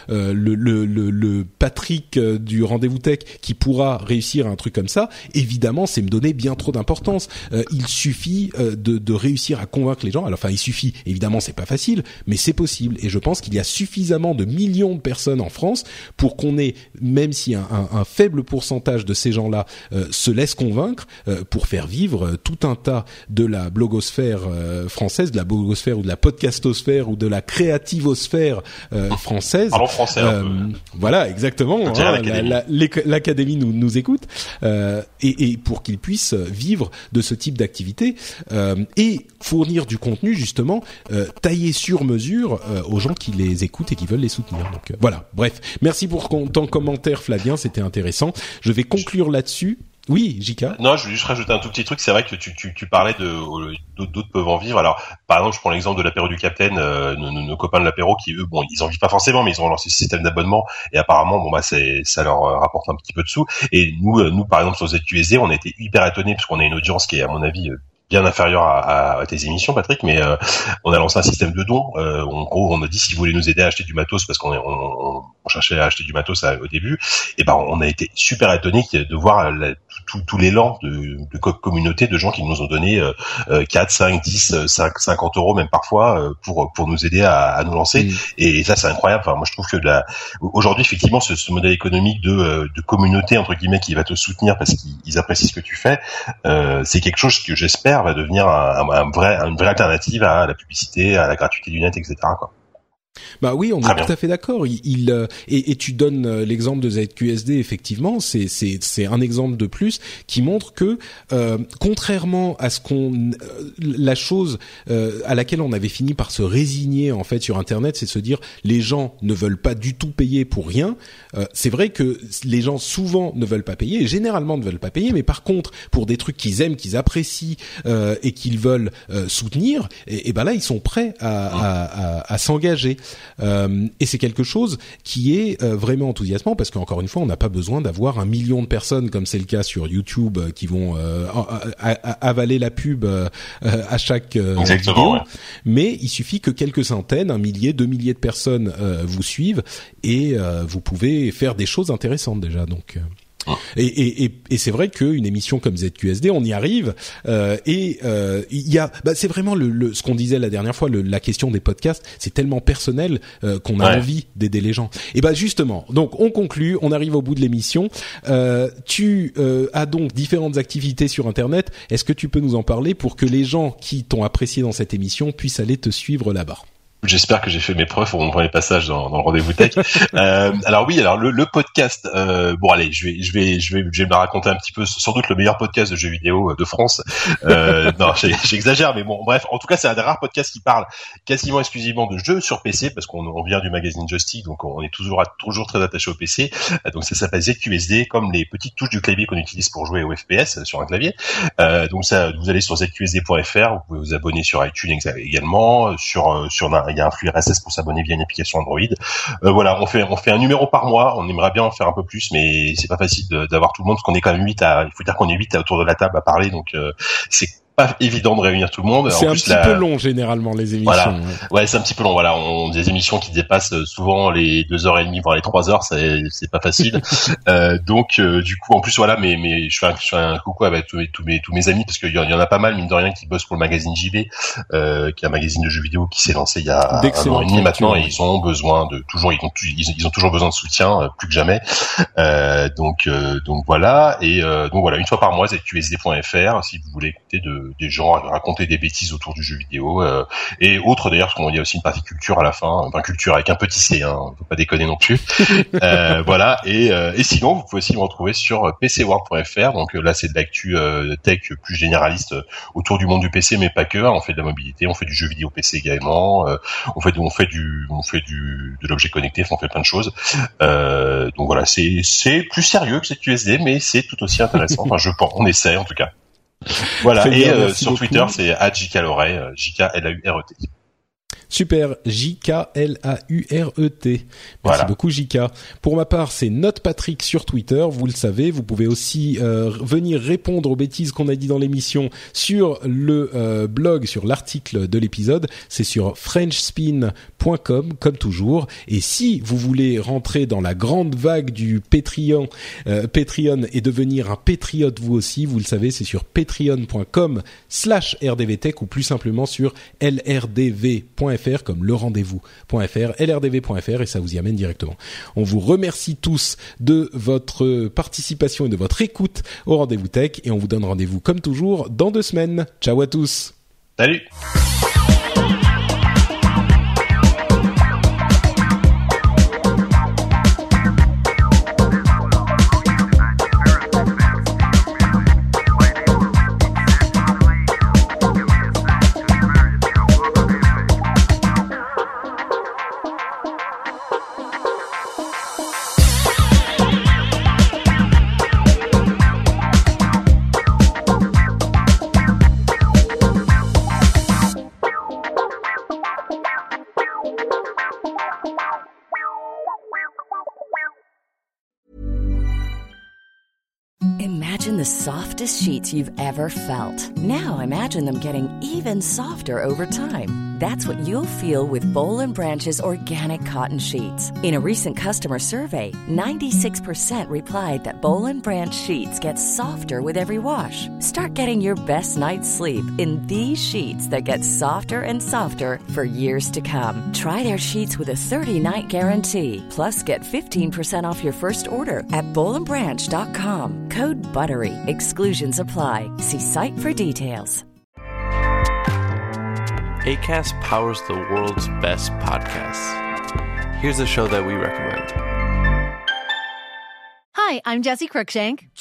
le Patrick du Rendez-vous Tech qui pourra réussir un truc comme ça, évidemment, c'est me donner bien trop d'importance. Il suffit de réussir à convaincre les gens. Alors, il suffit. Évidemment, c'est pas facile, mais c'est possible. Et je pense qu'il y a suffisamment de millions de personnes en France pour qu'on ait, même si un faible pourcentage de ces gens-là se laissent convaincre, pour faire vivre tout un tas de la blogosphère française, de la blogosphère ou de la podcastosphère ou de la créativosphère française. Parlons français. Voilà, exactement. L'Académie nous écoute. Et pour qu'ils puissent vivre de ce type d'activité et fournir du contenu justement taillé sur mesure aux gens qui les écoutent et qui veulent les soutenir. Donc voilà, bref, merci pour ton commentaire Flavien, c'était intéressant. Je vais conclure là-dessus. Oui, Jika. Non, je voulais juste rajouter un tout petit truc. C'est vrai que tu parlais d'autres peuvent en vivre. Alors, par exemple, je prends l'exemple de l'apéro du Capitaine, nos copains de l'apéro qui eux, ils en vivent pas forcément, mais ils ont lancé ce système d'abonnement et apparemment, ça leur rapporte un petit peu de sous. Et nous, par exemple, sur ZQSD, on a été hyper étonnés parce qu'on a une audience qui est, à mon avis, bien inférieur à tes émissions, Patrick, mais on a lancé un système de dons. En gros, on a dit si vous voulez nous aider à acheter du matos, parce qu'on cherchait à acheter du matos au début, et ben on a été super étonnés de voir tout l'élan de communauté de gens qui nous ont donné 4, 5, 10, 50 euros même parfois pour nous aider à nous lancer. Et ça c'est incroyable. Enfin, moi je trouve que aujourd'hui effectivement ce modèle économique de communauté entre guillemets qui va te soutenir parce qu'ils apprécient ce que tu fais, c'est quelque chose que j'espère va devenir une vraie alternative à la publicité, à la gratuité du net, etc. quoi. Bah oui, on est tout à fait d'accord. Et tu donnes l'exemple de ZQSD, effectivement, c'est un exemple de plus qui montre que contrairement à la chose à laquelle on avait fini par se résigner en fait sur Internet, c'est de se dire les gens ne veulent pas du tout payer pour rien. C'est vrai que les gens souvent ne veulent pas payer, et généralement ne veulent pas payer, mais par contre pour des trucs qu'ils aiment, qu'ils apprécient et qu'ils veulent soutenir, et ben là ils sont prêts à s'engager. Et c'est quelque chose qui est vraiment enthousiasmant parce qu'encore une fois, on n'a pas besoin d'avoir 1 million de personnes comme c'est le cas sur YouTube qui vont avaler la pub à chaque vidéo. Ouais. Mais il suffit que quelques centaines, 1 millier, 2 milliers de personnes vous suivent et vous pouvez faire des choses intéressantes déjà. Donc et c'est vrai qu'une émission comme ZQSD, on y arrive il y a c'est vraiment ce qu'on disait la dernière fois, la question des podcasts, c'est tellement personnel qu'on a envie d'aider les gens. Et justement, donc on conclut, on arrive au bout de l'émission. Tu as donc différentes activités sur Internet. Est-ce que tu peux nous en parler pour que les gens qui t'ont apprécié dans cette émission puissent aller te suivre là-bas? J'espère que j'ai fait mes preuves pour mon premier passage dans le rendez-vous tech. Alors le podcast. Bon allez, je vais me la raconter un petit peu. Sans doute le meilleur podcast de jeux vidéo de France. Non, j'exagère, mais bon, bref. En tout cas, c'est un des rares podcasts qui parle quasiment exclusivement de jeux sur PC, parce qu'on vient du magazine Joystick, donc on est toujours très attaché au PC. Donc ça s'appelle ZQSD, comme les petites touches du clavier qu'on utilise pour jouer au FPS sur un clavier. Donc ça, vous allez sur zqsd.fr, vous pouvez vous abonner sur iTunes également, il y a un flux RSS pour s'abonner via une application Android. Voilà, on fait un numéro par mois. On aimerait bien en faire un peu plus, mais c'est pas facile d'avoir tout le monde, parce qu'on est quand même 8 il faut dire qu'on est 8 autour de la table à parler, donc c'est pas évident de réunir tout le monde. C'est un petit peu long généralement les émissions. Voilà. Ouais, c'est un petit peu long. Voilà, des émissions qui dépassent souvent les 2h30 voire les 3h, c'est pas facile. Donc du coup en plus voilà, mais je fais un coucou avec tous mes amis, parce qu'il y en a pas mal mine de rien qui bossent pour le magazine JV, qui est un magazine de jeux vidéo qui s'est lancé il y a 1 an et demi maintenant, et ils ont toujours besoin de soutien plus que jamais. Donc voilà, et donc voilà, une fois par mois ZQSD.fr si vous voulez écouter des gens raconter des bêtises autour du jeu vidéo et autres d'ailleurs, parce qu'il y a aussi une partie culture à la fin, enfin culture avec un petit C, faut pas déconner non plus. Voilà, et sinon vous pouvez aussi me retrouver sur pcworld.fr. Donc là c'est de l'actu tech plus généraliste autour du monde du PC, mais pas que. On fait de la mobilité, on fait du jeu vidéo PC également, on fait de l'objet connecté, on fait plein de choses. Donc voilà, c'est plus sérieux que cette QSD, mais c'est tout aussi intéressant. Enfin je pense, on essaie en tout cas. Voilà, et sur beaucoup. Twitter c'est @jklaurey, JKLAURET. Super, JKLAURET. Merci voilà. beaucoup JK. Pour ma part, c'est NotePatrick sur Twitter, vous le savez. Vous pouvez aussi venir répondre aux bêtises qu'on a dit dans l'émission sur le blog, sur l'article de l'épisode. C'est sur frenchspin.com, comme toujours. Et si vous voulez rentrer dans la grande vague du Patreon et devenir un patriote vous aussi, vous le savez, c'est sur patreon.com/rdvtech ou plus simplement sur lrdv.fr comme le rendez-vous.fr, lrdv.fr, et ça vous y amène directement. On vous remercie tous de votre participation et de votre écoute au Rendez-vous Tech, et on vous donne rendez-vous comme toujours dans 2 semaines. Ciao à tous. Salut. Imagine the softest sheets you've ever felt. Now imagine them getting even softer over time. That's what you'll feel with Boll & Branch's organic cotton sheets. In a recent customer survey, 96% replied that Boll & Branch sheets get softer with every wash. Start getting your best night's sleep in these sheets that get softer and softer for years to come. Try their sheets with a 30-night guarantee. Plus, get 15% off your first order at bollandbranch.com. Code BUTTERY. Exclusions apply. See site for details. Acast powers the world's best podcasts. Here's a show that we recommend. Hi, I'm Jessie Cruikshank.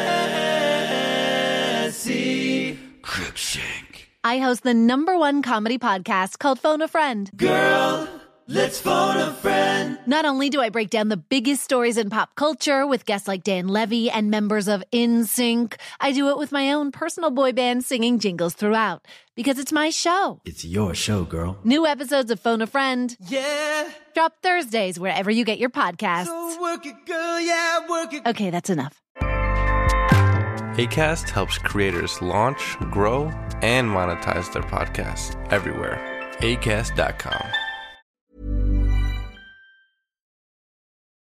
Jessie Cruikshank. I host the #1 comedy podcast called Phone a Friend. Girl, let's phone a friend. Not only do I break down the biggest stories in pop culture with guests like Dan Levy and members of NSYNC, I do it with my own personal boy band singing jingles throughout. Because it's my show. It's your show, girl. New episodes of Phone a Friend. Yeah. Drop Thursdays wherever you get your podcasts. So work it, girl, yeah, work it. Okay, that's enough. Acast helps creators launch, grow, and monetize their podcasts everywhere. Acast.com.